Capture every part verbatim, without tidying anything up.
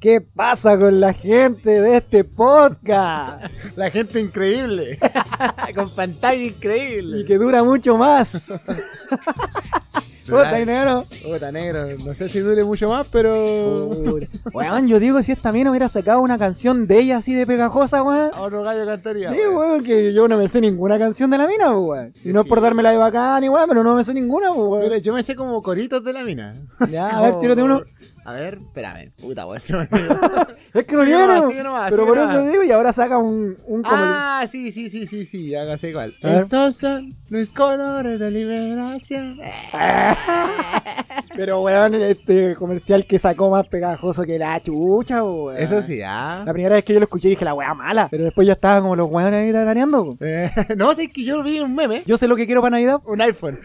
¿Qué pasa con la gente de este podcast? La gente increíble. Con pantalla increíble. Y que dura mucho más. Puta, negro. Puta, negro. No sé si dure mucho más, pero... Weón, yo digo, si esta mina hubiera sacado una canción de ella así de pegajosa, weón. Otro gallo cantaría. Sí, weón, que yo no me sé ninguna canción de la mina, weón. Y no es por dármela de bacán, weón, pero no me sé ninguna, weón. Mira, yo me sé como coritos de la mina. Ya, a ver, tírate uno. A ver, espérame. Puta, weón, se me olvidó. Es que no viene. Pero por eso digo, y ahora saca un... un ah, como... sí, sí, sí, sí, sí, hágase igual. Estos son los colores de liberación. Pero, weón, este comercial que sacó más pegajoso que la chucha, weón. Eso sí, ah. La primera vez que yo lo escuché dije, la weá mala. Pero después ya estaba como los weones ahí tarareando. Eh, no, sé que yo vi un meme. Yo sé lo que quiero para Navidad. Un iPhone.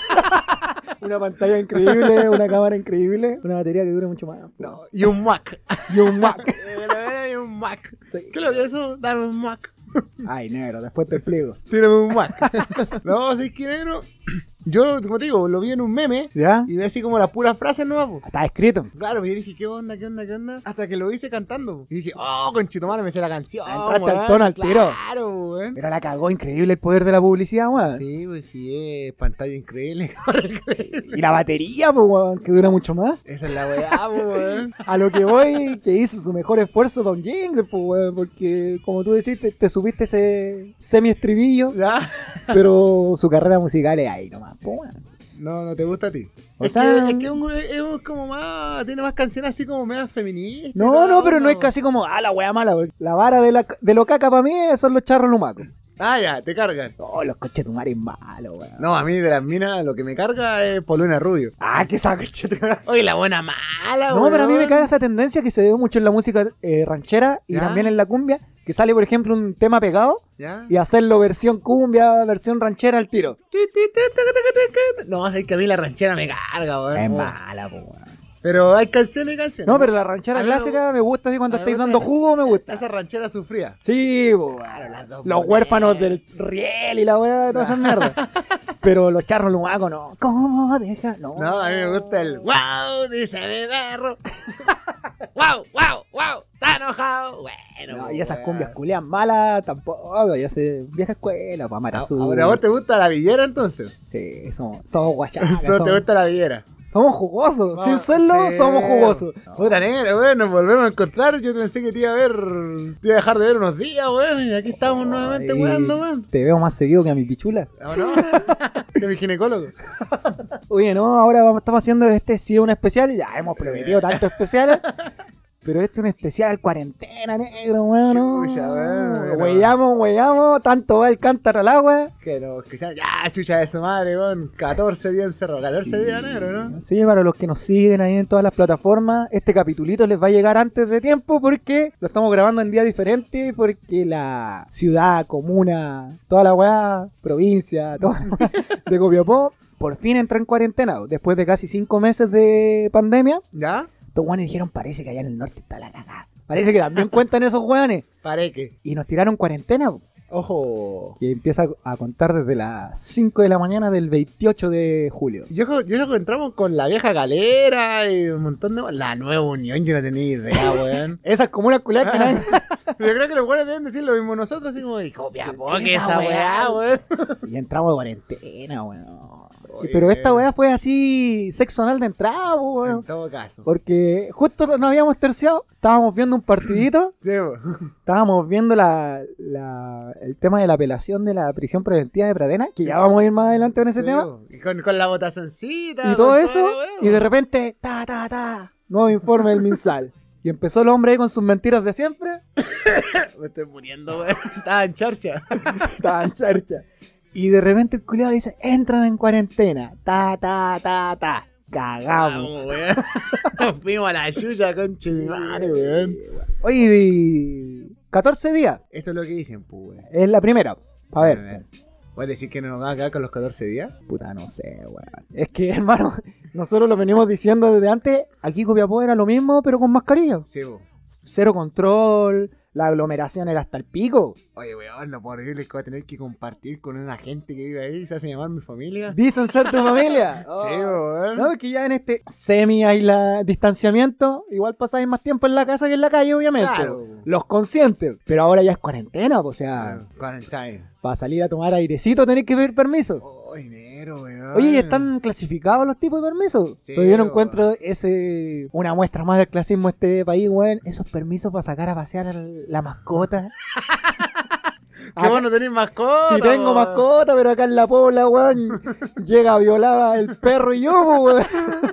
Una pantalla increíble, una cámara increíble, una batería que dure mucho más. No, y un Mac. Y un Mac. Y un Mac. Sí. ¿Qué es lo que es eso? Dame un Mac. Ay, negro, después te explico. Tírame un Mac. No, sí que negro. Yo, como te digo, lo vi en un meme. ¿Ya? Y vi así como las puras frases nuevas. Está escrito. Claro, y yo dije, ¿qué onda, qué onda, qué onda? Hasta que lo hice cantando. Y dije, oh, conchetumare, me sé la canción. Entraste al tono al tiro. Claro, weón. Pero la cagó, increíble el poder de la publicidad, weón. Sí, pues sí, es pantalla increíble. Y la batería, pues, weón, que dura mucho más. Esa es la weá, pues, weón. A lo que voy, que hizo su mejor esfuerzo para un jingle, pues, weón. Porque, como tú decís, te, te subiste ese semi-estribillo. ¿Ya? Pero su carrera musical es ahí nomás, pues, weón. No, no te gusta a ti. O es, sea, que, es que es, un, es un como más. Tiene más canciones así como medio feministas. No, no, pero no es casi como, ah, la wea mala. La vara de, la, de lo caca para mí son los charros lumacos. Ah, ya, te cargan. Oh, los cochetumares malos, weón. No, a mí de las minas lo que me carga es Polona Rubio. Ah, que esa cochetumare. Oye, la buena mala, No, weón. pero a mí me caga esa tendencia que se ve mucho en la música eh, ranchera y ¿Ya? también en la cumbia. Que sale, por ejemplo, un tema pegado. ¿Ya? Y hacerlo versión cumbia, versión ranchera al tiro. No, es que a mí la ranchera me carga, weón. Es mala, po, weón. Pero hay canciones y canciones. No, pero la ranchera clásica me, me gusta así cuando estáis dando jugo, me gusta. Esa ranchera sufría. Sí, po, claro, las dos los huérfanos del riel y la weá de todas esas mierdas. Pero los charros lumacos no. ¿Cómo deja? No. No, a mí me gusta el wow, dice mi perro. wow, wow, wow, está enojado. Bueno, no, y esas cumbias culias malas tampoco. Ya sé, vieja escuela, pa' Marazú. Ahora, ¿a vos te gusta la villera entonces? Sí, somos, somos guachacas. Eso somos... te gusta la villera. Somos jugosos, no, sin serlo, sí. somos jugosos. No. Puta negra, weón, nos volvemos a encontrar. Yo pensé que te iba a ver, te iba a dejar de ver unos días, weón. Y aquí estamos oh, nuevamente, weón, weón. Te veo más seguido que a mi pichula. ¿O no? Que a mi ginecólogo. Oye, no, ahora vamos, estamos haciendo este sí un especial. Ya hemos prometido tantos especiales. Pero este es un especial cuarentena, negro, weón. Chucha, weón. Huellamos, huellamos, tanto va el cántaro al agua. Que no, que ya, ya, chucha de su madre, weón. catorce días encerrado, catorce días, negro, ¿no? Sí, para los que nos siguen ahí en todas las plataformas, este capitulito les va a llegar antes de tiempo porque lo estamos grabando en día diferente, porque la ciudad, comuna, toda la weá, provincia, toda la weá de Copiapó, por fin entra en cuarentena, después de casi cinco meses de pandemia. ¿Ya? Estos weones dijeron, parece que allá en el norte está la cagada. Parece que también cuentan esos weones. Parece. Y nos tiraron cuarentena. Ojo. Que empieza a contar desde las cinco de la mañana del veintiocho de julio. Yo, yo nos encontramos con la vieja galera y un montón de... La nueva unión, yo no tenía idea, weón. Esas comunas culiadas que nadie... Yo creo que los weones deben decir lo mismo nosotros, así como, hijo, que esa weá, weón. Y entramos de cuarentena, weón. Oye, pero esta weá fue así sexo anal de entrada, weón. En todo caso. Porque justo nos habíamos terciado, estábamos viendo un partidito. Sí, estábamos viendo la, la, el tema de la apelación de la prisión preventiva de Pradena, que ya vamos a ir más adelante con ese sí, tema. Y con, con la votacioncita. Y todo eso, todo, y de repente, ta, ta, ta, nuevo informe del MinSal. Y empezó el hombre ahí con sus mentiras de siempre. Me estoy muriendo, weón. Estaba en charcha. Estaba en charcha. Y de repente el culiado dice, entran en cuarentena. Ta, ta, ta, ta. Cagamos. Vamos, weón. Nos fuimos a la chucha, conche mi madre, weón. Oye, catorce días. Eso es lo que dicen, pues, weón. Es la primera. A ver. A ver. ¿Puedes decir que no nos va a quedar con los catorce días? Puta, no sé, weón. Es que, hermano, nosotros lo venimos diciendo desde antes. Aquí Copiapó era lo mismo, pero con mascarilla. Sí, vos. Cero control. la aglomeración era hasta el pico. Oye, weón, lo horrible es que voy a tener que compartir con una gente que vive ahí, se hace llamar mi familia. Dicen ser tu familia. Oh. Sí, weón. No, es que ya en este semi-aisla distanciamiento, igual pasáis más tiempo en la casa que en la calle, obviamente. Claro. Los conscientes. Pero ahora ya es cuarentena, pues, o sea, Quarantine. para salir a tomar airecito tenés que pedir permiso. Oh, enero, weón. Oye, ¿y están clasificados los tipos de permisos? Sí, Pero yo no weón. encuentro ese una muestra más del clasismo de este país, weón. Esos permisos para sacar a pasear a la mascota. ¿Qué vos no tenés mascota? Si tengo weón? mascota, pero acá en la Pobla, weón, llega violada el perro y yo, weón.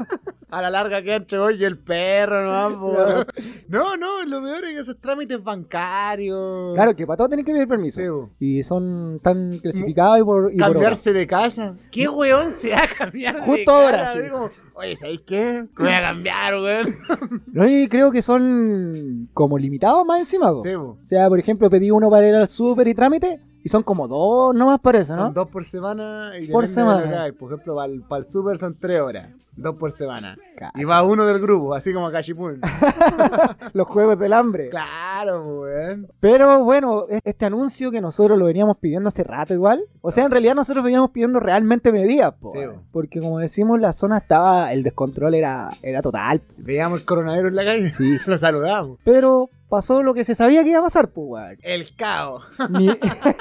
A la larga queda entre vos y el perro, ¿no? po, Claro. weón. No, no, lo peor es esos trámites bancarios. Claro, que para todo tenés que pedir permiso. Sí, bo. Y son tan clasificados y por, y por hora. Cambiarse de casa. ¿Qué weón se va a cambiar de Justo casa? ahora, sí. Así como, oye, ¿sabéis qué? Me voy a cambiar, weón. No, y creo que son como limitados más encima, po. Sí, bo. O sea, por ejemplo, pedí uno para ir al súper y trámite y son como dos nomás parece, ¿no? Son dos por semana y Por depende de semana. lo que hay. Por ejemplo, para el súper son tres horas. Dos por semana. Cacha. Y va uno del grupo, así como Cachipún. Los juegos del hambre. Claro, weón. Pero bueno, es- este anuncio que nosotros lo veníamos pidiendo hace rato igual. O sea, en realidad nosotros veníamos pidiendo realmente medidas, po, Sí, eh. bo. Porque como decimos, la zona estaba, el descontrol era, era total. Veíamos el coronavirus en la calle. Sí. Lo saludamos. Pero pasó lo que se sabía que iba a pasar, pues, weón. El caos. Ni,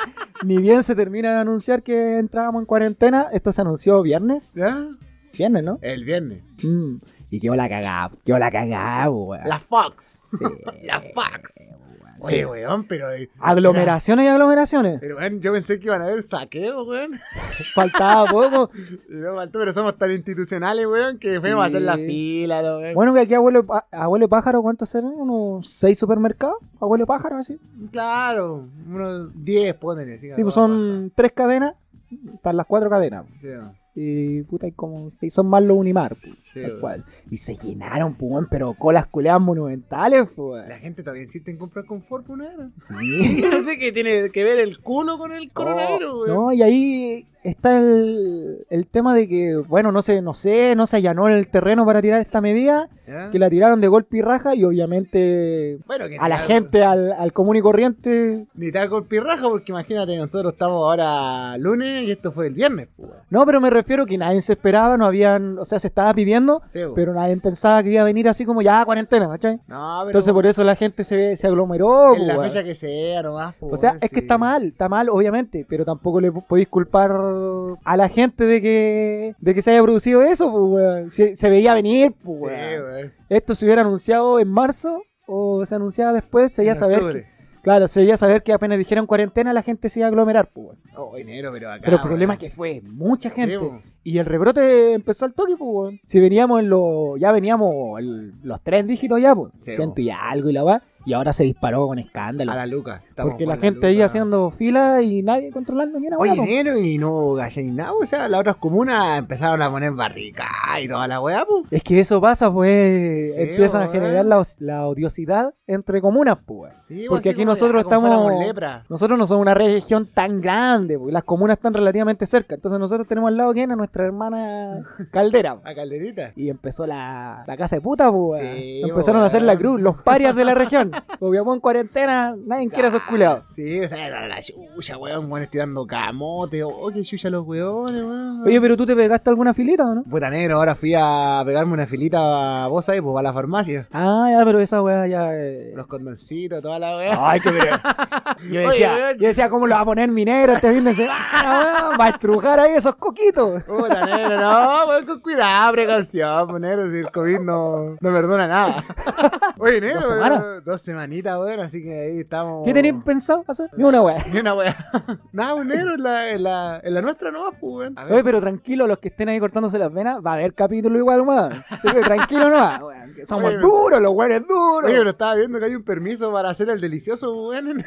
ni bien se termina de anunciar que entrábamos en cuarentena, esto se anunció viernes. ¿Ya? Viernes, ¿no? El viernes. Mm. Y quedó la cagada, quedó la cagada, weón. La Fox. Sí, La Fox. weón, Oye, sí. weón, pero. eh, Aglomeraciones y aglomeraciones. Pero, weón, yo pensé que iban a haber saqueo, weón. Faltaba poco. Y no faltó, pero somos tan institucionales, weón, que fuimos a hacer la Sí. fila, ¿no, weón? Bueno, que aquí abuelo, Pa- abuelo pájaro, ¿cuántos serán? ¿Unos seis supermercados? Abuelo pájaro, así. Claro, unos diez ponen. Sí, pues son tres cadenas. Están las cuatro cadenas. Sí, no. Y puta, hay como seis, son más los Unimar, pues, Sí, tal weón. cual. Y se llenaron, pues, weón, pero colas culeadas monumentales, pues. La gente todavía insiste en comprar confort, pues, ¿no? Sí. Yo no sé qué tiene que ver el culo con el coronavirus, No, weón. no, y ahí está el, el tema de que, bueno, no sé, no sé, no se allanó el terreno para tirar esta medida, ¿Ya? que la tiraron de golpe y raja y obviamente Bueno, que a la ni gente, al, al común y corriente. Ni tal con pirraja, porque imagínate, nosotros estamos ahora lunes y esto fue el viernes, pues, weón. No, pero me refiero que nadie se esperaba, no habían, o sea, se estaba pidiendo, Sí, weón. pero nadie pensaba que iba a venir así como ya cuarentena, ¿cachai? No, pero Entonces por eso la gente se, se aglomeró. en la pues, fecha que sea nomás, pues, o sea, weón, es que sí. está mal, está mal, obviamente, pero tampoco le podéis culpar a la gente de que de que se haya producido eso, pues, weón. Se, se veía venir, pues, Sí, weón. weón. Esto se hubiera anunciado en marzo o se anunciaba después, se iba a En saber octubre. que, claro, se iba a saber que apenas dijeron cuarentena la gente se iba a aglomerar, pues, weón. Oh, enero, pero acá. Pero el problema weón. es que fue mucha gente. po. Y el rebrote empezó al toque, pues, weón. Si veníamos en los. Ya veníamos en los tres dígitos ya, pues. Sí, Ciento po. y algo y la va. Y ahora se disparó con escándalo. A la Luca. Estamos Porque con la gente ahí Luca. haciendo fila y nadie controlando ni una Oye, weá, po. enero y no gallen nada, o sea, las otras comunas empezaron a poner barricas y toda la weá, pues. Es que eso pasa, pues. Sí, empiezan a weón. generar la, os- la odiosidad entre comunas, pues. Sí, Porque así aquí como nosotros ya, como fuéramos estamos. lepra. Nosotros no somos una región tan grande, porque las comunas están relativamente cerca. Entonces nosotros tenemos al lado quién, a nuestra hermana Caldera, po. A Calderita. Y empezó la, la casa de puta, pues. Sí, Empezaron weón. a hacer la cruz, los parias de la región. Obviamente en cuarentena, nadie quiere a esos culiados. Sí, o sea, la, la chucha, weón, weón, tirando camote. Oh, qué chucha los weones, weón. Oye, pero tú te pegaste alguna filita, ¿o no? Puta negro, ahora fui a pegarme una filita a vos ahí, pues a la farmacia. Ah, ya, pero esa weá ya. eh. Los condoncitos, toda la weá. Ay, qué bien. Yo Oye, decía, weón. yo decía, ¿cómo lo va a poner minero este fin de semana, weón? Va a estrujar ahí esos coquitos. Puta negro, no, weón, con cuidado, precaución, pues, negro, si el COVID no, no perdona nada. Oye, negro, ¿Dos weón, semanas? dos semanitas, weón, así que ahí estamos. ¿Qué tenéis pensado hacer? Ni una weá. Ni una weá. Nada, weón, negro, en la, en la, en la nuestra no, pues, weón. A ver. Oye, pero tranquilo, los que estén ahí cortándose las venas, va a haber capítulo igual, weón. Así que tranquilo no, weón. Que somos Oye, duros, los weones duros. Oye, pero estaba viendo que hay un permiso para hacer el delicioso, weón.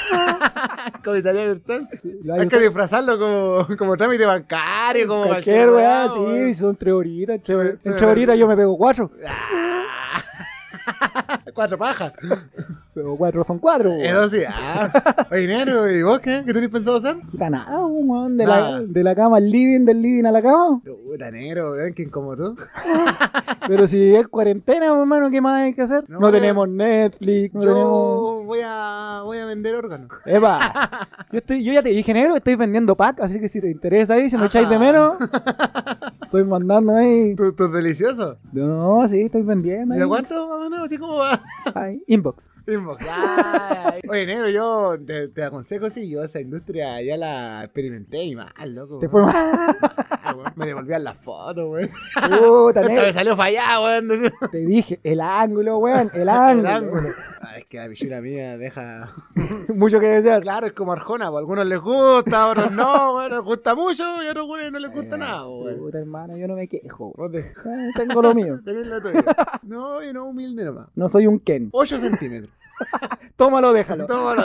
Comisaría virtual. Lo Hay hay que usado- disfrazarlo como, como trámite bancario, como Cualquier weá, weá, sí, weón. son tres horitas. Se me- Entre, se me entre horitas perdió. yo me pego cuatro. Ah. Cuatro pajas. Pero cuatro son cuatro, weón. Eso sí, ah. Oye, negro, ¿y vos qué? ¿Qué tenés pensado hacer? Puta nada, weón. De Nada. la, de la cama al living, del living a la cama. Puta, negro, weón, ¿quién como tú? Pero si es cuarentena, hermano, ¿qué más hay que hacer? No, No, yo- tenemos Netflix, no Yo tenemos... voy a, voy a vender órganos. Epa, yo, estoy, yo ya te dije, negro, estoy vendiendo pack, así que si te interesa ahí, si me Ajá. echáis de menos, estoy mandando ahí. ¿Tú, tú delicioso? No, sí, estoy vendiendo ¿Y ahí. a cuánto, más o menos? ¿Así como va? Ahí, inbox. Inbox. Ay. Oye, negro, yo te, te aconsejo, sí, yo esa industria ya la experimenté y mal, loco. Te fue mal. Ah, weón, me devolvían las fotos, weón. Puta, Esta negro. me salió fallada, weón. Te dije, el ángulo, weón, el El ángulo. ángulo. Ah, es que la pichura mía deja... Mucho que desear. Claro, es como Arjona, pues, a algunos les gusta, a otros no, weón, les gusta mucho y a otros güeyes no les gusta nada, weón. Puta, hermano, yo no me quejo. Vos decís, Eh, Tengo lo mío. tenés lo tuyo. No, yo no, humilde nomás. No soy un Ken. ocho centímetros. Tómalo, déjalo. Tómalo.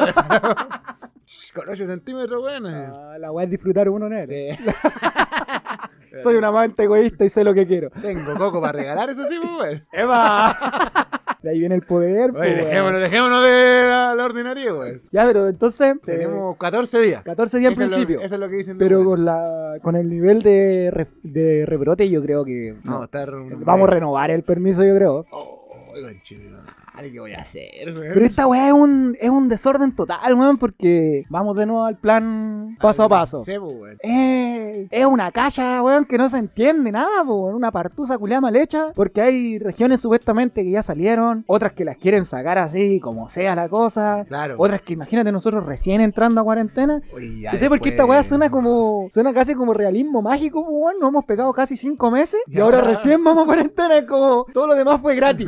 Con ocho centímetros, weón. eh. Ah, la weá es disfrutar uno, negro. Sí. Soy un amante egoísta y sé lo que quiero. Tengo coco para regalar, eso sí, pues, weón. ¡Eva! De ahí viene el poder. Oye, pues, weón. dejémonos, dejémonos de la, la ordinaria, weón. Ya, pero entonces. Tenemos catorce días. catorce días al Eso es lo- principio. Eso es lo que dicen. de Pero weón. con la con el nivel de, re- de rebrote, yo creo que. No, no. estar. Vamos a renovar el permiso, yo creo. Oh, conchetumare, ¿qué voy a hacer, weón? Pero esta weá es un, es un desorden total, weón, porque vamos de nuevo al plan paso a paso. Sí, pues, weón. Eh, es una cacha, weón, que no se entiende nada, po, weón, una partusa culiada mal hecha, porque hay regiones supuestamente que ya salieron, otras que las quieren sacar así, como sea la cosa, Claro. otras que imagínate nosotros recién entrando a cuarentena. Oye, ya No sé por qué después- esta weá suena como, suena casi como realismo mágico, po, weón, nos hemos pegado casi cinco meses y Ya. ahora recién vamos a cuarentena, es como todo lo demás fue gratis.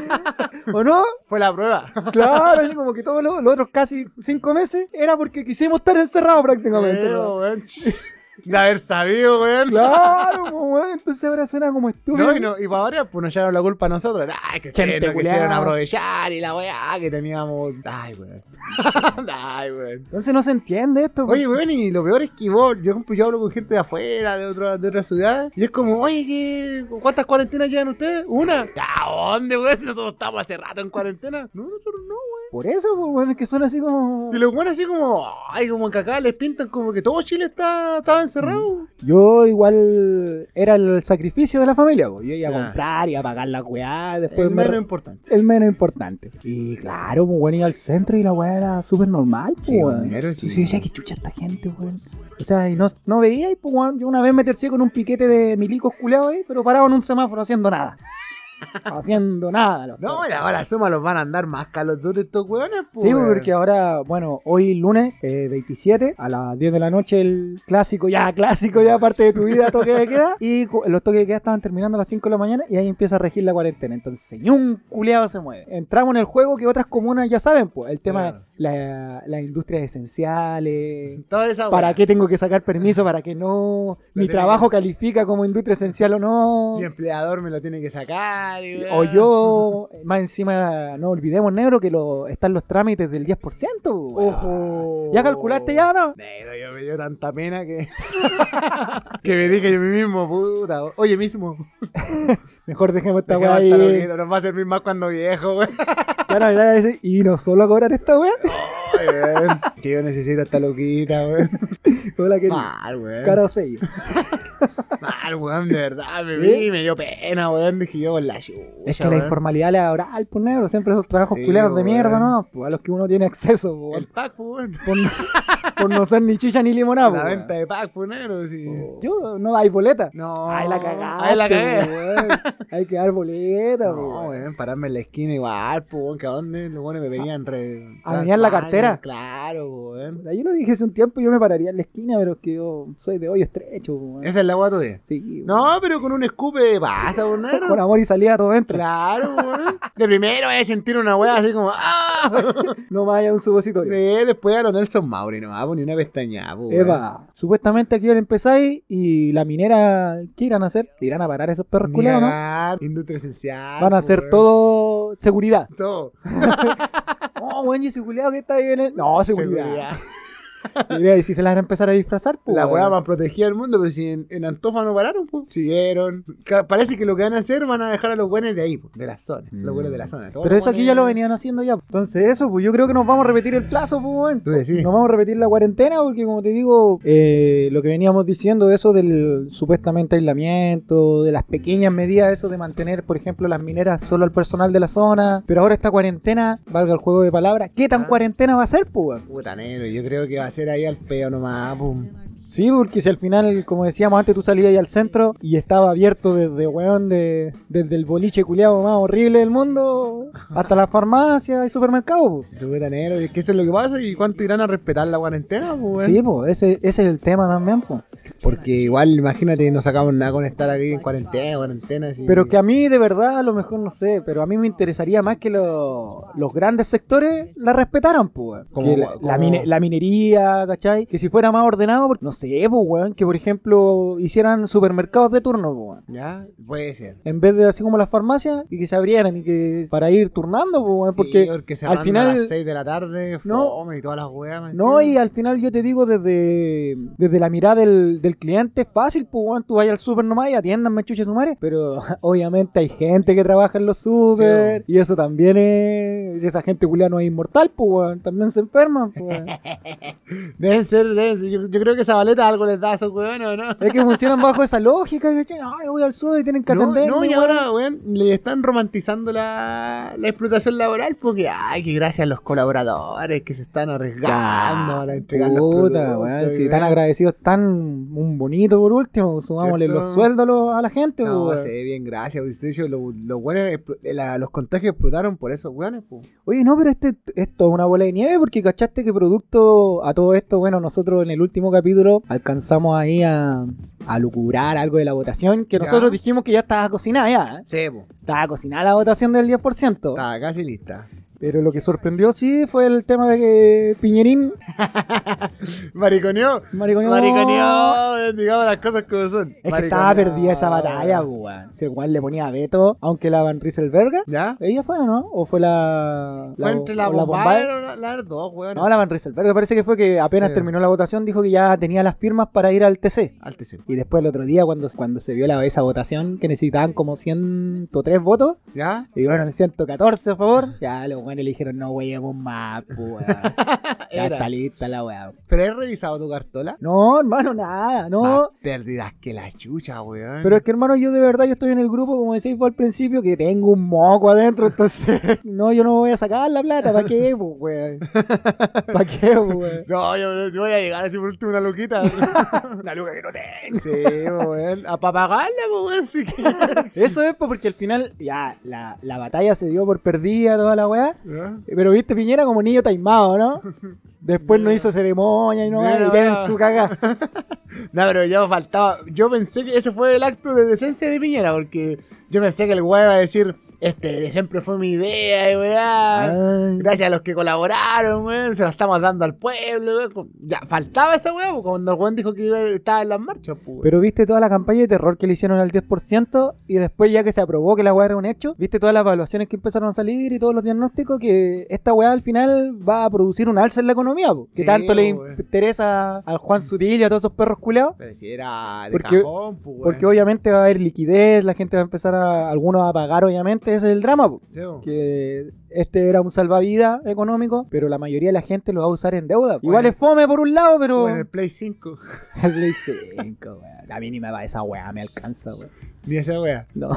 ¿O no? Fue la prueba. Claro, así como que todos los, los otros casi cinco meses era porque quisimos estar encerrados prácticamente. Sí, ¿no? weón. De haber sabido, weón. Claro, pues, weón, entonces ahora suena como estúpido. No, y, no, y para variar, pues nos echaron la culpa a nosotros. Ay, que Gente ustedes no culiao. quisieron aprovechar y la weá que teníamos. Ay, weón. Ay, weón. Entonces no se entiende esto. pues. Oye, weón, y lo peor es que vos, yo, yo hablo con gente de afuera, de otra, de otra ciudad, y es como, oye, ¿qué, ¿cuántas cuarentenas llevan ustedes? ¿Una? ¿A dónde, weón? Nosotros estamos hace rato en cuarentena. No, nosotros no, weón. Por eso, pues, weón, es que suena así como... Y los weones así como, ay, como que acá les pintan como que todo Chile está, estaba encerrado. Yo igual era el sacrificio de la familia, pues. Yo iba a Ya. comprar, iba a pagar la weá, después Es me... menos importante. El menos importante. Y claro, pues, weón, iba al centro y la weá era súper normal, pues, Sí, weón. dinero, Sí, sí. sí, decía que chucha esta gente, weón. O sea, y no, no veía, y pues, weón, yo una vez me tercié con un piquete de milicos culeados ahí, pero parado en un semáforo haciendo nada. haciendo nada. Los No, cabros. y ahora suma los van a andar más calos de estos weones, pues. Sí, pues, porque ahora, bueno, hoy lunes eh, veintisiete, a las diez de la noche, el clásico, ya clásico, ya parte de tu vida, toque de queda. Y cu- los toques de queda estaban terminando a las cinco de la mañana y ahí empieza a regir la cuarentena. Entonces, ni un culeado se mueve. Entramos en el juego que otras comunas ya saben, pues, el tema Claro. de la- las industrias esenciales. Toda esa ¿Para weá. qué tengo que sacar permiso? ¿Para que no? Mi tiene trabajo califica como industria esencial o no. Mi empleador me lo tiene que sacar. Y weá. O yo, más encima, no olvidemos, negro, que lo, están los trámites del diez por ciento. weón. Ojo. ¿Ya calculaste ya o no? Negro, yo me dio tanta pena que. que me dije yo mismo, puta. Oye, mismo. Mejor dejemos esta Dejemos weá hasta ahí. loquito, nos va a servir más cuando viejo, weón. Ya Navidad ese- y vino solo a cobrar esta weá. Ay, weón. Que yo necesito esta loquita, weón. Hola, querido. Mal, weón. Cara o sello. Mal, weón, de verdad. Me ¿Sí? vi, me dio pena, weón. Dije yo con la chucha. Es que la weón. informalidad laboral, pues negro, siempre esos trabajos Sí, culeros de weón. mierda, ¿no? Pues a los que uno tiene acceso, pues, El pack, pues, weón. por, no- por no ser ni chicha ni limonada. La pues, venta de pack, pues, negro. Sí. weón. Yo, no hay boleta. No. Ahí la cagaste. Ahí la cagué. weón. Hay que dar boleta, No, weón. weón, pararme en la esquina igual, pues, weón, que a dónde los weones me venían re. ¿A venir la cartera? Claro, weón. Yo lo dije hace un tiempo, yo me pararía en la esquina, pero es que yo soy de hoyo estrecho, weón. Esa es la agua tuya. Sí, weón. No, pero con un escupe pasa, weón, negro. Con amor y salida todo entra. Claro, weón. De primero voy a sentir una weá así como, ¡ah! No más allá un supositorio. De, después a los Nelson Mauri, no va a poner una pestaña, pues, weón. Eva, supuestamente aquí ahora empezáis y la minera, ¿qué irán a hacer? ¿Irán a parar esos perros Ni culeados, no? cagar, industria esencial. Van a pues, hacer weón. todo seguridad. Todo. No, weón, y ese culeado que está ahí en el... No, seguridad. Y si se las van a empezar a disfrazar, pues. La weón. weá más protegida del mundo, pero si en, en Antofa no pararon, pues. Siguieron. Ca- Parece que lo que van a hacer van a dejar a los buenos de ahí, pues, de la zona. Los buenos de la zona. Todos Pero los eso aquí buenos- ya lo venían haciendo ya. Entonces eso, pues yo creo que nos vamos a repetir el plazo, pues, weón. Tú decís. Nos vamos a repetir la cuarentena porque, como te digo, eh, lo que veníamos diciendo, eso del supuestamente aislamiento, de las pequeñas medidas, eso de mantener, por ejemplo, las mineras solo al personal de la zona. Pero ahora esta cuarentena, valga el juego de palabras, ¿qué tan Ah. cuarentena va a ser, pues, weón? Puta negro, yo creo que va a ser ahí al peo nomás, pum. Sí, porque si al final, como decíamos antes, tú salías ahí al centro y estaba abierto desde, weón, de, desde el boliche culiado más horrible del mundo hasta la farmacia y supermercado, pues. Puta negro, es que eso es lo que pasa. ¿Y cuánto irán a respetar la cuarentena, pues? Sí, pues, ese, ese es el tema también, pues. Porque igual, imagínate, no sacamos nada con estar aquí en cuarentena, cuarentena. Así. Pero que a mí, de verdad, a lo mejor no sé, pero a mí me interesaría más que lo- los grandes sectores la respetaran, pues. Como- Que la, como- la mine- la minería, ¿cachai? Que si fuera más ordenado, porque, no sé, pues, weón, que por ejemplo hicieran supermercados de turno, pues, weón. Ya, puede ser. En vez de así como las farmacias, y que se abrieran y que para ir turnando, pues, weón, porque, Sí, porque al cerrando final... a las seis de la tarde, No. fome y todas las weas. más No, y encima. al final yo te digo desde, desde la mirada del, del cliente es fácil, pues weón, tú vas al súper nomás y atiendan, me chuches su madre. Pero obviamente hay gente que trabaja en los súper y eso también es... Esa gente culiada no es inmortal, pues weón, también se enferman, pues weón. Deben ser, deben ser. Yo, yo creo que esa baleta algo les da a esos weones, ¿o no? Es que funcionan bajo esa lógica, ¿cachai? Ay, voy al súper y tienen que No, atenderme, no, y weón. ahora, weón, le están romantizando la, la explotación laboral porque, ay, que gracias a los colaboradores que se están arriesgando para entregar los Puta, productos. weón, si weón. tan agradecidos, tan un bonito por último, subámosle ¿Cierto? los sueldos a los- a la gente, No, weón. se ve bien, gracias. pues, De hecho, lo- los buenos, explo- la- los contagios explotaron por esos weones, pues. Oye, no, pero este, esto es una bola de nieve porque cachaste que producto a todo esto, bueno, nosotros en el último capítulo alcanzamos ahí a, a lucurar algo de la votación, que Ya. nosotros dijimos que ya estaba cocinada ya, ¿eh? Sí, pues. Estaba cocinada la votación del diez por ciento. Estaba casi lista. Pero lo que sorprendió sí fue el tema de que Piñerín Mariconeó. mariconeó. Mariconeó, digamos las cosas como son. Es que estaba perdida esa batalla, weón. Si el weón le ponía veto, aunque la Van Rieselberga, ¿Ya? ella fue, ¿no? ¿O fue la... Fue entre la o la Bombay o la- las dos, weón. No, la Van Rieselberga parece que fue que apenas Sí. terminó la votación dijo que ya tenía las firmas para ir al T C. Al T C. Y después el otro día cuando, cuando se vio la, esa votación que necesitaban como ciento tres votos, ¿Ya? y bueno, ciento catorce a favor, ya los weones le dijeron no weyemos más, pues weón. Ya Era. está lista la weá. ¿Pero has revisado tu cartola? No, hermano, nada, no. Más pérdidas que la chucha, weón. Pero es que hermano, yo de verdad yo estoy en el grupo, como decís vos al principio, que tengo un moco adentro, entonces no, yo no voy a sacar la plata, ¿para qué, pues weón? ¿Para qué, pues weón? No, yo, yo voy a llegar así por último una luquita. Una luca que no tengo. Sí, weón. A pa' pagarla, pues, weón, sí que. Eso es pues, porque al final ya la, la batalla se dio por perdida toda la weá. ¿Ya? Pero viste Piñera como niño taimado, ¿no? Después no hizo ceremonia y no Mira, y queda mira. en su caga. No, pero ya faltaba. Yo pensé que ese fue el acto de decencia de Piñera, porque yo pensé que el weón iba a decir: Este siempre fue mi idea, y weá. Ay. Gracias a los que colaboraron, weón. Se la estamos dando al pueblo, weón. Ya, faltaba esa weá, pues, cuando el weón dijo que iba, estaba en las marchas, pues. weón. Pero viste toda la campaña de terror que le hicieron al diez por ciento y después ya que se aprobó que la weá era un hecho, viste todas las evaluaciones que empezaron a salir y todos los diagnósticos que esta weá al final va a producir un alza en la economía, po, que Sí, tanto le weón. interesa al Juan Sutil y a todos esos perros culeados. Pero si era de Porque- cajón, pues, weón. Porque obviamente va a haber liquidez, la gente va a empezar a, algunos a pagar obviamente, ese es el drama, po. Sí, weón. Que este era un salvavidas económico, pero la mayoría de la gente lo va a usar en deuda. Igual Bueno. es fome por un lado, pero... Bueno, el Play cinco. El Play cinco, weón. A mí ni me va esa weá, me alcanza, weón. Ni esa weá. No.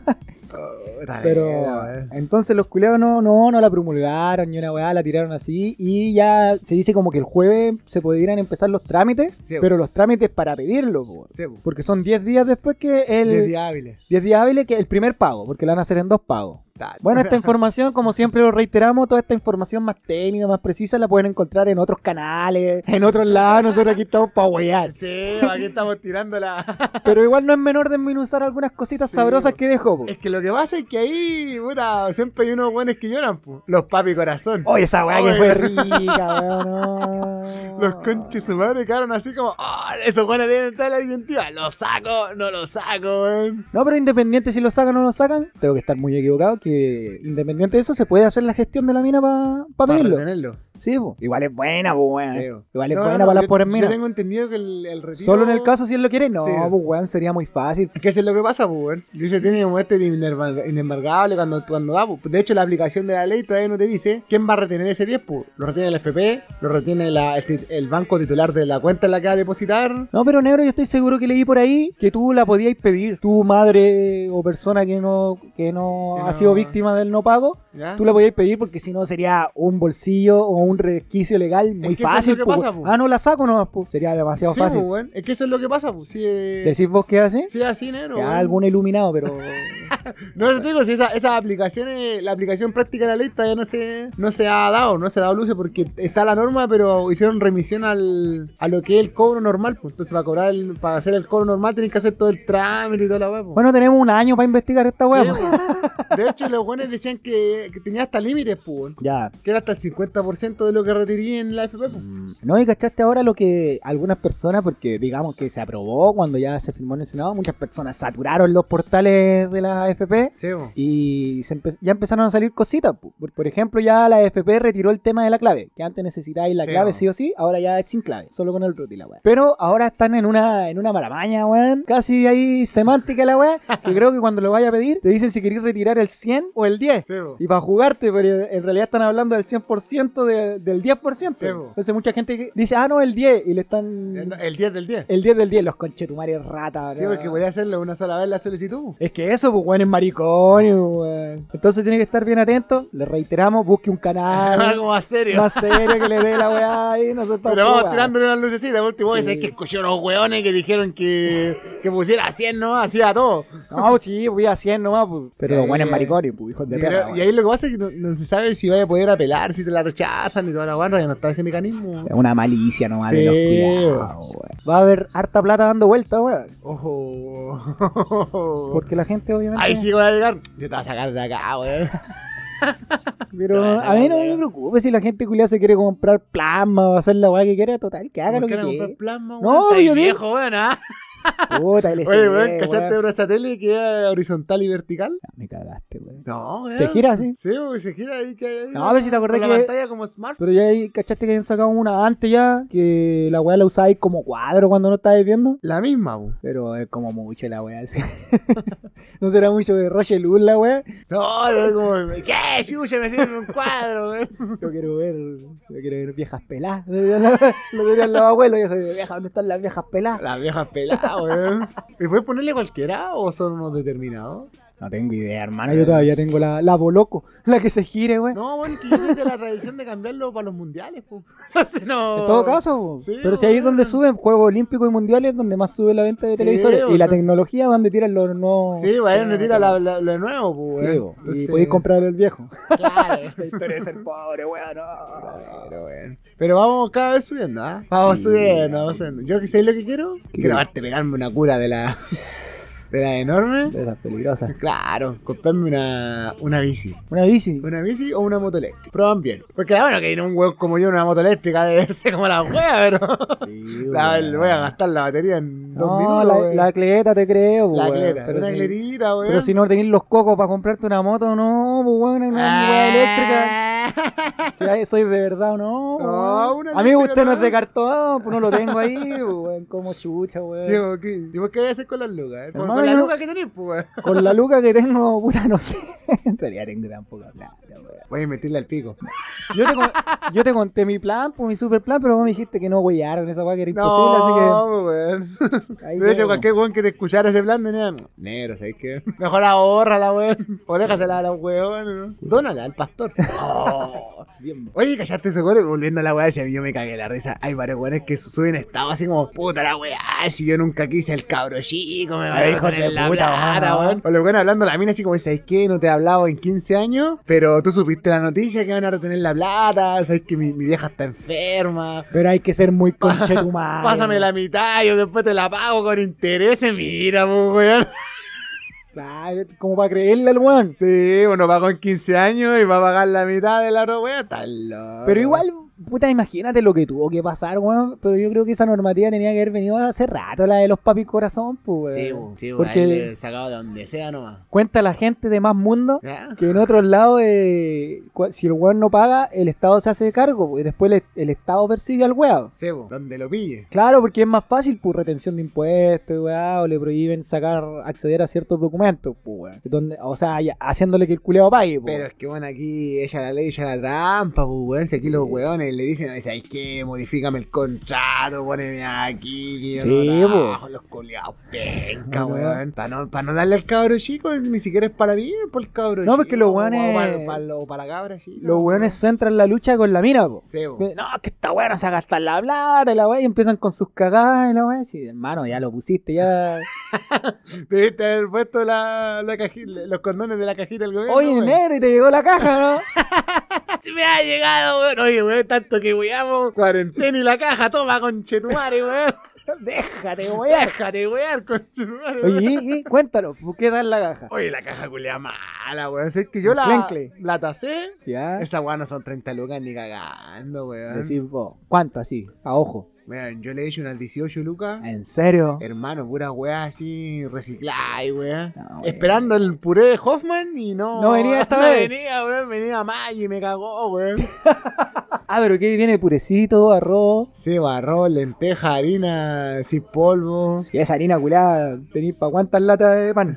Oh, está Pero bien, weón. entonces los culeados no, no, no la promulgaron ni una weá, la tiraron así y ya se dice como que el jueves se podrían empezar los trámites, Sí, pero los trámites para pedirlo, po, Sí, po. porque son diez días después que el... De días hábiles. diez días hábiles que el primer pago, porque lo van a hacer en dos pagos. Tal. Bueno, esta información, como siempre lo reiteramos, toda esta información más técnica, más precisa, la pueden encontrar en otros canales, en otros lados, nosotros aquí estamos para huear. Sí, aquí estamos tirando la... Pero igual no es menor desmenuzar algunas cositas Sí, sabrosas po. que dejó, po. Es que lo que pasa es que ahí, puta, siempre hay unos buenos que lloran, pues. Los papi corazón. Oye, esa weá que Oye. fue rica, weón. No. Los conches su madre quedaron así como, oh, esos buenos tienen toda la disyuntiva. ¿Lo saco? ¿No lo saco, weón? No, pero independiente si lo sacan o no lo sacan, tengo que estar muy equivocado que independiente de eso se puede hacer la gestión de la mina para pa Para pedirlo. retenerlo. Sí, po. Igual es buena, pues, weón. Sí, po. Igual es No, buena no, para las yo- pobres Yo minas. tengo entendido que el, el retiro... Solo en el caso si él lo quiere, no, Sí. pues, weón, sería muy fácil. ¿Qué es lo que pasa, pues, weón? Dice, tiene muerte inembarga- inembargable cuando, cuando da, pues. De hecho, la aplicación de la ley todavía no te dice quién va a retener ese diez, pues. Lo retiene el F P, lo retiene la, el, tit- el banco titular de la cuenta en la que va a depositar. No, pero negro, yo estoy seguro que leí por ahí que tú la podías pedir. Tu madre o persona que no, que no Que ha no- sido víctima del no pago, ¿Ya? tú la podías pedir porque si no sería un bolsillo o un resquicio legal muy Es que eso es fácil. lo que po, pasa, weón. po. Ah, no la saco nomás, po. Sería demasiado Sí, fácil. pues, weón. Es que eso es lo que pasa, pues. Si es, ¿Decís vos qué hace? si es así, negro, Ya, weón. algún iluminado, pero... No, eso te digo, si esa, esa aplicación, es- la aplicación práctica de la ley todavía no se, no se ha dado, no se ha dado luces porque está la norma, pero hicieron remisión al, a lo que es el cobro normal, pues. Entonces, para cobrar, el- para hacer el cobro normal, tenés que hacer todo el trámite y toda la weá, pues. Bueno, tenemos un año para investigar esta weá. Sí, po. weón. De hecho, los buenos decían que, que tenía hasta límites, pues, weón. Ya. Que era hasta el cincuenta por ciento de lo que retiría en la F P, pues. No, y cachaste ahora lo que algunas personas, porque digamos que se aprobó cuando ya se firmó en el Senado, muchas personas saturaron los portales de la A F P Sí, weón. y se empe- ya empezaron a salir cositas. pu. Por, por ejemplo, ya la A F P retiró el tema de la clave, que antes necesitabais la Sí, clave no. sí o sí, ahora ya es sin clave, solo con el root y la weá. Pero ahora están en una, en una maramaña, weón, casi ahí semántica la weá, que creo que cuando lo vaya a pedir, te dicen si queréis retirar el cien o el diez. Sí, po. Y para jugarte, pero en realidad están hablando del cien por ciento de- del diez por ciento. Sí, po. Entonces mucha gente que dice, ah, no, el diez, y le están... El el diez del diez. El diez del diez, los conchetumares rata, Sí, porque voy a hacerlo una sola vez la solicitud. Es que eso, pues, weón, es maricón, weón. Entonces tiene que estar bien atento. Le reiteramos, busque un canal Algo más serio. más serio que le dé la weá y nosotros estamos Pero vamos jugando. tirándole unas lucecitas. Por último, Sí. es que escuché unos hueones que dijeron que, que pusiera cien, ¿no? Hacía todo. No, pues sí, voy a cien nomás, pues. Pero los Eh, buenos maricones, pues, hijos de Y, perra, y ahí lo que pasa es que no, no se sabe si vaya a poder apelar, si te la rechazan y toda la guarda, ya no está ese mecanismo. Es una malicia nomás de Sí. los cuidados, weón. Va a haber harta plata dando vueltas, weón. Ojo. Porque la gente, obviamente. Ahí sí voy a llegar. Yo te voy a sacar de acá, weón. Pero a mí no me preocupe si la gente culiada se quiere comprar plasma o hacer la weá que quiera, total, que haga lo que ¿Quieren comprar quiera. plasma, No, weón? Está ahí yo digo- viejo, weón, ¿ah? Puta, L C D, Oye, weón, ¿cachaste weón. una satélite que es horizontal y vertical? Ah, me cagaste, weón. No, weón. ¿Se gira así? Sí, weón, se gira ahí. Que hay No, a ver si te acordás con que- la pantalla como smart. Pero ya ahí, ¿cachaste que habían sacado una antes ya? Que la weá la usáis como cuadro cuando no estabais viendo. La misma, weón. Pero es como mucho la weá. así. No será mucho de Roche Luz la weá. No, es como, ¿qué? Chucha, me sirve un cuadro, weón. Yo quiero ver, yo quiero ver viejas peladas. Lo dirían los abuelos. Yo soy vieja, ¿dónde están las viejas peladas? Las viejas peladas, weón. ¿Y puedes ponerle cualquiera o son unos determinados? No tengo idea, hermano. Yo todavía tengo la, la Boloco, la que se gire, weón. No, bueno, que yo soy de la tradición de cambiarlo para los mundiales, pues. Entonces no. En todo caso, po. Sí, pero si ahí es weón. donde suben Juegos Olímpicos y Mundiales, donde más sube la venta de Sí, televisores. Y la entonces- tecnología donde tiran los nuevos. Sí, bueno, no tira la- la- lo nuevo, pues, Sí, weón. po. Y Entonces- podéis comprar el viejo. Claro. La historia de ser pobre, weón. No. Pero, weón. Pero vamos cada vez subiendo, ¿ah? Vamos Sí. subiendo, vamos subiendo. Yo que sé lo que quiero. ¿Qué Quiero verte pegarme una cura de la. de la enorme. De esas peligrosas. Claro, comprarme una, una bici. Una bici. ¿Una bici o una moto eléctrica? Proban bien. Porque bueno, que un huevo como yo, una moto eléctrica debe verse como la wea, pero. Sí, la, weón. voy a gastar la batería en dos No, minutos, la, weón. la cleta te creo, La weón, cleta, pero una si- cletita, weón. Pero si no tenéis los cocos para comprarte una moto, no, pues weón, una weá eléctrica. Si hay- soy de verdad o no. No, weón. una Amigo, eléctrica usted no es no. de cartón, pues no lo tengo ahí, pues, weón, como chucha, weón. Tío, ¿qué? ¿Y vos qué vas a hacer con las lucas? eh? Con, Hermano, con la yo no- luca que tenés, pues, weón. Con la luca que tengo, puta, no sé. En realidad tengo tan poca plata, weón. Voy a meterle al pico. Yo te, con- yo te conté mi plan, pues mi super plan, pero vos me dijiste que no huellaron esa weá que era imposible, No, weón. así Ahí De hecho, vemos. cualquier weón que te escuchara ese plan tenía. Negro, ¿sabes qué? Mejor ahorrala, weón. O déjasela a los weones, ¿no? Dónala al pastor. Oh. que. Bien. Oye, callate ese weón. Volviendo a la weá, si a mí yo me cagué la risa. Hay varios weones que suben estado así como, puta la weá. Si yo nunca quise el cabro chico, me va a Ay, dejar hijo de en la puta, plata, weón. weón. O los weones hablando a la mina así como, ¿sabes qué? No te he hablado en quince años, pero tú supiste la noticia que van a retener la plata. ¿Sabes que mi, mi vieja está enferma? Pero hay que ser muy conchetumare. Pásame la mitad, yo después te la pago con intereses. Mira, pues, weón. Ay, como para creerle al weón. Sí, uno pagó en quince años y va a pagar la mitad de la weón. Está loco. Pero igual, puta, imagínate lo que tuvo que pasar, weón. Pero yo creo que esa normativa tenía que haber venido hace rato, la de los papi corazón, pues, Sí, weón. po, sí, po, Porque ahí le he sacado de donde sea nomás. cuenta la gente de más mundo ¿Ya? que en otros lados, eh, cua- si el weón no paga, el Estado se hace cargo, pues, y después el, el Estado persigue al weón. Sí, po, donde lo pille. Claro, porque es más fácil, pues, retención de impuestos, weá, o le prohíben sacar, acceder a ciertos documentos, pues, weón. Donde, o sea, ya- haciéndole que el culeado pague, pues. Pero es que bueno, aquí ella la ley, ella la trampa, pues weón. Si aquí los weones le dicen, ¿sabes qué? Modifícame el contrato, poneme aquí, que yo Sí, no po. trabajo, los culiados penca, Bueno. weón. Para no, pa no darle al cabro chico, ni siquiera es para mí, es por el cabro No, chico. porque los o weones- Para, para, lo- para la cabra chica. Los po, weones centran la lucha con la mina, po. Sí, po. No, que esta weá no se va a gastar la plata, y la weá, y empiezan con sus cagadas, y la weá, sí, hermano, ya lo pusiste, ya. Debiste haber puesto la, la caji- los condones de la cajita del gobierno. Oye, weón. negro, y te llegó la caja, ¿no? Se me ha llegado, weón. Oye, weón, tanto que weamos. Cuarentena y la caja, toma, conchetumare, weón. Déjate, weá. Déjate, weón, conchetumare, weón. Oye, y, y, cuéntanos, ¿por qué dan la caja? Oye, la caja culia mala, weón. Es que yo la, Clencle. la tasé. Ya. Esa weón no son treinta lucas ni cagando, weón. Decís vos, ¿cuánto así? A ojo. Weón, yo le he hecho unas dieciocho lucas. ¿En serio? Hermano, pura weá así, reciclada, weón. No, weón. Esperando el puré de Hoffman y no. No venía esta no vez. venía, weón. Venía más y me cagó, weón. Ah, pero ¿qué viene? Purecito, arroz. Sí, arroz, lenteja, harina, sin polvo. Y esa harina culada, ¿tenís para cuántas latas de pan?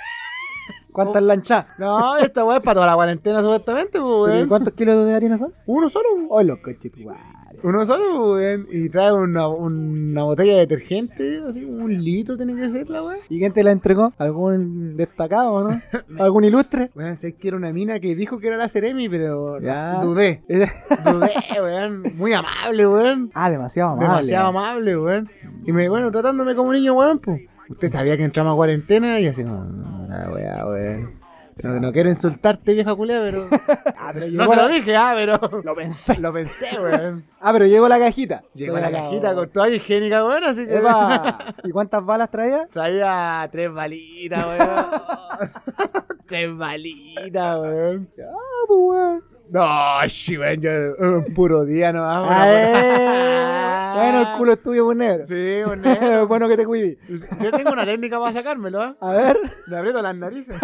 ¿Cuántas lanchas? No, esta weá es para toda la cuarentena supuestamente, pues, ¿Y weón. cuántos kilos de harina son? Uno solo, weón. Oh, los coches, tu madre. Uno solo, weón. Y trae una, una botella de detergente, así, un litro tiene que ser la weá. ¿Y quién te la entregó? ¿Algún destacado, no? ¿Algún ilustre? Weón, sé que era una mina que dijo que era la Ceremi, pero no Ya. sé, dudé. Dudé, weón. Muy amable, weón. Ah, demasiado amable. Demasiado amable, weón. Y me, bueno, tratándome como niño, weón, pues. Usted sabía que entramos a cuarentena y así como, no, la weá, weón. No, no quiero insultarte, vieja culia, pero. Ah, pero No llegó se lo la- dije, ah, pero. Lo pensé. Lo pensé, weón. Ah, pero llegó la cajita. Llegó Se la acabó. cajita con toalla higiénica, weón, así que. Epa. ¿Y cuántas balas traía? Traía tres balitas, weón. Tres balitas, weón. Ah, pues weón. No, sí, weón, yo un puro día nomás, weón. Ah, eh. Bueno, el culo es tuyo, pues negro. Sí, un negro. Bueno que te cuide. Yo tengo una técnica para sacármelo, ¿eh? A ver. Le aprieto las narices.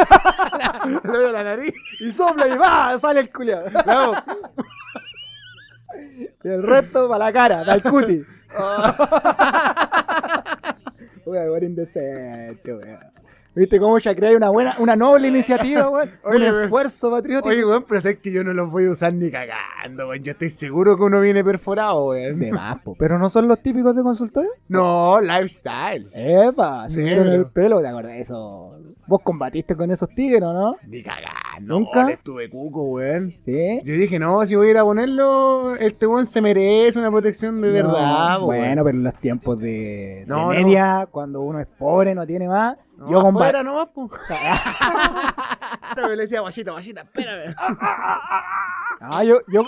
Le aprieto la nariz. Y sopla y va, sale el culiado. Luego, Y el resto para la cara, para el cuti. Uy, weón, indecente, weón. ¿Viste cómo ya crea una buena, una noble iniciativa, weón? Un Oye, weón. esfuerzo patriótico. oye, weón, pero es que yo no los voy a usar ni cagando, weón. Yo estoy seguro que uno viene perforado, weón. De más, po. Pero no son los típicos de consultorio. No, lifestyles. Epa, subieron Negro. el pelo, ¿te acuerdas de eso? Vos combatiste con esos tigres, ¿o no? Ni cagando. ¿Nunca? Le estuve cuco, weón. Sí. Yo dije, no, si voy a ir a ponerlo, este weón se merece una protección de verdad, No, weón. bueno, pero en los tiempos de, de No, no. media, cuando uno es pobre, no tiene más. No, yo combatí. afuera nomás, po. Le decía, guachita, guachita, espérame. Ah, yo, yo,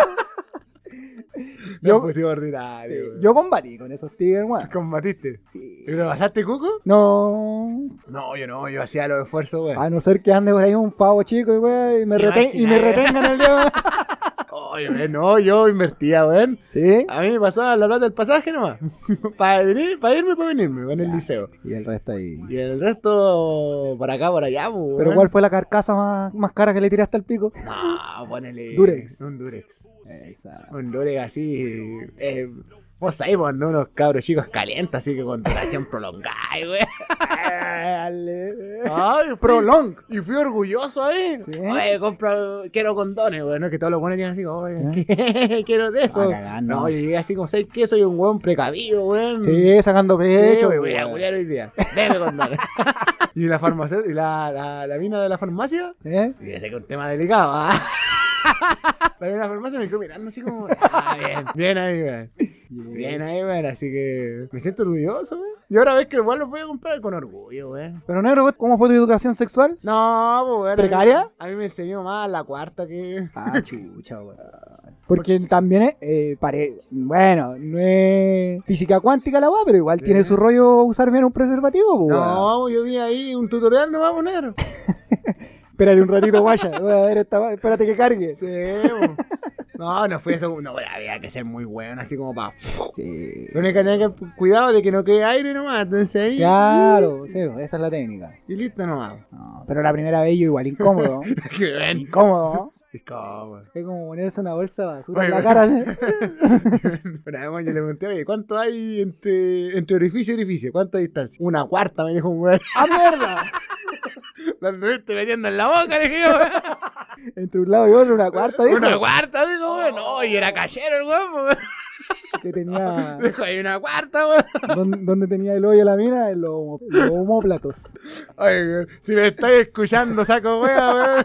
Yo yo, puse ordinario, sí, weón. yo combatí con esos tigres, weón. ¿Combatiste? Sí. ¿Pero pasaste cuco? No, No, yo no, yo hacía los esfuerzos, weón. a no ser que ande por ahí un pavo chico y, weón, y, me, ¿Te reten- y me imaginas? retengan el día, weón. Oye, weón, no, yo invertía, weón. ¿Sí? A mí me pasaba la plata del pasaje nomás. Para venir, para irme, para venirme, en el liceo. Y el resto ahí. Y el resto, por acá, por allá, pues, Pero weón. ¿cuál fue la carcasa más, más cara que le tiraste al pico? No, ponele. Durex. Un Durex. Esa. Un Durex así. Eh, vos sabés, cuando unos cabros chicos calientan, así que con duración prolongada, güey. Dale. Ay, Prolong. Y fui orgulloso ahí. ¿Sí? Oye, compro, quiero condones, güey. No es que todos los buenos llegan así, oye, ¿qué? Quiero de eso. Ah, cagar, no. no, yo llegué así como, ¿sabes qué? Soy un weón precavido, weón. Sí, sacando De pecho. hecho, me voy a weón. culiar hoy día. Deme condones. Y la farmacia, y la, la, la mina de la farmacia, ¿Eh? y ese que es un tema delicado, ¿ah? La mina de la farmacia me quedó mirando así como, ah, bien, bien ahí, weón. Bien ahí, weón, así que me siento orgulloso, weón. Y ahora ves que igual los voy a comprar con orgullo, weón. Pero negro, ¿cómo fue tu educación sexual? No, pues, weón. ¿Precaria? A mí me enseñó más la cuarta que... Ah, chucha, weón. Porque también es, eh, pare... bueno, no es física cuántica la weá, pero igual ¿Qué? tiene su rollo usar bien un preservativo, pues, weón. No, yo vi ahí un tutorial, no va a poner. Espérate un ratito, guaya. Voy a ver esta weá, espérate que cargue. Sí, weón. No, no fue eso. No, había que ser muy bueno, así como para. Sí. Lo único que tenía que cuidado de que no quede aire nomás. Entonces ahí. Claro, sí, esa es la técnica. Y listo nomás. No, pero la primera vez yo igual incómodo. Qué bien. Incómodo. Es como. Es como ponerse una bolsa de basura Oye, en la cara. ¿Sí? Una vez yo le pregunté, oye, ¿cuánto hay entre, entre orificio y orificio? ¿Cuánta distancia? Una cuarta, me dijo un weón. ¡Ah, mierda! La anduviste metiendo en la boca, dije yo. Entre un lado y otro, una cuarta, dijo. Una cuarta, dijo, weón. No, y era callero el weón, weón. Que tenía. Dijo, hay una cuarta, weón. ¿Dónde, dónde tenía el hoyo la mina? En los, homo- los homóplatos. Oye, weón, si me estáis escuchando, saco wea, weón.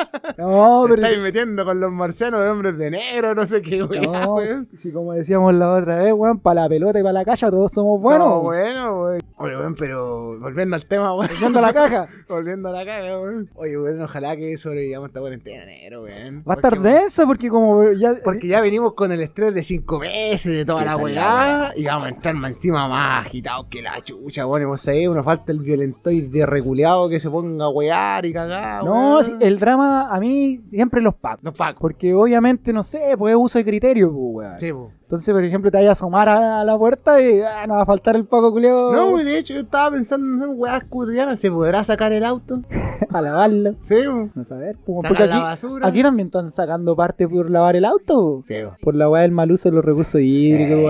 No, Te pero. estáis metiendo con los marcianos de hombres de negro, no sé qué, weón. No, weón. si como decíamos la otra vez, weón, para la pelota y para la calle todos somos buenos. No, bueno, weón. Oye, weón, pero volviendo al tema, weón. Yendo a la caja. Volviendo a la caga, weón. Oye, weón, ojalá que sobrevivamos esta cuarentena, negro, weón. Va a estar Porque- densa porque como ya. Porque ya venimos con el estrés de cinco meses, de toda Que la esa es la weá, y vamos a entrar más encima más agitados que la chucha, weón. Y vos sabés, nos falta el violentoide reculeado que se ponga a wear y cagar, No, weón. sí, el drama a mí siempre los pacos. Los pacos. Porque obviamente, no sé, pues es uso de criterio, pues, weón. Sí, po. Entonces, por ejemplo, te vayas a asomar a, a la puerta y ah, no va a faltar el paco culeo No, wey, de hecho, yo estaba pensando en weas cotidianas. ¿Se podrá sacar el auto? a lavarlo. Sí, po. No saber, pues, Sacar porque la aquí, basura. aquí también están sacando parte por lavar el auto. Sí, po. Por la weá del mal uso de los recursos hídricos,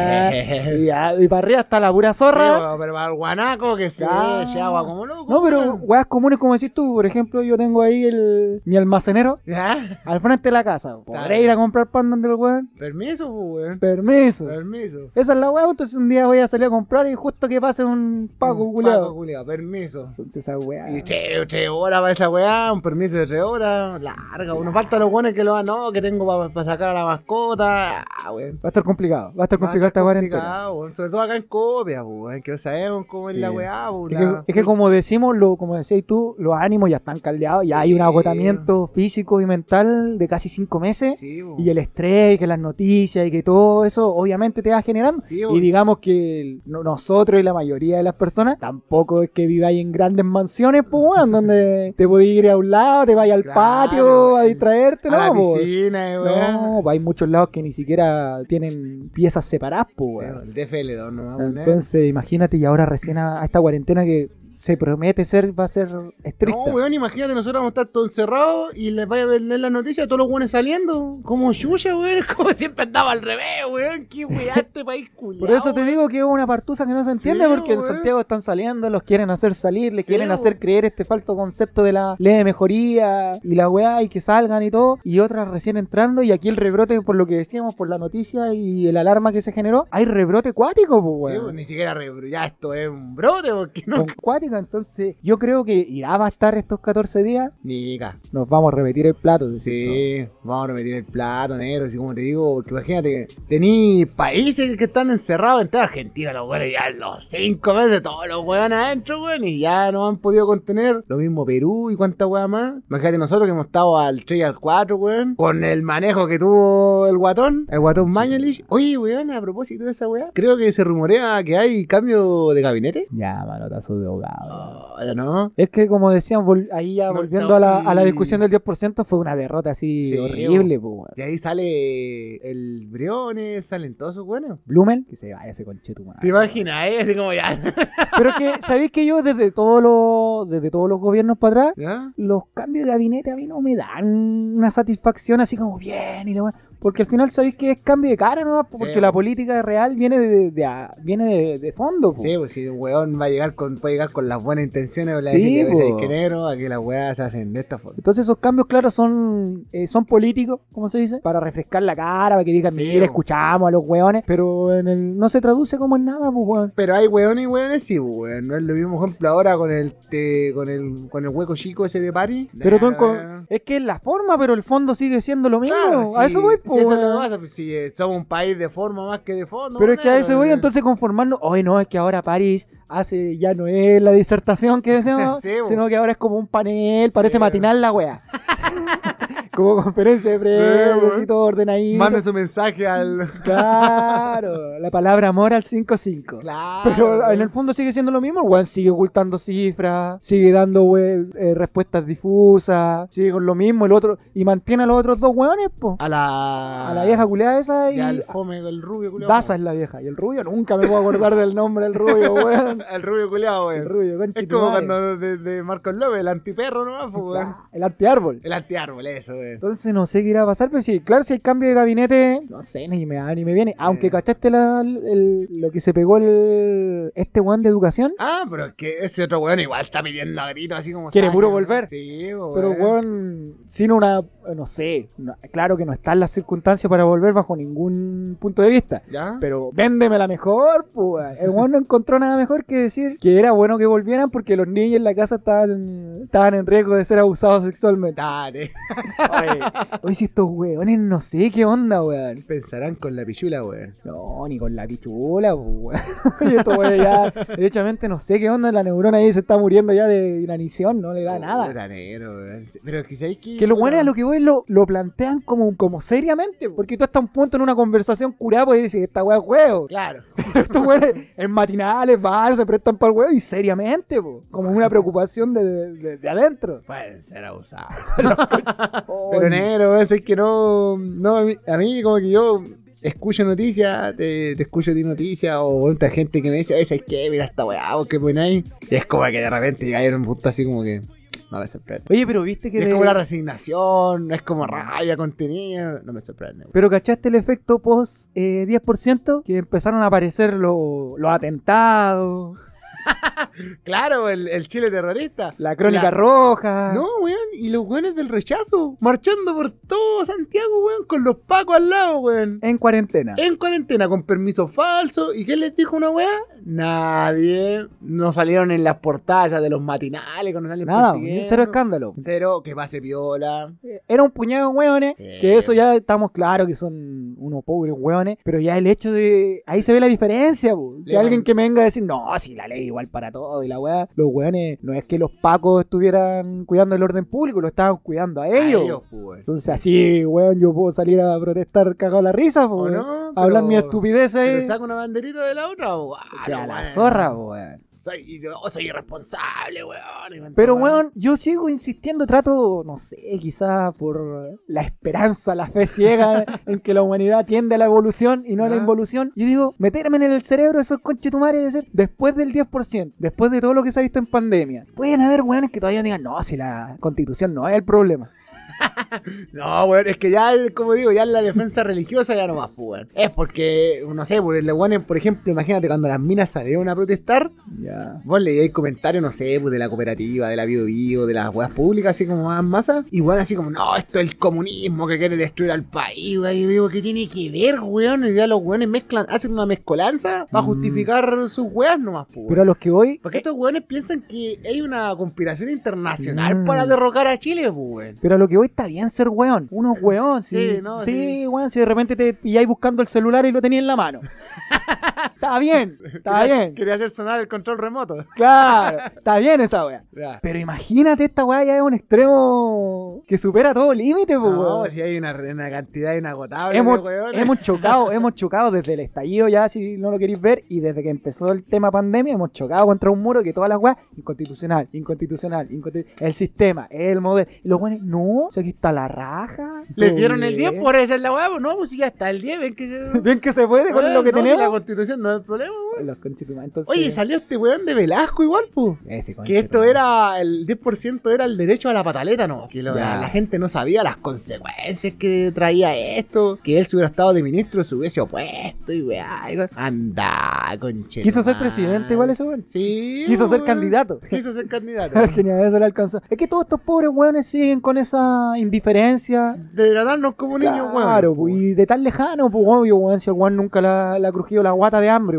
weá. Y, ah, y para arriba está la pura Sí, zorra. po, pero para el guanaco que se Ah. eche agua como loco. No, pero weón. weas comunes como decís tú. Por ejemplo, yo tengo ahí el mi almacenero ¿Ya? al frente de la casa. ¿Podré bien. ir a comprar pan donde el weón? Permiso, po, weón. Permiso. Permiso. Esa es la weá, entonces un día voy a salir a comprar y justo que pase un paco Un culiao. Paco culiao, permiso. Entonces esa weá. Y tres, tres horas para esa weá, un permiso de tres horas, larga. Nos faltan los buenos que lo van, no, que tengo para sacar a la mascota. Ah, weón. Va a estar complicado, va a estar complicado esta cuarentena. complicado, weón. Sobre todo acá en Copia, weón, que no sabemos cómo es Sí. la weá, weón. Es que, es que como decimos, lo, como decías tú, los ánimos ya están caldeados, ya Sí. hay un agotamiento físico y mental de casi cinco meses. Sí, weón. Y el estrés, y que las noticias y que todo eso obviamente te va generando. Sí, y weón. digamos que el- no- nosotros y la mayoría de las personas tampoco es que viváis en grandes mansiones, pues weón, donde te podés ir a un lado, te vayas al Claro, patio a weón. distraerte, a no, la pues. piscina, eh, weón. No, pues hay muchos lados que ni siquiera tienen piezas separadas, pues, weón. El D F L dos no va a poner. Entonces, imagínate, y ahora recién a, a esta cuarentena que se promete ser, va a ser estricta. No, weón, imagínate, nosotros vamos a estar todos encerrados y les vaya a ver las noticias, todos los weones saliendo. Como chucha, weón, como siempre andaba al revés, weón. Qué weá este país culiao. Por eso te weón. digo que es una partusa que no se entiende, Sí, porque en weón. Santiago están saliendo, los quieren hacer salir, les Sí, quieren weón. hacer creer este falso concepto de la ley de mejoría y la weá y que salgan y todo, y otras recién entrando, y aquí el rebrote, por lo que decíamos, por la noticia y el alarma que se generó, hay rebrote cuático, pues Sí, weón. weón, ni siquiera re- ya esto es un brote, porque no. Con cuática, entonces yo creo que irá a bastar estos catorce días, Ni ca. nos vamos a repetir el plato. decís Sí, vamos a repetir el plato, negro, así como te digo, porque imagínate, tení países que están encerrados, entre Argentina, los weones ya en los cinco meses, todos los weones adentro, weón, y ya no han podido contener. Lo mismo Perú y cuánta weá más. Imagínate nosotros que hemos estado al tres y al cuatro, weón, con el manejo que tuvo el guatón, el guatón Mañalich. Oye, weón, a propósito de esa weá, creo que se rumorea que hay cambio de gabinete. tú. Ya, manotazo de ahogado. Oh, ya no. Es que como decíamos, vol- ahí ya No, volviendo no, a, la, a la y- discusión del diez por ciento, fue una derrota así Sí, horrible, pues, weón. De ahí sale el Briones, salen todos esos weones. Blumen, que se vaya ese conchetumadre. ¿Te imaginas, eh? Así como ya. Pero es que, ¿sabéis que yo desde todos los, desde todos los gobiernos para atrás, ¿Ya? los cambios de gabinete a mí no me dan una satisfacción así como bien y lo porque al final sabéis que es cambio de cara, ¿no? Porque Sí, la po. política real viene de, de a- viene de, de fondo, po. Sí, pues si un weón va a llegar con, puede llegar con las buenas intenciones, o le Sí, dice que po. veces que negro, a que las weas se hacen de esta forma. Entonces esos cambios, claro, son eh, son políticos, como se dice, para refrescar la cara, para que digan, Sí, mira, po. escuchamos a los hueones, pero en el, no se traduce como en nada, pues, weón. Pero hay weones y weones, sí, pues, weón. No es lo mismo, por ejemplo, ahora con el te, con el con el hueco chico ese de París. Pero tú Nah, enco- es que es la forma, pero el fondo sigue siendo lo mismo. claro, A sí, eso voy, sí, pues. eso es lo que weón. pasa, pues, si eh, somos un país de forma más que de fondo. Pero es que a weón. eso voy, entonces conformarnos. Hoy no, es que ahora París hace, ya no es la disertación que decíamos, Sí, bo. sino que ahora es como un panel, parece Sí. matinal la wea. Como conferencia de Sí, prensa, weón. así todo ordenadito. Manda su mensaje al. Claro, la palabra amor al cinco cinco. Claro. Pero en el fondo sigue siendo lo mismo, el weón sigue ocultando cifras, sigue dando we- eh, respuestas difusas, sigue con lo mismo el otro, y mantiene a los otros dos weones, po. A la. A la vieja culeada esa y... Y al fome, el rubio culiao. Daza es la vieja, y el rubio nunca me puedo acordar del nombre del rubio, weón. El rubio culiao, El weón. rubio, concha Es tu como madre. cuando de, de Marcos López, el antiperro nomás, pues, weón. Ah, el antiárbol. El antiárbol, eso, weón. Entonces no sé qué irá a pasar, pero sí, claro, si hay cambio de gabinete, no sé, ni me va ni me viene. Aunque Eh. cachaste la, el- lo que se pegó el, este weón de educación. Ah, pero es que ese otro weón igual está pidiendo a gritos así como. Quiere saca, puro ¿no? volver. Sí, weón. Pero weón, sin una, no sé, no- claro que no están las circunstancias para volver bajo ningún punto de vista. ¿Ya? Pero véndeme la mejor, pues. El weón no encontró nada mejor que decir que era bueno que volvieran porque los niños en la casa estaban, estaban en riesgo de ser abusados sexualmente. Dale. Oye, oye, si estos weones no sé qué onda, weón. Pensarán con la pichula, weón. No, ni con la pichula, pues, weón. Oye, estos weones ya, derechamente no sé qué onda, la neurona ahí se está muriendo ya de inanición, no le da nada. Puta negro, weón. Pero es que sabéis que. Que los puta, buenos a lo que voy lo, lo plantean como, como seriamente, porque tú estás a un punto en una conversación curada pues, y dices, esta weá es huevo. Claro. Estos weones en matinales van, se prestan para el huevo y seriamente, po, como una preocupación de, de, de- de adentro. Pueden ser abusados. Oh, Pero negro, weón, es que no. No, a mí, a mí como que yo. Escucho noticias, te, te escucho de noticias o otra gente que me dice, oye, ¿sabes qué? Mira esta weá, vos qué ponéis. Y es como que de repente llega a un punto así como que no me sorprende. Oye, pero viste que... Es de- como la resignación, es como rabia contenida, no me sorprende. weón. Pero ¿cachaste el efecto post eh, diez por ciento? Que empezaron a aparecer lo- los atentados, Claro, el, el Chile terrorista. la crónica La- roja. No, weón, y los weones del rechazo, marchando por todo Santiago, weón, con los pacos al lado, weón. En cuarentena. En cuarentena, con permiso falso. ¿Y qué les dijo una weá? Nadie. No salieron en las portadas de los matinales cuando salen Nada, persiguiendo. cero escándalo. Cero, que pase piola. Era un puñado de hueones, Sí. que eso ya estamos claros que son unos pobres hueones, pero ya el hecho de... Ahí se ve la diferencia, po. Que Le alguien man- que me venga a decir, no, si la ley igual para todo y la weá, los hueones, no es que los pacos estuvieran cuidando el orden público, lo estaban cuidando a ellos. A ellos, pues, weón. Entonces así, weón, yo puedo salir a protestar cagado la risa, po, ¿O weón. no? Hablar Pero- mi estupidez Pero ahí. saca una banderita de la otra, weón. Que a la weón. zorra, weón. Soy, yo soy irresponsable, weón. y cuánta Pero, weá. weón, yo sigo insistiendo, trato, no sé, quizás por la esperanza, la fe ciega en que la humanidad tiende a la evolución y no a la Ah. involución. Yo digo, meterme en el cerebro de esos conchetumares y decir, después del diez por ciento, después de todo lo que se ha visto en pandemia, pueden haber weones que todavía digan, no, si la constitución no es el problema. No, weón, es que ya, como digo, ya en la defensa religiosa ya no más, pues, weón. Es porque, no sé, pues, los weones, por ejemplo, imagínate cuando las minas salieron a protestar, Ya. vos leíais comentarios, no sé, pues de la cooperativa, de la Bio Bio, de las weas públicas, así como más masa. Igual así como, no, esto es el comunismo que quiere destruir al país, weón. Y yo digo, ¿qué tiene que ver, weón? Y ya los weones mezclan, hacen una mezcolanza para justificar sus weas nomás, pues. Pero a los que voy, Porque estos weones piensan que hay una conspiración internacional Mm. para derrocar a Chile, pues, weón. pero a lo que voy está bien ser weón. Uno es weón, sí. Sí, no, sí, sí. weón, si de repente te pilláis buscando el celular y lo tenías en la mano. Está bien, está Quería- bien. Quería hacer sonar el control remoto. Claro, está bien esa wea. Ya. Pero imagínate, esta weá ya es un extremo que supera todo límite, pues, No, weón. si hay una, una cantidad inagotable Hemos, de weones. hemos chocado, hemos chocado desde el estallido ya, si no lo queréis ver, y desde que empezó el tema pandemia, hemos chocado contra un muro que todas las weas, inconstitucional, inconstitucional, inconstitucional, el sistema, el modelo. Y los weones, no, o sea, aquí está la raja. Les todo dieron el bien. diez por esa es la weá, pues no, pues si ya está el diez, ven que se... Bien que se puede con Weón, lo que no, si tenemos. la constitución no es el problema, weón. Los constitucionales, entonces, Oye, salió este weón de Velasco igual, pues. ese Que conche, esto ¿no? era, el diez por ciento era el derecho a la pataleta, ¿no? Que lo- Ya. la gente no sabía las consecuencias que traía esto. Que él si hubiera estado de ministro se hubiese opuesto y weá. y weá. Anda, conche. Quiso ser presidente igual ese weón. Sí. Quiso ser weón. candidato. Quiso ser candidato. Que ni a eso le alcanzó. Es que todos estos pobres weones siguen con esa indiferencia. De tratarnos como niños, weón. Claro, pues, y de tan lejano, pues obvio, weón, si el weón nunca la, la ha crujido la guata de hambre, pues, Sí, weón.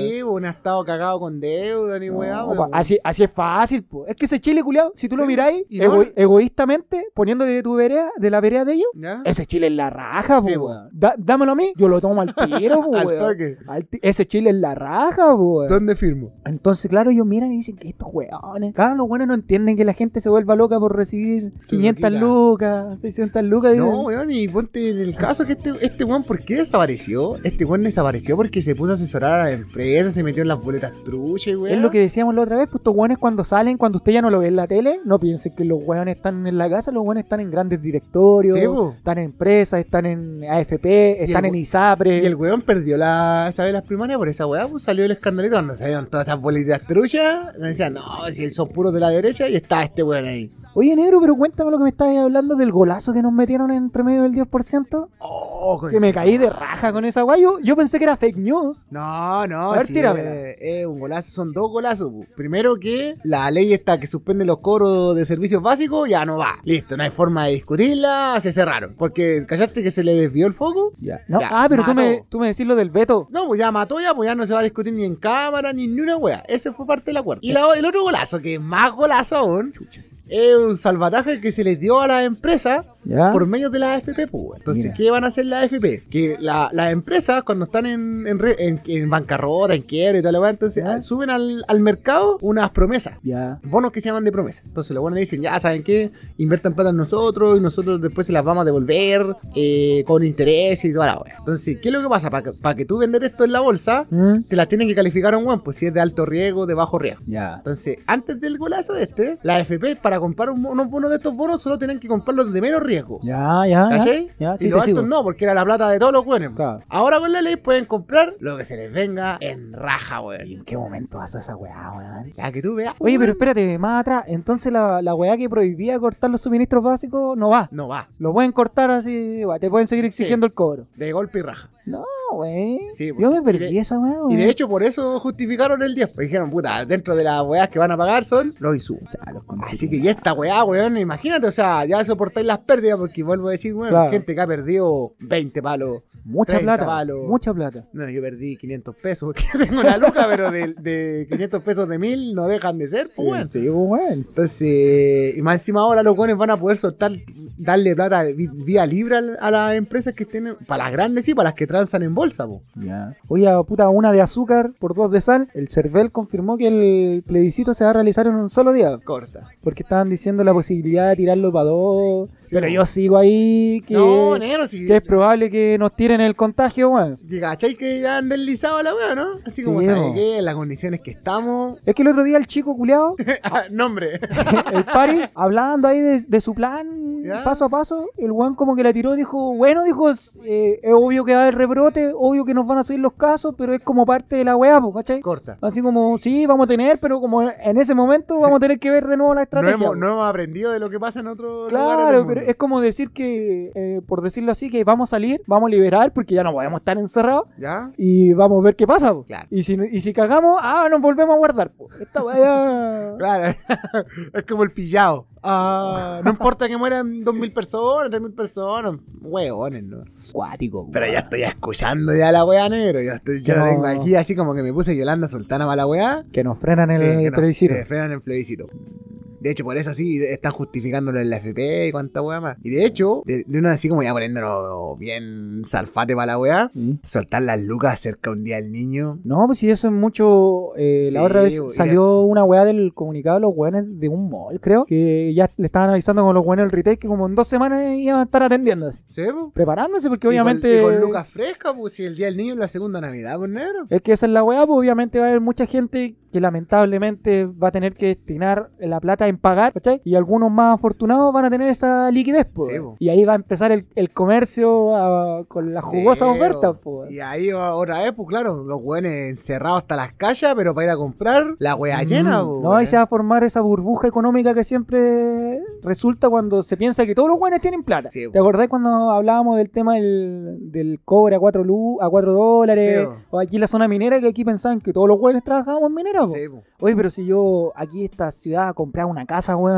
Sí, un estado cagado con deuda, ni weá, No, weón. pa, así, así es fácil, po. Es que ese Chile, culiao, si tú Sí, lo miráis y no- ego- egoístamente, poniéndote de tu vereda, de la vereda de ellos, ¿Ya? ese Chile es la raja, po, Sí, po. weón. Da- dámelo a mí, yo lo tomo al tiro, po, Al weón. toque. Al ti- ese Chile es la raja, po, weón. ¿Dónde firmo? Entonces, claro, ellos miran y dicen que estos weones. Claro, los buenos no entienden que la gente se vuelva loca por recibir Su quinientas loquita. lucas, seiscientas lucas. No, dicen, weón, y ponte en el caso que este, este weón, ¿por qué desapareció? Este weón desapareció porque se puso a asesorar a la empresa, se metió en las boletas truches, weón. es lo que decíamos la otra vez, pues estos weones cuando salen, cuando usted ya no lo ve en la tele, no piensen que los weones están en la casa, los weones están en grandes directorios, Sí, po. están en empresas, están en A F P, están el en we- ISAPRE. Y el weón perdió la, ¿sabes? Las primarias por esa weá, pues salió el escandalito cuando salieron todas esas bolitas truchas. Le decían, no, si son puros de la derecha, y está este weón ahí. Oye, negro, pero cuéntame lo que me estabas hablando del golazo que nos metieron entre medio del diez por ciento. Oh, Que me caí de raja con esa guay. Yo, yo pensé que era fake news. No, no, A ver, sí, tíramela. es, es un golazo, son dos golazos. pu. Primero que la ley esta que suspende los cobros de servicios básicos ya no va. Listo, no hay forma de discutirla, se cerraron. Porque, ¿callaste que se le desvió el foco? Ya. No, Ya, ah, pero tú mató. me, tú me decís lo del veto. No, pues ya mató ya, pues ya no se va a discutir ni en cámara ni ni una wea. Ese fue parte del acuerdo. Y la- el otro golazo, que es más golazo aún, es un salvataje que se les dio a la empresa Ya. por medio de la A F P, pues. Entonces, Mira. ¿qué van a hacer la A F P? Que la- las empresas, cuando están en, en, re- en- en bancarrota, en quiebra y tal, entonces Ya. ah, suben al, al mercado unas promesas. Ya. Bonos que se llaman de promesa. Entonces los buenos dicen, ya saben qué, inviertan plata en nosotros y nosotros después se las vamos a devolver eh, con interés y toda la hora. Entonces, ¿qué es lo que pasa? Para que, para que tú vender esto en la bolsa, Mm. te las tienen que calificar a un buen, pues si es de alto riesgo, de bajo riesgo. Ya. Entonces, antes del golazo este, la A F P para comprar un- unos bonos de estos bonos solo tienen que comprarlos de menos riesgo. Ya, ya. Ya, ¿Cachai? ya, sí, y los te altos sigo. no, porque era la plata de todos los buenos. Claro. Ahora con la ley pueden comprar lo que se les venga en raja, weón. ¿En qué momento pasó esa weá, weón? Ya que tú veas. Oye, weón. pero espérate, más atrás. Entonces la, la weá que prohibía cortar los suministros básicos no va. No va. Lo pueden cortar así, weá, te pueden seguir exigiendo el cobro. De golpe y raja. No, wey. Sí, Yo porque- me perdí y de- esa weá, weón. Y de hecho, por eso justificaron el diez. Pues dijeron, puta, dentro de las weas que van a pagar son los insumos. Ya, los conchetumare. Así que ya esta weá, weón, imagínate, o sea, ya soportáis las pérdidas, porque vuelvo a decir, weón, Claro. gente que ha perdido veinte palos. Mucha treinta plata. palos. Mucha plata. No, yo perdí quinientos pesos, porque yo tengo una luca, pero de, de quinientos pesos de mil no dejan de ser, pues, weón. Sí, pues, weón. Entonces, y más encima ahora los weones van a poder soltar, darle plata vi- vía libre a, a las empresas que tienen, para las grandes y para las que transan en bolsa, po. Ya. Oye, puta, una de azúcar por dos de sal. El CERVEL confirmó que el plebiscito se va a realizar en un solo día. Corta. Porque estaban diciendo la posibilidad de tirarlo para dos. Sí, pero po. yo sigo ahí que, No, negro, si. que es probable que nos tiren el contagio, weón. Y ¿cachai que ya han deslizado la wea, no? Así como, Sí, ¿sabe po. qué? En las condiciones que estamos. Es que el otro día el chico culeado, Ah, Nombre. el Paris, hablando ahí de, de su plan Ya. paso a paso, el weón como que la tiró, dijo, bueno, dijo, es, eh, es obvio que va a haber rebrote, obvio que nos van a subir los casos, pero es como parte de la weá, po, ¿cachai? Corta. Así como, sí, vamos a tener, pero como en ese momento vamos a tener que ver de nuevo la No estrategia. hemos, po. no hemos aprendido de lo que pasa en otros lugares del Claro, mundo. pero es como decir que, eh, por decirlo así, que vamos a salir, vamos a liberar, porque ya no podemos estar encerrados, ¿Ya? y vamos a ver qué pasa, po. Claro. Y si, y si cagamos, ah, nos volvemos a guardar, po. Esta weá... Claro. Es como el pillado. Ah, no importa que mueran dos mil personas, tres mil personas. Hueones, ¿no? Cuático, po. Pero ya estoy escuchando ya la wea negro. Ya estoy, Que yo no- tengo aquí así como que me puse Yolanda Sultana para la wea. Que nos frenan el, Sí, que el nos- plebiscito. que frenan el plebiscito. De hecho, por eso sí están justificándolo en la F P y cuánta weá más. Y de hecho, de, de una así como ya poniéndonos bien salfate para la weá, Mm. soltar las lucas cerca un día del niño. No, pues si eso es mucho. eh, Sí, la otra vez y salió una weá del comunicado de los weones de un mall, creo. Que ya le estaban avisando con los weones del retail que como en dos semanas iban a estar atendiendo así. ¿Sí, po? Preparándose, porque Y con- obviamente. Y con, lucas frescas, pues si el día del niño es la segunda Navidad, pues negro. Es que esa es la weá, pues obviamente va a haber mucha gente que lamentablemente va a tener que destinar la plata en pagar, ¿cachai? Y algunos más afortunados van a tener esa liquidez, pues. Sí, po. Y ahí va a empezar el, el comercio a- con las jugosas Sí, ofertas, po. pues. Y ahí va otra vez, pues claro, los weones encerrados hasta las calles, pero para ir a comprar la wea llena, Mm, pues. No, ahí se va a formar esa burbuja económica que siempre resulta cuando se piensa que todos los buenos tienen plata. Sí, ¿Te acordás cuando hablábamos del tema del, del cobre a cuatro lu- a cuatro dólares? Sí, O aquí la zona minera, que aquí pensaban que todos los buenos trabajábamos en minera, po. Sí, po. Oye, pero si yo aquí esta ciudad compraba una casa, weón,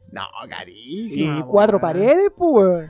No, Y carísima. cuatro weón. paredes, pues, weón.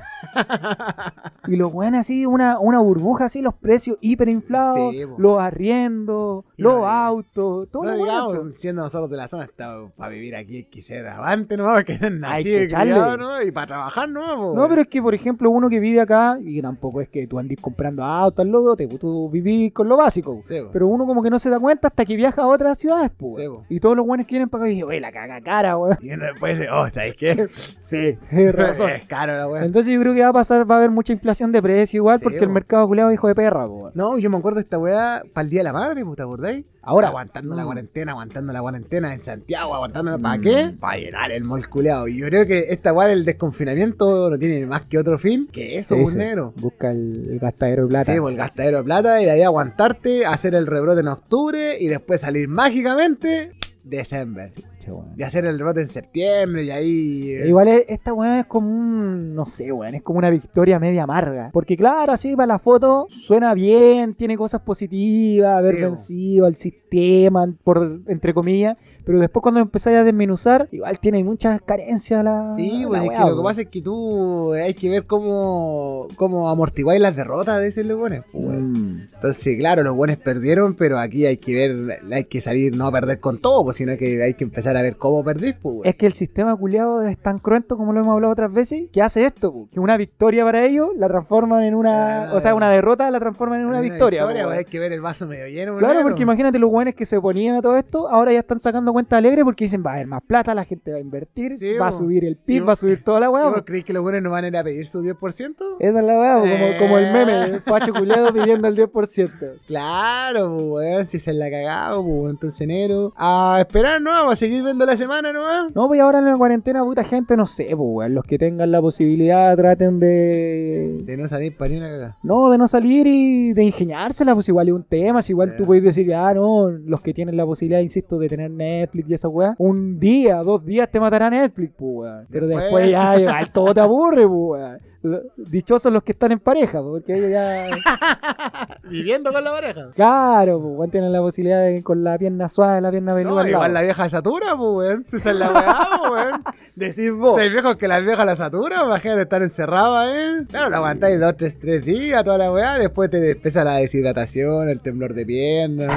Y los weones así, una, una burbuja así, los precios hiperinflados, Sí, po. los arriendos, Y los no, y- autos, todo No lo digamos, weón. siendo nosotros de la zona, para vivir aquí hay que ser avante nomás, porque nací que y echarle. criado, ¿no? Y para trabajar, ¿no? No, pero es que, por ejemplo, uno que vive acá, y que tampoco es que tú andes comprando autos, lodote, pues tú vivís con lo básico. Sí, po. Pero uno como que no se da cuenta hasta que viaja a otras ciudades, pues. Sí, po. Y todos los buenos que vienen para acá y dicen, oye, la caga cara, weón. Y uno después dice, oh, ¿sabes qué? Sí, tienes razón. Es caro la weá. Entonces yo creo que va a pasar, va a haber mucha inflación de precio igual, Sí, porque po. el mercado culeado es hijo de perra, po. No, yo me acuerdo de esta weá para el Día de la Madre, ¿te acordáis? Ahora. Aguantando la Mm. cuarentena, aguantando la cuarentena en Santiago, aguantando. ¿Para Mm. qué? Para llenar el mall culeado. Y yo creo que esta weá del desconfinamiento no tiene más que otro fin que eso, Sí, pues, sí. negro. Busca el, el gastadero de plata. Sí, pues el gastadero de plata y de ahí aguantarte, hacer el rebrote en octubre y después salir mágicamente diciembre. Che, weón. Y hacer el rebrote en septiembre y ahí. eh, Igual es- esta weá es como un, no sé, weón, es como una victoria media amarga. Porque claro, así para la foto suena bien, tiene cosas positivas, haber Sí, vencido al sistema, por entre comillas, pero después cuando empezáis a desmenuzar, igual tiene muchas carencias la Sí, la pues es weá, que lo que weón. pasa es que tú hay que ver cómo, cómo amortiguáis las derrotas de ese leones. Mm. Entonces, claro, los buenos perdieron, pero aquí hay que ver, hay que salir, no a perder con todo, pues sino que hay que empezar a ver cómo perdís, pues, weón. Es que el sistema culiado es tan cruento, como lo hemos hablado otras veces, que hace esto, po, que una victoria para ellos la transforman en una, Claro. o sea, una derrota la transforman en una, victoria. po, pues, weón. hay que ver el vaso medio lleno. Claro, negro. porque imagínate los buenos que se oponían a todo esto, ahora ya están sacando cuenta alegre porque dicen, va a haber más plata, la gente va a invertir, Sí, va a bo. subir el Y P I B, vos- va a subir toda la ¿Y weá. vos po. creéis que los buenos no van a ir a pedir su diez por ciento? Esa es la weá, po, como, como el meme de Facho culiado pidiendo el diez por ciento. Claro, pues, weón, si se la cagado, pues, entonces enero. A esperar, ¿no? Vamos a seguir viendo la semana, ¿no? No, pues ahora en la cuarentena, puta gente, no sé, pues weón, los que tengan la posibilidad traten de... De no salir para ni una cagada. No, de no salir y de ingeniársela, pues igual es un tema, si igual Ya. tú puedes decir, ah, no, los que tienen la posibilidad, insisto, de tener Netflix y esa weá, un día, dos días te matará Netflix, pues weón. Pero Después- después ya, igual todo te aburre, pues weón. Lo- Dichosos los que están en pareja, pues, porque ellos ya... Viviendo con la pareja. Claro, pues weón, tienen la posibilidad de con la pierna suave, la pierna peluda No, al lado. igual la vieja satura, pues, weón. Esa es la weá, pues, weón. Decís vos. Si hay viejos que las viejas la saturan, imagínate estar encerrado, ¿eh? Claro, lo aguantáis dos, tres, tres días, toda la weá. Después te empieza la deshidratación, el temblor de piernas.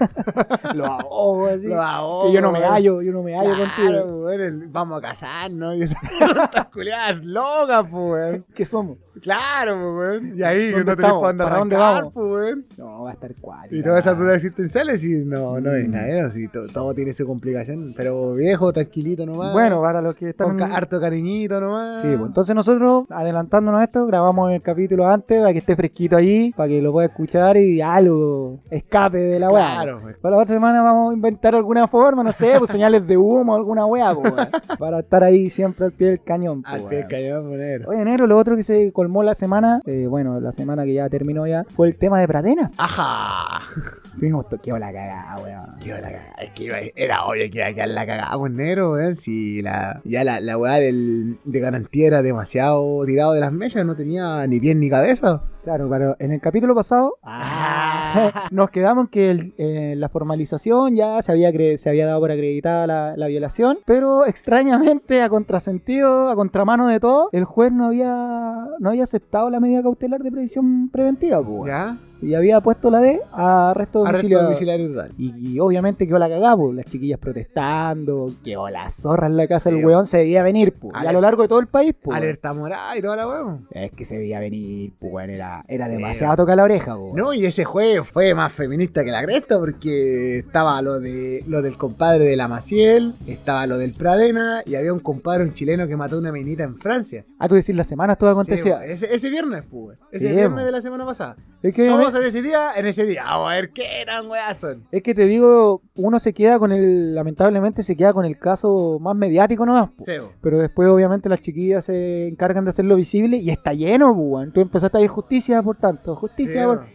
Lo ahogo así. Lo ahogo, que yo no me weón. hallo, yo no me hallo Claro, contigo. weón, el- vamos a casarnos. Y esas preguntas culiadas locas, pues, weón. ¿Qué somos? Claro, pues, weón. Y ahí ¿Dónde no tenés estamos? para dónde ¿Para dónde arrancar, vamos? pues, weón. No, va a estar cuático. Y todas esas dudas existenciales, y no, no es Mm. nada, ¿no? Sí, todo, todo tiene su complicación. Pero viejo, tranquilito nomás. Bueno, para los que están... con ca- harto cariñito nomás. Sí, pues entonces nosotros, adelantándonos a esto, grabamos el capítulo antes para que esté fresquito ahí, para que lo pueda escuchar y algo escape de la weá. Claro, pues. Para la otra semana vamos a inventar alguna forma, no sé, pues señales de humo, alguna weá, pues, weón, para estar ahí siempre al pie del cañón. Pues, Al weón. pie del cañón, poner. Oye, negro, lo otro que se colmó la semana, eh, bueno, la semana que ya terminó ya, fue el tema de Pratena. ¡Ajá! Tuvimos toqueo la cagada, weón. Qué la cagada. Es que iba- era obvio que iba a quedar la cagada, pues, negro, weón. Si la, ya la, la weá del, de garantía era demasiado tirado de las mechas, no tenía ni pies ni cabeza. Claro, pero en el capítulo pasado Ah. nos quedamos en que el- eh, la formalización ya se había, cre- se había dado por acreditada la, la violación, pero extrañamente, a contrasentido, a contramano de todo, el juez no había, no había aceptado la medida cautelar de previsión preventiva, pues, weón. ¿Ya? Y había puesto la D a arresto Arresto domiciliario. domiciliario total. Y, y obviamente quedó la cagada, pues, las chiquillas protestando, quedó la zorra en la casa del Sí, weón, se veía venir, pues, y a Aler- lo largo de todo el país, pues. weón. Alerta morada y toda la weón. Es que se veía venir, pues, weón, era, era Sí, demasiado tocar la oreja, pues. No, y ese juez fue más feminista que la cresta porque estaba lo de lo del compadre de la Maciel, estaba lo del Pradena y había un compadre, un chileno que mató a una menita en Francia. Ah, tú decís, las semanas todo Sí, acontecía. bo, ese, ese viernes, pues. Ese Sí, viernes bo. de la semana pasada. es, que, Todos en ese día, en ese día. Vamos a ver qué eran, weas son. es que te digo, uno se queda con el, lamentablemente se queda con el caso más mediático nomás, po. Sí, bo. Pero después obviamente las chiquillas se encargan de hacerlo visible y está lleno, po, weón. Tú empezaste a ir justicia, por tanto, justicia, Sí, por... bo.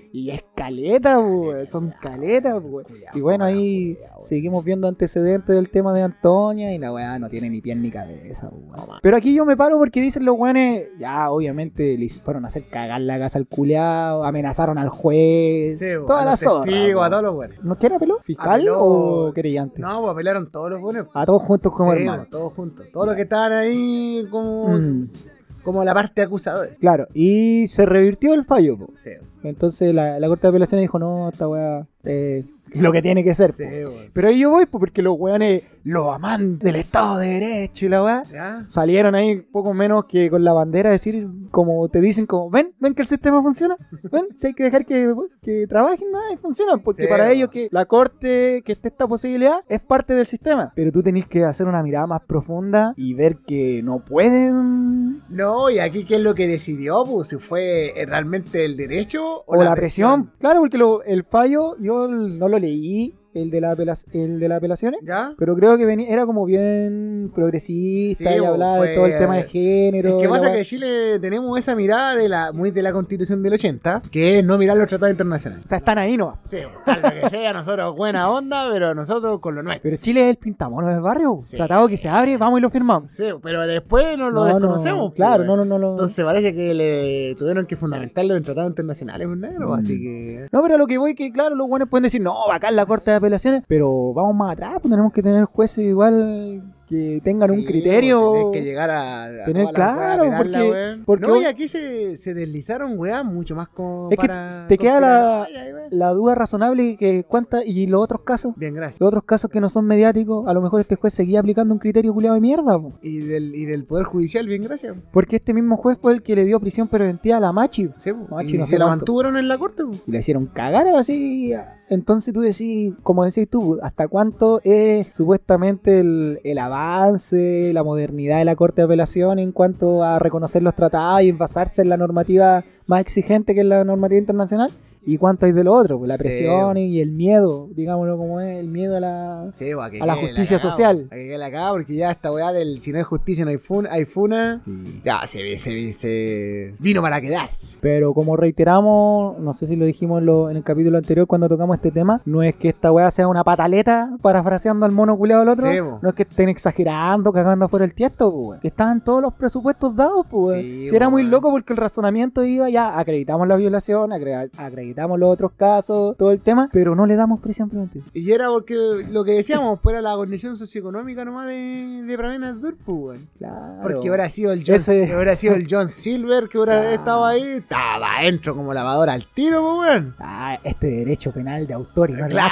Y es caleta, weón. Son caletas, weón. Y bueno, ahí seguimos viendo antecedentes del tema de Antonia y la weá no tiene ni pie ni cabeza, weón. Pero aquí yo me paro porque dicen los weones, ya obviamente le fueron a hacer cagar la casa al culeado, amenazaron al juez, Sí, toda a la los zorra. testigos, a weón. todos los buenos. ¿No quién apeló? ¿Fiscal Apeló- o querellante? No, pues apelaron todos los buenos. A todos juntos como Sí, hermanos. todos juntos. Todos los que estaban ahí como, Mm, como la parte acusadora. claro, y se revirtió el fallo, po. Sí, Entonces la, la Corte de Apelaciones dijo, no, esta weá eh, es lo que tiene que ser. sí, po. weón. Pero ahí yo voy, po, porque los weones, los amantes del Estado de Derecho y la weá, ¿Ya? salieron ahí poco menos que con la bandera a decir, como te dicen, como, ven, ven que el sistema funciona, ven, si hay que dejar que, que trabajen, nada, y funcionan, porque Sí, para weón. ellos que la Corte, que esté esta posibilidad, es parte del sistema. Pero tú tenés que hacer una mirada más profunda y ver que no pueden... No, y aquí qué es lo que decidió, pues, si fue eh, realmente el derecho o, O la presión. Claro, porque lo- el fallo yo l- no lo leí, el de la apela- el de las apelaciones, ¿Ya? pero creo que venía, era como bien progresista Sí, y bo, hablaba fue- de todo el tema de género. Es que y la pasa weá. que en Chile tenemos esa mirada de la muy de la Constitución del ochenta, que es no mirar los tratados internacionales. O sea, están ahí no. Sí, tal lo que sea, nosotros buena onda, pero nosotros con lo nuestro. Pero Chile es el pintamono del barrio. Sí. Tratado que se abre, vamos y lo firmamos. Sí, pero después no lo No, no, desconocemos. claro, pues, no, no, no, no. Entonces parece que le tuvieron que fundamentarlo en tratados internacionales, un negro, así que... No, pero a lo que voy que, claro, los buenos pueden decir, no, bacán la Corte de Apelaciones, pero vamos más atrás, pues tenemos que tener jueces igual que tengan un Sí, criterio. tenés que llegar a, a Tener- todas las claro, weas, pelarla, porque- weón. porque no, hoy- y aquí se, se deslizaron, weá, mucho más como Es que para te queda la, conspiranoia, weón. la duda razonable que cuánta y los otros casos, Bien, gracias. los otros casos que no son mediáticos, a lo mejor este juez seguía aplicando un criterio culiado de mierda, po. Y del, y del Poder Judicial, bien, gracias. Porque este mismo juez fue el que le dio prisión preventiva a la Machi, Sí, po. Machi, y no se sé la cuánto. mantuvieron en la corte, po. y le hicieron cagar así. Entonces tú decís, como decís tú, ¿hasta cuánto es supuestamente el, el avance, la modernidad de la Corte de Apelación en cuanto a reconocer los tratados y basarse en la normativa más exigente que es la normativa internacional? ¿Y cuánto hay de lo otro? Pues la Sí. presión y el miedo, digámoslo como es, el miedo a la... Sí, po, que A la quede justicia cagao, social. a que quede la cagao, porque ya esta weá del si no hay justicia no hay, fun, hay funa. Ya se, se, se vino para quedarse. Pero como reiteramos, no sé si lo dijimos en, lo- en el capítulo anterior cuando tocamos este tema, no es que esta weá sea una pataleta parafraseando al mono culeado del otro, Sí, po. no es que estén exagerando, cagando afuera el tiesto, po, weón. Que estaban todos los presupuestos dados, pues. Sí, Si era po, muy weón. loco porque el razonamiento iba ya, acreditamos la violación, acre- acreditamos los otros casos, todo el tema, pero no le damos prisión preventiva. Y era porque lo que decíamos, pues era la condición socioeconómica nomás de, de Pravena Abdur, pues, weón. Claro. Porque hubiera sido el John, Ese- hubiera sido el John Silver que hubiera Ah. estado ahí, estaba adentro como lavadora al tiro, pues, weón. Ah, este derecho penal de autor y no de Claro.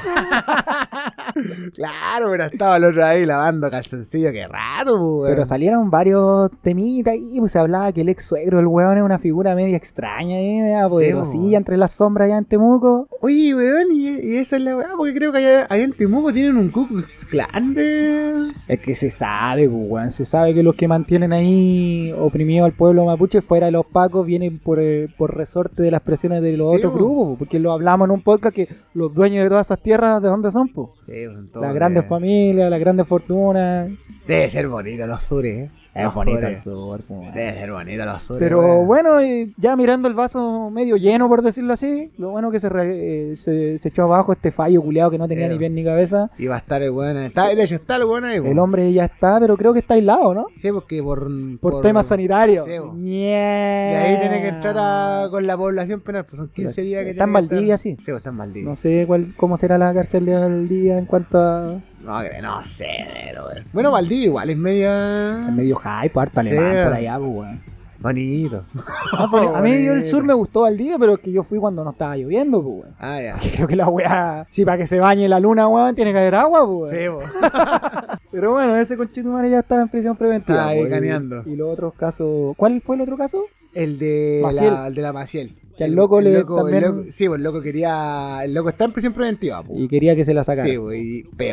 Claro, pero estaba el otro ahí lavando calzoncillo, qué rato, pues, weón. Pero salieron varios temitas y pues se hablaba que el ex suegro del weón es una figura media extraña, eh, media Sí, poderosilla weón. entre las sombras allá en Temuco. Oye, weón, y, y esa es la weá, porque creo que allá, allá en Temuco tienen un Ku Klux Klan de... Es que se sabe, pues, weón, se sabe que los que mantienen ahí oprimido al pueblo mapuche fuera de los pacos vienen por, eh, por resorte de las presiones de los Sí, otros po. grupos, po, porque lo hablamos en un podcast que los dueños de todas esas tierras, ¿de dónde son? Pues? Sí, pues, todo Las de- grandes familias, las grandes fortunas. Debe ser bonito los sures, eh. Es Los bonito el sures. sur, pues, weón. Debe ser bonito los sures, Pero weón. bueno, eh, ya mirando el vaso medio lleno, por decirlo así, lo bueno que se, re- eh, se, se echó abajo este fallo culiado que no tenía Sí. ni pie ni cabeza. Y va a estar el weón. Está, de hecho, está el weón ahí, po. El hombre ya está, pero creo que está aislado, ¿no? Sí, porque por... Por, temas sanitarios. Sí, po. Ñe. Y ahí tiene que entrar a- con la población penal, pues son quince días que Está en tiene que Valdivia, estar- sí. Sí, pues está en Valdivia. No sé cuál, cómo será la cárcel de Valdivia en cuanto a... No, que- no sé, pero, weón. Bueno, Valdivia igual es media... Es medio hype, harto Sí. alemán por allá, pues, weón. Bonito. Ah, pues, a mí el Bonito. sur me gustó Valdivia, pero es que yo fui cuando no estaba lloviendo, pues, weón. Ah, ya. Que creo que la weá, si para que se bañe la luna, weón, tiene que haber agua, pues, weón. Sí, po. Pero bueno, ese conchetumare ya estaba en prisión preventiva. Está ahí pues, y- caneando. Y, los otros casos. ¿Cuál fue el otro caso? El de Maciel. la, el de la Maciel. Que al loco le también- el loco- sí, pues el loco quería... El loco está en prisión preventiva, po. Y quería que se la sacara. Sí, pues, y peo.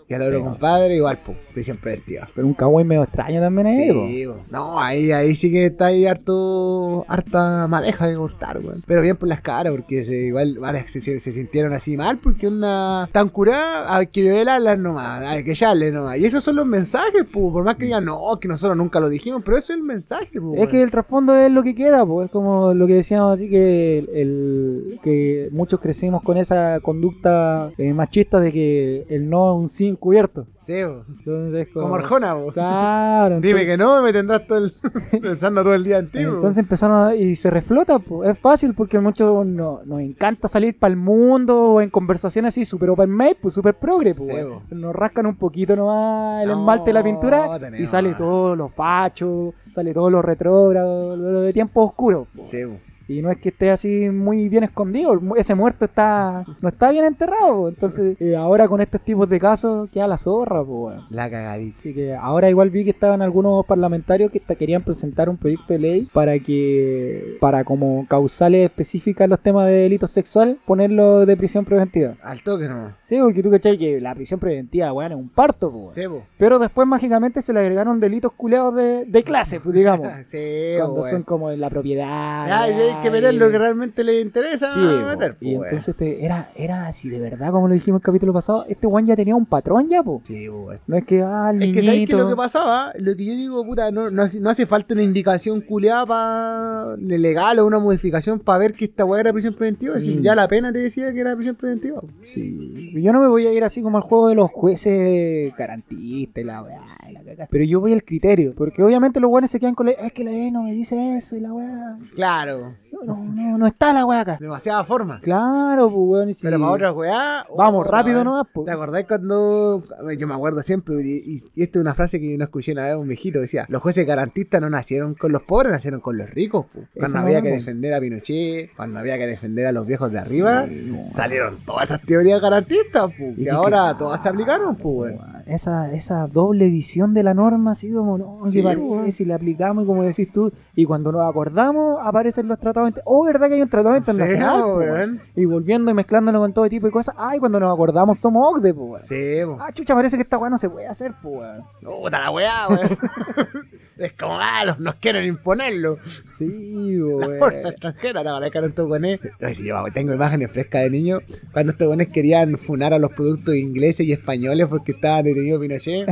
Y al otro Pero- compadre igual, pues, prisión preventiva. Pero un cowboy medio extraño también ahí, po. Sí, po. No, ahí, ahí sí que está ahí harto, harta madeja de cortar, weón. Pero bien por las caras, porque se, igual vale, se, se, se sintieron así mal, porque onda tan curada, hay que violarlas nomás, hay que echarle nomás. Y esos son los mensajes, pues, por más que digan, no, que nosotros nunca lo dijimos, pero eso es el mensaje, pues. Es que el trasfondo es lo que queda, pues es como lo que decíamos así que el, el- que muchos crecimos con esa conducta eh, machista de que el no es un sí encubierto. Sí, po. Entonces, Como Arjona, po. Claro, Dime entonces, que no, me tendrás todo el pensando todo el día en ti, po. entonces empezaron a- y se reflota, pues es fácil porque muchos no, nos encanta salir para el mundo o en conversaciones así super open made, pues super progre, pues. Sí, weón. po. Nos rascan un poquito nomás el No, esmalte de la pintura y tenemos. sale todo lo facho, sale todo lo retrógrado, lo de tiempo oscuro. po. Sí, po. Y no es que esté así muy bien escondido, el mu- ese muerto está no está bien enterrado. Entonces, eh, ahora con estos tipos de casos queda la zorra, pues, weón. La cagadita. Así que ahora igual vi que estaban algunos parlamentarios que esta- querían presentar un proyecto de ley para que, para como causales específicas en los temas de delito sexual, ponerlo de prisión preventiva. Al toque nomás. Sí, porque tú cachai que la prisión preventiva, weón, es un parto, pues. Sí, po. Pero después mágicamente se le agregaron delitos culeados de, de clase, pues digamos. Sí, Cuando po, son como en la propiedad. Ya, y hay que meter lo que realmente les interesa Sí, meter, po. Y po, entonces este, era, era así de verdad, como lo dijimos en el capítulo pasado, este Juan ya tenía un patrón ya, po. Sí, po, weón. No es que, ah, el Es que sabéis que niñito. lo que pasaba, lo que yo digo, puta, no, no, hace, no hace falta una indicación culeada pa, de legal o una modificación para ver que esta weá era prisión preventiva. Si Mm. ya la pena te decía que era prisión preventiva. Sí, yo no me voy a ir así como al juego de los jueces garantistas y la weá, y la caca. Pero yo voy al criterio, porque obviamente los weones se quedan con la, es que la ley no me dice eso y la weá. Claro, No, no, no está la weá acá. demasiada forma. Claro, pues weón. y si- Pero para otra weá. Vamos, oh, rápido weón. nomás, pues. ¿Te acordás cuando.? Yo me acuerdo siempre, y, y- y esta es una frase que no escuché una vez un viejito: decía, los jueces garantistas no nacieron con los pobres, nacieron con los ricos. Po. Cuando Eso había no, que po. defender a Pinochet, cuando había que defender a los viejos de arriba, salieron todas esas teorías garantistas, po, Y que que- ahora que- todas se aplicaron, pues, weón. Esa, esa doble visión de la norma, así como, no, Sí, que parece, weón. si la aplicamos y como decís tú, y cuando nos acordamos, aparecen los tratados inter- oh, ¿verdad que hay un tratado Sí, internacional? po, weón. weón? Y volviendo y mezclándolo con todo tipo de cosas, ay, cuando nos acordamos somos O C D E, pues, Sí, po. ah, chucha, parece que esta weá no se puede hacer, pues, weón. Puta la weá, weón. Es como, ah, los- nos quieren imponerlo. Sí, La weón. fuerza extranjera, te acuerdas que eran estos güeyes. Ay, sí, yo tengo imágenes frescas de niño cuando estos güeyes querían funar a los productos ingleses y españoles porque estaban detenidos Pinochet.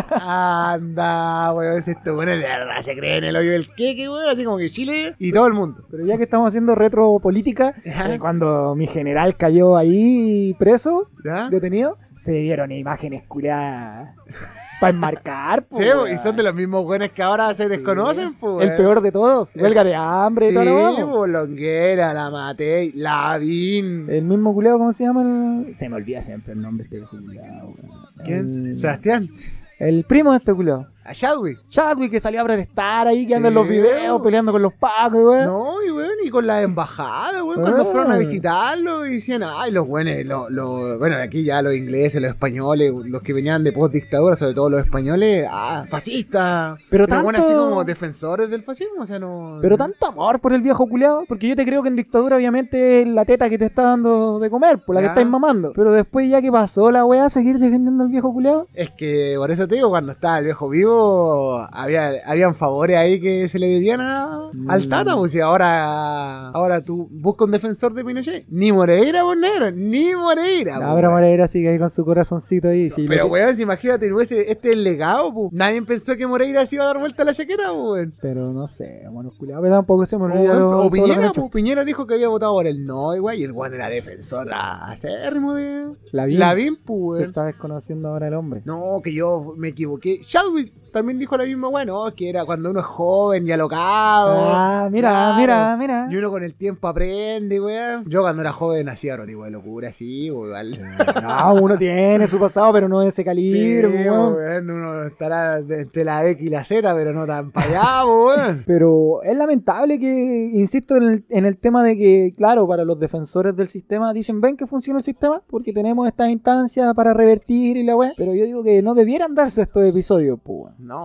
Anda, weón, si estos güeyes de verdad se creen el hoyo del queque, weón, así como que Chile y todo el mundo. Pero ya que estamos haciendo retropolítica, Ajá. eh, cuando mi general cayó ahí preso, ¿Ya? detenido, se dieron imágenes culiadas para enmarcar, Sí, pues, po, y weón. son de los mismos güeyes que ahora se desconocen, pues. El peor de todos, huelga de hambre y Sí, todo lo demás. po, Longuera, la Matei, Lavín. El mismo culiado, ¿cómo se llama? El... Se me olvida siempre el nombre de este culiado. ¿Quién? El... Sebastián. el primo de este culiado. A Chadwick. Chadwick, que salió a protestar ahí, que Sí. anda en los videos peleando con los pacos, weón. No, y bueno, y con la embajada, güey, cuando Ah. fueron a visitarlo y decían, ay, los buenos, los, los, bueno, aquí ya los ingleses, los españoles, los que venían de post-dictadura, sobre todo los españoles, ah, fascistas. Pero bueno, tanto- así como defensores del fascismo, o sea, no... Pero tanto amor por el viejo culiado, porque yo te creo que en dictadura obviamente es la teta que te está dando de comer, por la que Ya. estáis mamando. Pero después ya que pasó la weá, seguir defendiendo al viejo culiado. Es que, por eso te digo, cuando estaba el viejo vivo, había, habían favores ahí que se le debían a- al Mm. Tata, pues, y ahora, ahora tú buscas un defensor de Pinochet, ni Moreira, pues, negro, ni Moreira, La pues, Abra weón. Moreira sigue ahí con su corazoncito ahí. sí, Pero, lo que- weón, si imagínate, no ese- este es el legado, pu. Nadie pensó que Moreira se iba a dar vuelta a la chaqueta, pu, weón. Pero no sé, bueno, culiado, pero tampoco se me O, olvida weón, lo- o todo lo que han Piñera, hecho. pu. Piñera dijo que había votado por el no, igual, y el weón era defensor acérrimo de Lavín. Lavín, pu, Se weón. está desconociendo ahora el hombre. No, que yo me equivoqué. Chadwick también dijo la misma, weón, no, que era cuando uno es joven y alocado. Ah, mira, Claro. mira, mira. Y uno con el tiempo aprende, weón. Yo cuando era joven hacía otro tipo de locura, sí, igual. No, uno tiene su pasado, pero no de ese Sí, calibre, weón. weón, uno estará de- entre la X y la Z, pero no tan para allá, weón. Pero es lamentable que, insisto en el, en el tema de que, claro, para los defensores del sistema dicen, ven que funciona el sistema, porque tenemos estas instancias para revertir y la weá. Pero yo digo que no debieran darse estos episodios, pues. weón. No,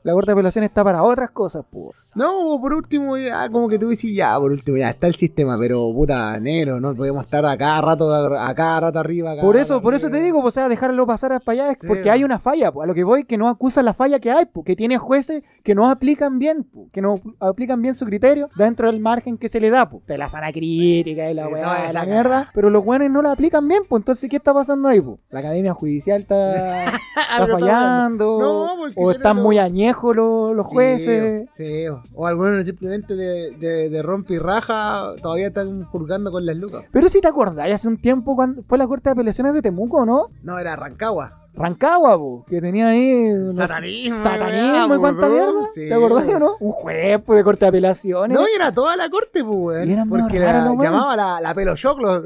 La Corte de Apelaciones está para otras cosas, pues. No, por último, ya, como que tú decís, ya, por último, ya está el sistema, pero puta, negro, no podemos estar a cada rato, a cada rato arriba. A cada Por eso, rato por eso arriba. te digo, pues, o sea, dejarlo pasar para allá es Sí, porque po. hay una falla, pues. A lo que voy, que no acusan la falla que hay, pues, que tiene jueces que no aplican bien, pues, que no aplican bien su criterio dentro del margen que se le da, pues. De la sana crítica y la De weá, toda de la esa mierda, cagada. pero los buenos no la aplican bien, pues. Entonces, ¿qué está pasando ahí, pues? La academia judicial está, está Algo está fallando, No, porque o están tiene muy lo- añejos los, los Sí, jueces. Sí, o- o algunos simplemente de, de, de rompe y raja todavía están juzgando con las lucas. Pero si te acordás, hace un tiempo cuando fue la Corte de Apelaciones de Temuco, ¿no? No, era Rancagua. Rancagua, po, que tenía ahí no sé, Satanismo. satanismo weá, y cuánta po, mierda. sí, ¿Te acordás weón. o no? Un juez pues, de Corte de Apelaciones. No, y era toda la corte, pues, weón. Y eran más Porque raros la los weones. llamaba la, la pelochoclo.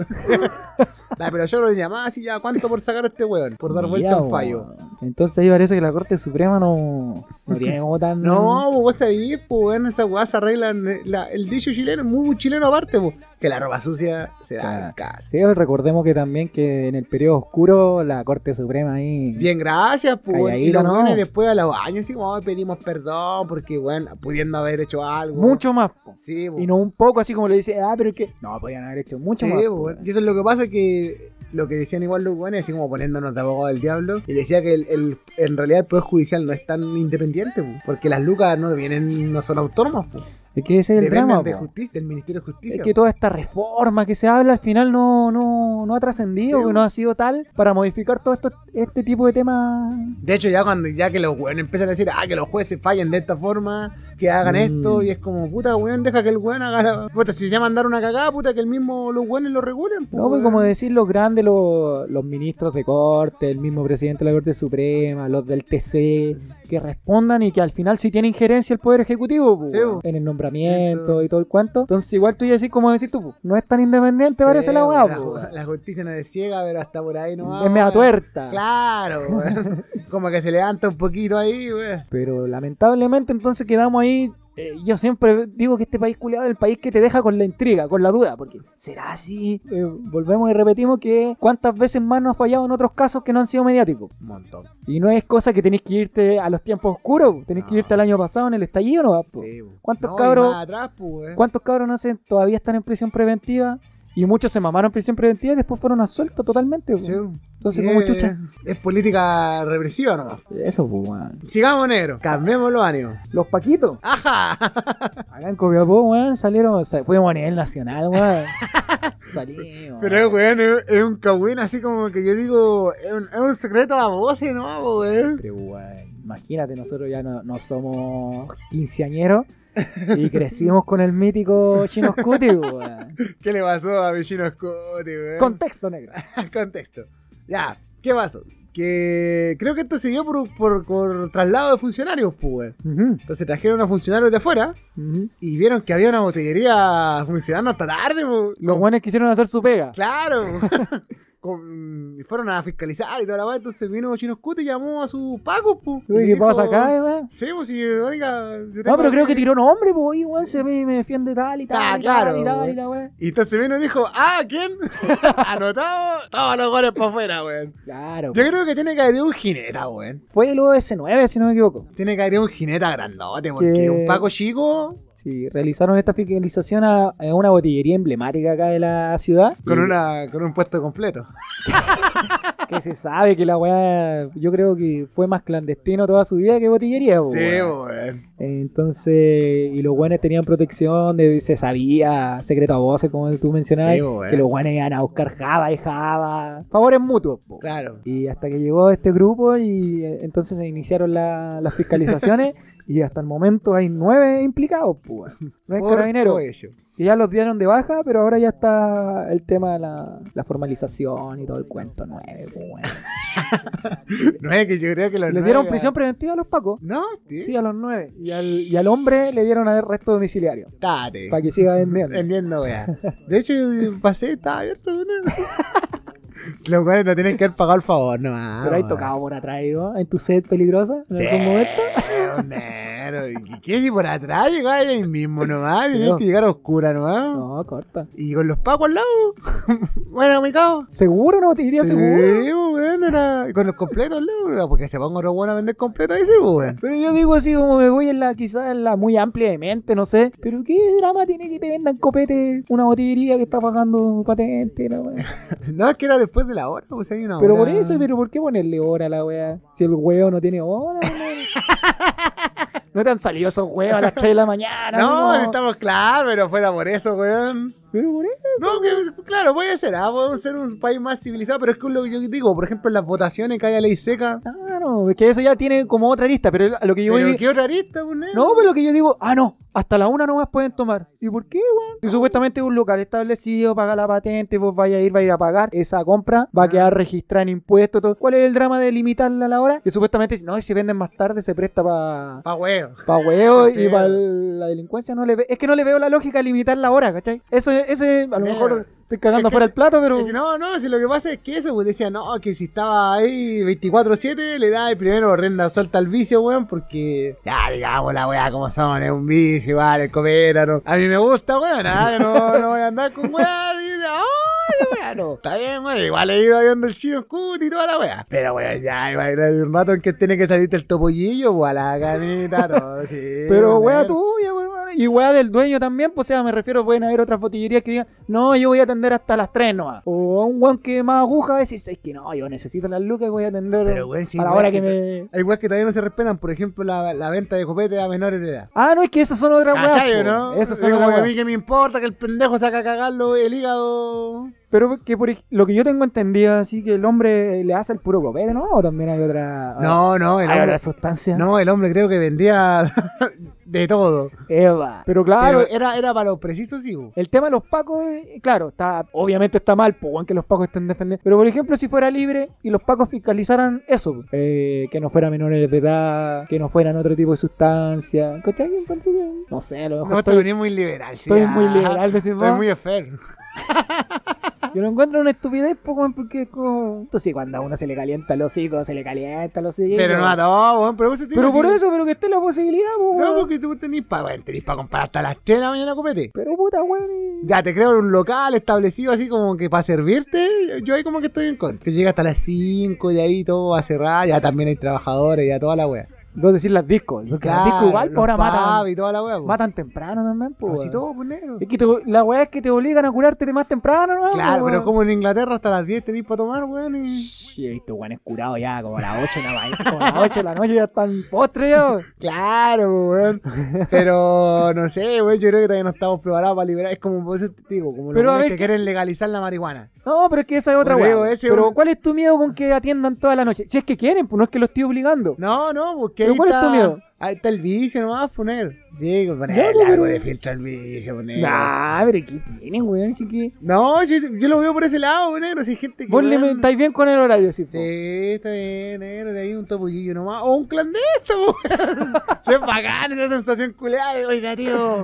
La pelochoclo le llamaba así, ya, ¿cuánto por sacar a este weón? Por dar vuelta Mira, a un fallo. weón. Entonces ahí parece que la Corte Suprema no, no tiene como tan... No, pues vos sabés, pues, weón, esas weas se arreglan. eh, la- el dicho chileno, muy, muy chileno aparte, pues, que la ropa sucia se da Claro. en casa. Sí, recordemos que también que en el periodo oscuro la Corte Suprema ahí... Bien, gracias, pues, weón. Y Calladita, los ¿no? weones después a los años, sí, como, "Ay, pedimos perdón, porque, weón, pudiendo haber hecho algo. Mucho más, po. Sí, pues. Y no un poco así como le dice, ah, pero es que... No, podían haber hecho mucho Sí, más. pues, po, weón. weón. Y eso es lo que pasa que lo que decían igual los buenos, así como poniéndonos de abogado del diablo, y decía que el, el- en realidad el Poder Judicial no es tan independiente, pues, porque las lucas no vienen, no son autónomas, pues. Es que ese es el Dependen drama, de po. justicia, del Ministerio de Justicia. Es que toda esta reforma que se habla al final no, no, no ha trascendido, Sí, que no ha sido tal para modificar todo esto, este tipo de temas. De hecho, ya cuando ya que los weones empiezan a decir, ah, que los jueces fallen de esta forma, que hagan Mm. esto, y es como, puta, weón, deja que el weón haga la... Puta, si ya mandaron una cagada, puta, que el mismo, los weones lo regulen, pues, No, pues weón. como decir los grandes, los, los ministros de corte, el mismo presidente de la Corte Suprema, los del T C, que respondan y que al final sí tiene injerencia el Poder Ejecutivo, pues, Sí, weón, pues. en el nombramiento y todo el cuento. Entonces igual tú ya decís, como decís tú, pues, no es tan independiente parece Sí, la weá, la, pues, weón. la justicia no es ciega, pero hasta por ahí no va. Es media weón. tuerta. Claro, weón. Como que se levanta un poquito ahí, weón. Pero lamentablemente entonces quedamos ahí. eh, yo siempre digo que este país culiado es el país que te deja con la intriga, con la duda, porque ¿será así? Eh, volvemos y repetimos que cuántas veces más nos ha fallado en otros casos que no han sido mediáticos. Un montón. Y no es cosa que tenéis que irte a los tiempos oscuros, tenéis que No. irte al año pasado en el estallido, ¿no? po? Sí, weón. ¿Cuántos No, y cabros- más atrás, pues, weón. ¿Cuántos cabros no sé, todavía están en prisión preventiva? Y muchos se mamaron en prisión preventiva y después fueron absueltos totalmente. po. Sí, weón. Entonces, Y como es- chucha. Es política represiva nomás. Eso, pues, weón. Sigamos, negro. Cambiemos los ánimos. Los paquitos. ¡Ajá! Acá en Copiapó, weón, salieron, sa- fuimos a nivel nacional, weón. Salimos. Pero, weón, es, es un cagüín así como que yo digo, es un, es un secreto a voces, ¿no, weón? Pero, weón, imagínate, nosotros ya no, no somos quinceañeros y crecimos con el mítico Chino Scuti, weón. ¿Qué le pasó a Vecino Scotty, weón? Contexto, negro. Contexto. Ya, ¿qué pasó? Que creo que esto se dio por, por, por traslado de funcionarios, pues, weón. Ujú, Entonces trajeron a funcionarios de afuera ujú. y vieron que había una botillería funcionando hasta tarde, pues. Los weones quisieron hacer su pega. Claro. Con- y fueron a fiscalizar y toda la weá. Entonces vino Chino Scuti y llamó a sus pagos, pues. Uy, ¿qué pasa acá, eh, weón? Sí, pues si, oiga. yo No, tengo pero creo aquí- que tiró nombre, pues, oye, weón, se me, me defiende tal y tal, Ah, y claro, tal, y tal, weón. y la weón. Y entonces vino y dijo, ah, ¿quién? Anotado todos los goles para afuera, weón. Claro. Yo creo que tiene que haber un jineta, weón. Fue el U S nueve, si no me equivoco. Tiene que haber un jineta grandote, porque Que- un Paco chico Sí, realizaron esta fiscalización a, a una botillería emblemática acá de la ciudad. con Y una con un puesto completo. que se sabe que la weá, yo creo que fue más clandestino toda su vida que botillería, po, Sí, weón. weón. Entonces, y los weones tenían protección, de, se sabía, secreto a voces, como tú mencionabas, Sí, weón. que los weones iban a buscar Java y Java. Favores mutuos, po. Claro. Y hasta que llegó este grupo y eh, entonces se iniciaron la- las fiscalizaciones y hasta el momento hay nueve implicados, pues. Nueve Por carabineros. todo ello. Que ya los dieron de baja, pero ahora ya está el tema de la, la formalización y todo el cuento nueve, pues, bueno. No es que yo creo que los Le dieron nueve- prisión preventiva a los pacos. No, tío. Sí, a los nueve. Y al, y al hombre le dieron arresto domiciliario. Date. Para que siga vendiendo. Entiendo, weá. De hecho, yo pasé, estaba abierto, weón. Los cuales no tienen que haber pagado el favor, no. Pero hay tocado por atrás, ¿no? En tu sed peligrosa, en Sí, algún momento. nero. ¿Y qué si por atrás llegaba ahí mismo nomás? Tenías No. que llegar a oscura nomás. No, corta. Y con los pacos al lado. Bueno, mi cabo. ¿Seguro no? ¿Te diría Sí, seguro? weón, era con los completos, ¿no? Porque se ponga otro weón a vender completos ahí, sí, pues, weón. Pero yo digo así como me voy en la, quizás en la muy amplia de mente, no sé. Pero qué drama tiene que te vendan copete una botillería que está pagando patente, la weá. No, es que era después de la hora, pues hay una Pero hora. por eso, pero ¿por qué ponerle hora a la weá? Si el huevo no tiene hora, no te han salido esos huevos a las tres de la mañana. No, estamos claros, pero fuera por eso, weón. Pero por eso. No, que, claro, puede ser, ¿ah? Podemos ser un país más civilizado, pero es que lo que yo digo, por ejemplo, en las votaciones que haya ley seca. Claro, es que eso ya tiene como otra lista, pero a lo que yo ¿Pero voy... qué otra arista, pues, negro? No, pero lo que yo digo, ah, no, hasta la una nomás pueden tomar. ¿Y por qué, weón? Si supuestamente es un local establecido, paga la patente, vos vaya a ir, va a ir a pagar esa compra, va a quedar registrada en impuestos, todo. ¿Cuál es el drama de limitarla a la hora? Que supuestamente, no, y si venden más tarde se presta para... Pa' huevo. Pa' huevo Sí. y para la delincuencia no le ve... Es que no le veo la lógica a limitar la hora, ¿cachai? Eso, ese, a lo Mira, mejor estoy cagando es que- fuera el plato, pero... Es que no, no, si lo que pasa es que eso, pues decía, no, que si estaba ahí veinticuatro siete, le da el primero renda suelta al vicio, weón, porque, ya, digamos, la weá como son, es un vicio, vale, el copeta, no. A mí me gusta, weón, nada, yo no, no voy a andar con weá, y de, oh, la weá, no. Está bien, weón, igual he ido viendo el chino cut y toda la weá. Pero, weón, ya, igual hay un rato en que tiene que salirte el topollillo, pues, a la canita, todo, sí. Pero weá weón. tuya, weón. Y weá del dueño también, pues o sea, me refiero, pueden haber otras botillerías que digan, no, yo voy a atender hasta las tres nomás. O a un weón que más aguja a veces, es que no, yo necesito las lucas y voy a atender Pero, weón, sí, a la weón, hora que que me... Hay weas que todavía no se respetan, por ejemplo, la, la venta de copete a menores de edad. Ah, no, es que esas son otras weas, ¿Cachai, po. no? Esas son Es como otras que a weas. mí que me importa que el pendejo saca a cagarlo el hígado. Pero que por ej- lo que yo tengo entendido, así que el hombre le hace el puro copete, ¿no? O también hay otra... No, no, el hay hombre, otra sustancia. no, el hombre creo que vendía de todo. Eva. Pero claro... Pero era, era para los precisos, sí. bo. El tema de los pacos, eh, claro, está, obviamente está mal, pues, weón, que los pacos estén defendiendo. Pero por ejemplo, si fuera libre y los pacos fiscalizaran eso, pues, eh, que no fueran menores de edad, que no fueran otro tipo de sustancia, ¿cachai? Encuentro que- No sé, a lo mejor No, te estoy- venís muy liberal, sí. estoy muy ah, liberal, decís Estoy vos. muy enfermo. yo lo encuentro una estupidez, pues, weón, porque es como... Entonces, sí, cuando a uno se le calienta el hocico, se le calienta el hocico. Pero no a todos, weón, pero, eso te Pero digo, por sí. eso, pero que esté la posibilidad, pues, No, weón. porque tú tenés para bueno, tenés pa comprar hasta las tres de la mañana copete. Pero puta, weón. y- Ya, te creo un local establecido así como que para servirte, yo ahí como que estoy en contra. Que llega hasta las cinco y de ahí todo va a cerrar, ya también hay trabajadores, ya toda la wea. Vos decís las discos, porque las discos igual, los pues, ahora matan, pubs y toda la wea. po. matan temprano también, pues. Así weón. todo, pues, negro. Es que te- la weá es que te obligan a curarte de más temprano, ¿no? Claro, weón. pero como en Inglaterra hasta las diez tenés para tomar, weón. Y... Sí, he visto weones curados ya, como a las ocho de la mañana, como a las ocho de la noche ya están postres ya. weón. Claro, weón. Pero no sé, weón, yo creo que todavía no estamos preparados para liberar. Es como, por eso te digo, como los Pero a weones ver que qué- quieren legalizar la marihuana. No, pero es que esa es otra Por weá. digo, ese Pero un- ¿cuál es tu miedo con que atiendan toda la noche? Si es que quieren, pues no es que lo estoy obligando. No, no, porque ¿Pero ahí cuál es está, tu miedo? ahí está el vicio nomás, poner. Sí, Ya, poner pues, algo pero- de filtro al vicio, poner. Nah, pero ¿qué tienen, weón? Si que... No, yo, yo lo veo por ese lado, negro. Si hay gente que. Vos le weón, estáis bien con el horario, sí. po. Sí, está bien, negro. De ahí un topollillo nomás. O un clandestino, weón. Se es bacán esa sensación culeada. de, Oiga, tío.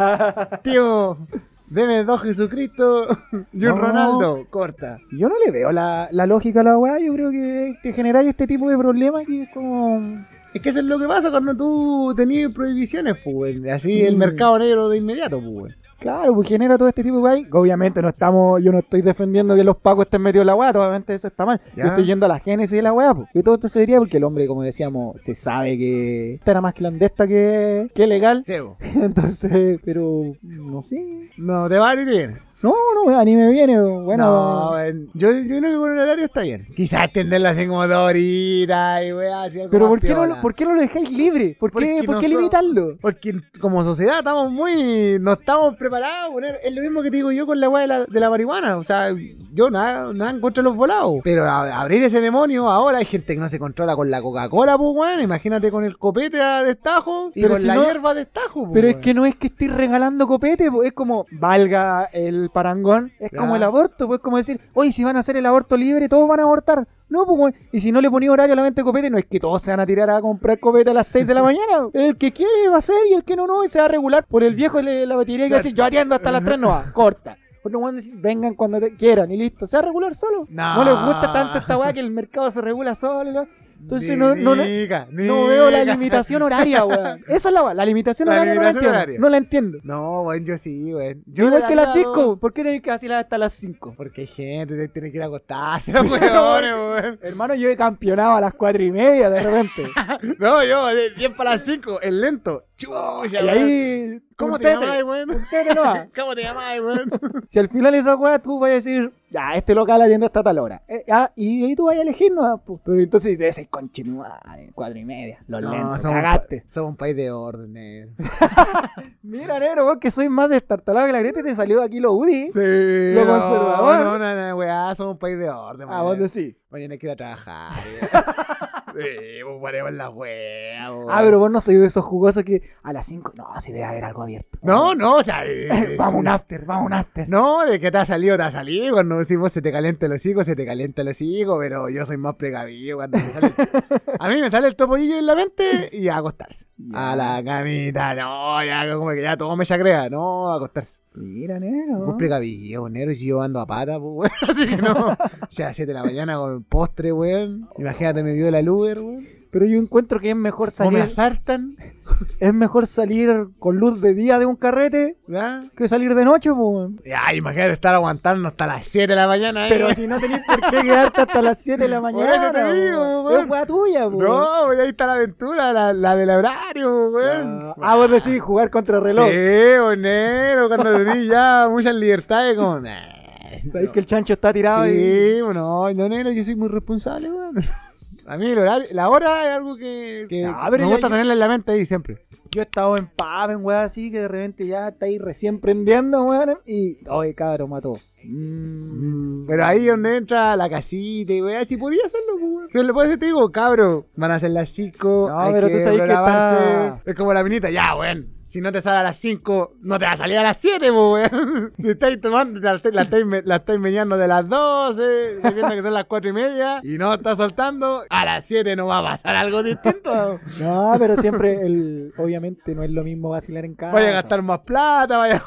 Tío. Deme dos Jesucristo y un No. Ronaldo. Corta. Yo no le veo la, la lógica a la weá. Yo creo que te generáis este tipo de problemas que es como... Es que eso es lo que pasa cuando tú tenías prohibiciones, pues, weón. Así el Mm. mercado negro de inmediato, pues, weón. Claro, pues genera todo este tipo de weá. Obviamente no estamos, yo no estoy defendiendo que los pacos estén metidos en la weá, obviamente eso está mal. Ya. Yo estoy yendo a la génesis de la weá, pues. Y todo esto se diría porque el hombre, como decíamos, se sabe que esta era más clandesta que, que legal. Sí, po. Entonces, pero no sé. No te va ni te viene. No, no, weá, ni me viene, bueno. No, weón. yo, yo creo que con el horario está bien. Quizás extenderlo así como dos horitas y weá, así algo Pero más ¿por qué, no, piola. lo- ¿por qué no lo dejáis libre? ¿Por qué, Porque ¿por qué nosotros- limitarlo? Porque como sociedad estamos muy... No estamos preparados. Poner, es lo mismo que te digo yo con la weá de la, de la marihuana. O sea, yo nada, nada en contra de los volados. Pero a- abrir ese demonio ahora hay gente que no se controla con la Coca-Cola, pues, weón. Imagínate con el copete a destajo y Pero con si la no- hierba a destajo, pues, Pero es weón. que no es que estés regalando copete, po, es como, valga el parangón, es Ya. como el aborto, pues es como decir, oye, si van a hacer el aborto libre, todos van a abortar. No, pues, weón. Y si no le ponía horario a la mente de copete, no es que todos se van a tirar a comprar copete a las seis de la mañana. El que quiere va a ser y el que no, no, y se va a regular por el viejo de la batería que va a decir, yo atiendo hasta las tres, no va, corta. Pues no van a decir, vengan cuando te quieran y listo, se va a regular solo. No. les gusta tanto esta weá que el mercado se regula solo. ¿no? Entonces no, no, no, Nica, no veo la nica. limitación horaria, weón. Esa es la weá. La limitación La horaria no la limitación entiendo. horaria. No la entiendo. No, weón, yo sí, weón. Yo Igual le que las daría discos. dos. ¿Por qué tenés que vacilar hasta las cinco? Porque hay gente que tiene que ir a acostarse, los weones, weón. Hermano, yo he campeonado a las cuatro y media de repente. No, yo, de diez para las cinco, el lento. Chucha, Y weón. ahí. ¿Cómo un te tete, llamás, weón? un tete nomás. ¿Cómo te llamás, weón? Si al final esa weá tú vas a decir, ya, este local atiende hasta tal hora. Eh, ah, y ahí tú vas a elegir, ¿no? Pues, pero entonces te decís, conchetumare, cuatro y media. Los lentos, somos, un cagaste. pa- somos un país de orden, negro. Mira, negro, vos que soy más destartalado que la grieta y te salió aquí lo U D I. Sí, Lo no, conservador. No, no, no, weá, somos un país de orden, Ah, weón. vos decís. Mañana hay que ir a trabajar. Sí, pues ponemos la wea, weón. Ah, pero vos no sois de esos jugosos que a las cinco, no, si debe haber algo abierto. No, no, o sea... eh, Vamos a un sí. after, vamos a un after. No, de que te ha salido, te ha salido. Cuando decimos se te calienta el hocico, se te calienta el hocico, pero yo soy más precavido cuando me sale. A mí me sale el topollillo en la mente y a acostarse. Ya. A la camita, no, ya como que ya todo me chacrea, no, a acostarse. Mira, negro. Muy precavido, negro, y si yo ando a pata, pues, weón. Así que no. Ya a las siete de la mañana con el postre, weón. Imagínate, me vio la Uber, weón. Pero yo encuentro que es mejor ¿Cómo me salir, asaltan? es mejor salir con luz de día de un carrete ¿Ya? que salir de noche, pues. Ya, imagínate estar aguantando hasta las siete de la mañana, ¿eh? Pero si no tenés por qué quedarte hasta las siete de la Por mañana. eso te digo, po. weón. Es weá tuya, po. No, pues ahí está la aventura, la, la del horario, weón. Ah, ah, vos decís jugar contra el reloj. Sí, bonero, cuando tenés ya muchas libertades, como... nah. Sabés que el chancho está tirado y... Sí, bueno, no, negro, yo soy muy responsable, weón. A mí el horario, la hora es algo que, que No, pero me ya- gusta tenerla en la mente ahí siempre. Yo he estado en pub, en weá así, que de repente ya está ahí recién prendiendo, weón. Y... Oye, cabrón, mató. Mm. Pero ahí donde entra la casita y weá, si podía hacerlo, pues, weón. Si le puedo decir, te digo, cabro, van a ser las cinco. No, hay pero tú sabes que programarse. está- Es como la minita, ya, weón. Si no te sale a las cinco, no te va a salir a las siete, pues, weón. Si estáis tomando, la, estáis- la, estáis, me- la estáis meñando de las doce, viendo que son las cuatro y media, y no estás soltando, a las siete no va a pasar algo distinto. No, pero siempre, el... obviamente, no es lo mismo vacilar en casa. Vaya a gastar más plata, vaya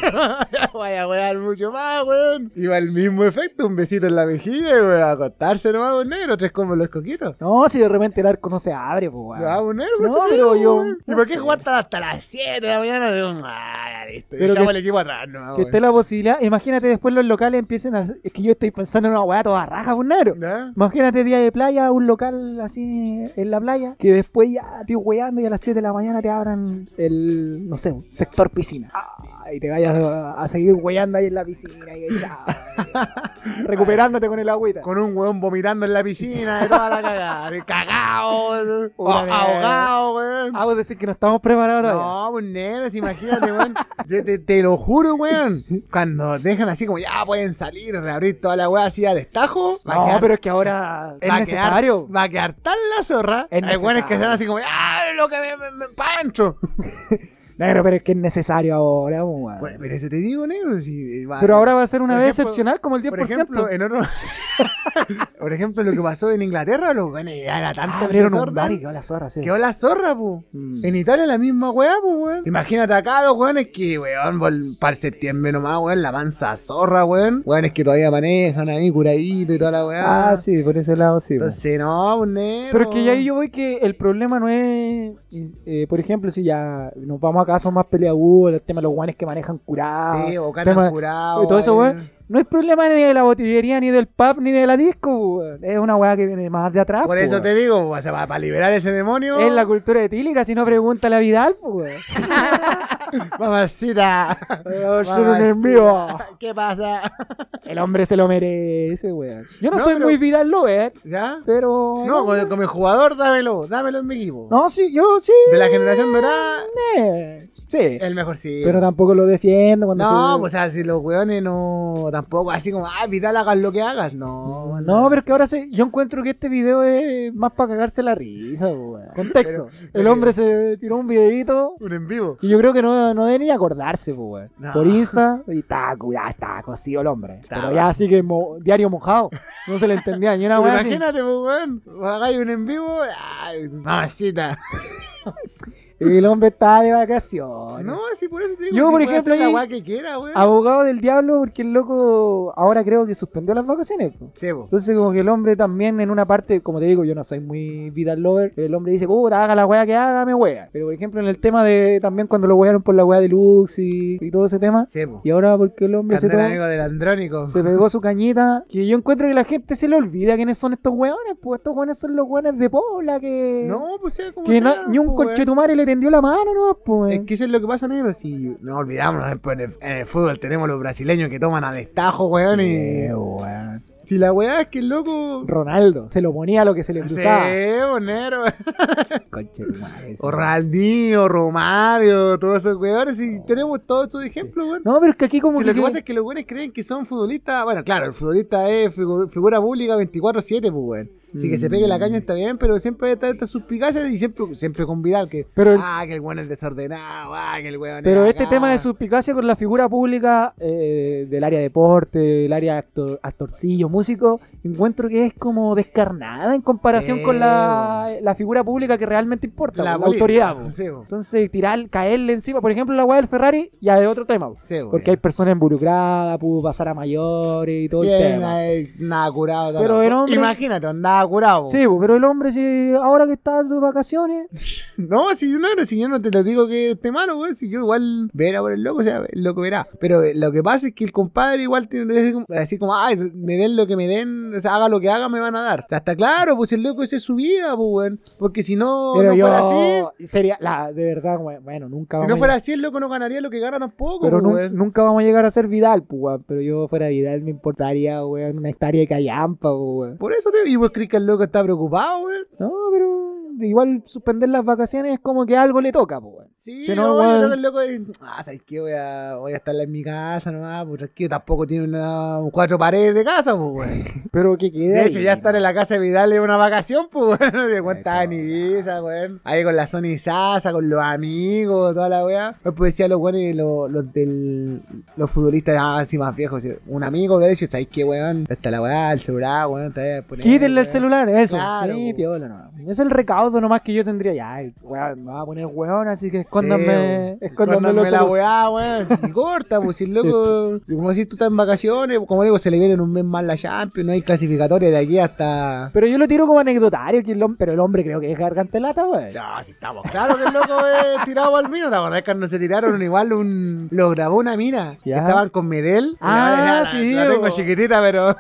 a vaya a wear mucho más, weón. Y va el mismo efecto, un besito en la mejilla, weón, a acostarse nomás, un negro, tres como los coquitos. No, si de repente el arco no se abre, pues, weón. Ah, un negro, por No, eso te pero digo, yo- weón. ¿Y no por qué sé. jugar hasta hasta las siete de la mañana? Digo, ah, ya listo, Pero echamos que- el equipo atrás, nomás, Que weón. esté la posibilidad, imagínate después los locales empiecen a... Es que yo estoy pensando en una weá toda raja, pues, negro. ¿Ya? Imagínate día de playa, un local así en la playa, que después ya te weando y a las siete de la mañana te abran el, no sé, sector piscina. Ah, y te vayas a, a seguir weyando ahí en la piscina y ya, recuperándote con el agüita. Con un weón vomitando en la piscina, de toda la cagada, de cagado, Una vez. ahogado, weón. Ah, vos decís que no estamos preparados todavía. No, pues negro, si imagínate, weón. Yo te, te lo juro, weón. Cuando dejan así como ya pueden salir, reabrir toda la weá así a destajo. va a No, quedar- pero es que ahora es va a necesario. Quedar, va a quedar tan la zorra. Es Hay weones que necesario. sean así como, ah, lo que me, me, me pancho. Negro, pero es que es necesario ahora, pues, weón. Bueno, pero eso te digo, negro. Si, va- Pero ahora va a ser una por vez ejemplo- excepcional como el diez Por por ciento. ejemplo, en otro. Por ejemplo, lo que pasó en Inglaterra, los weones ya era tanto Ah, abrieron un desorden, bar y quedó la zorra, sí. quedó la zorra, pu. Mm. En Italia la misma weá, pu, weón. Imagínate acá los weones que, weón, vol- para el septiembre nomás, weón, la mansa zorra, weón. Weones que todavía manejan ahí, curadito y toda la weá. Ah, sí, por ese lado sí. pues. Entonces, no, pues, negro. Pero es que ya ahí yo voy que el problema no es, eh, por ejemplo, si ya nos vamos a casos más peleagudos, el tema de los guanes que manejan curados. Sí, o tema- canan curado. y todo eso, ahí. weón. No es problema ni de la botillería, ni del pub, ni de la disco, weón. Es una weá que viene más de atrás. Por po, eso weón. te digo, o sea, para, para liberar ese demonio. Es la cultura etílica, si no pregúntale a Vidal, pues, weón. Mamacita. Va a ser un en vivo. ¿Qué pasa? El hombre se lo merece, weón. Yo no, No, soy pero- muy Vidal Lover, ¿Ya? pero... No, con, como el jugador, dámelo, dámelo en mi equipo. No, sí, yo sí. De la generación dorada, Eh, sí. el mejor sí. Pero tampoco lo defiendo cuando No, se... pues, o sea, si los weones no. Tampoco así como, ah, Vidal, hagas lo que hagas. No, No, pero es que ahora se, yo encuentro que este video es más para cagarse la risa, weón. Contexto. Pero- el pero- hombre se tiró un videito Un en vivo. y yo creo que no, no debe ni acordarse, pues, weón. No. Por Insta, y está, ya está cocido el hombre. Está, pero ya así que mo- diario mojado. No se le entendía ni una Pero weá así. imagínate, pues, weón, hagáis un en vivo, ay, mamacita. El hombre está de vacaciones. No, sí, por eso te digo. Yo, si por puede ejemplo, hacer la ahí- weá que quiera, weón. Abogado del diablo porque el loco ahora creo que suspendió las vacaciones. Po. Sí, po. Entonces como que el hombre también en una parte, como te digo, yo no soy muy Vidal Lover, el hombre dice, puta, haga la weá que haga, me wea. Pero por ejemplo en el tema de también cuando lo wearon por la weá de Lux y, y todo ese tema. Sí, po. Y ahora porque el hombre se, Andar to- amigo del Andrónico. se pegó su cañita, que yo encuentro que la gente se le olvida quiénes son estos weones, pues estos weones son los weones de Pobla que... No, pues sea como que sea, no- ni un po, weón. conchetumare le tendió la mano, ¿no? Pues. Es que eso es lo que pasa, negro. Si no olvidamos, en el, en el fútbol tenemos los brasileños que toman a destajo, weón. Y Eh, weón. si la weá es que el loco. Ronaldo, se lo ponía a lo que se le Sí, cruzaba. bonero. Conchetumare, ese. O Ronaldinho, Romario, todos esos weones. Y tenemos todos esos ejemplos, weón. No, pero es que aquí como Si que... lo que pasa es que los weones creen que son futbolistas. Bueno, claro, el futbolista es figu- figura pública veinticuatro siete, pues, weón. Así que se pegue la caña está bien, pero siempre está estas suspicacias y siempre, siempre con Vidal. Que, Pero el- ah, que el weón es desordenado, ah, que el weón Pero es este acá. tema de suspicacia con la figura pública eh, del área deporte, del área actor, actorcillo, músico, encuentro que es como descarnada en comparación Sí, con la, la figura pública que realmente importa, La la, política, autoridad. Po. sí, po. Entonces, tirar, caerle encima, por ejemplo, la weá del Ferrari, ya es otro tema. Po. Sí, po. Porque hay personas involucradas, pudo pasar a mayores y todo el Bien, tema. eh, nada curado. todo Pero loco. el hombre- Imagínate, andaba curado. po. Sí, po, pero el hombre, si ahora que está de vacaciones, No, si, no, no, si yo no te lo digo que esté malo, güey. Si yo igual verá por el loco, o sea, el loco verá. Pero eh, lo que pasa es que el compadre igual tiene que decir como- así como, ay, me den lo que me den, o sea, haga lo que haga, me van a dar. O sea, está claro, pues el loco esa es su vida, pues, güey. Porque si no, pero no yo, fuera así, sería, la, de verdad, we- bueno, nunca si vamos no a fuera así, el loco no ganaría lo que gana tampoco, Pero pues, nu- güey. nunca vamos a llegar a ser Vidal, pues, weón. Pero yo fuera Vidal me importaría, weón, una hectárea de callampa, pues, weón. Por eso, tío, y vos crees que el loco está preocupado, güey. No, pero igual suspender las vacaciones es como que algo le toca, pues, weón. Sí, Si no, no, yo weón. creo que el loco dice, ah, ¿sabes qué? Voy a, voy a estar en mi casa nomás, pues tranquilo, tampoco tiene una, cuatro paredes de casa, pues, güey. Pero que quede De ahí, hecho, ya estar en la casa de Vidal es una vacación, pues, bueno, de cuenta en Eso. Ibiza, weón. Ahí con la Sony Sasa, con los amigos, toda la weá. Después decía los weones, los, los del, los futbolistas, ah, así más viejos. así, Un amigo le dice, ¿sabes qué, weón? Está la weá, el celular, weón, te voy a poner, Quítenle el weón. celular, eso. Claro, Sí, po. piola, no. Es el recaudo nomás que yo tendría. Ya, weón, me va a poner weón, así que escóndanme, Sí, escóndanme escóndanme los la celos- weá, weón. Si corta, pues si el loco, como si tú estás en vacaciones, como digo, se le viene en un mes más la Champions, no hay clasificatoria de aquí hasta. Pero yo lo tiro como anecdotario, que el hom- pero el hombre creo que es garganta lata, weón. No, si estamos claro que el loco es tirado al mino. ¿Te acordás que no se tiraron igual un. Lo grabó una mina. Que Ya. estaban con Medel. Ah, La- la- sí, La tengo bo. chiquitita, pero.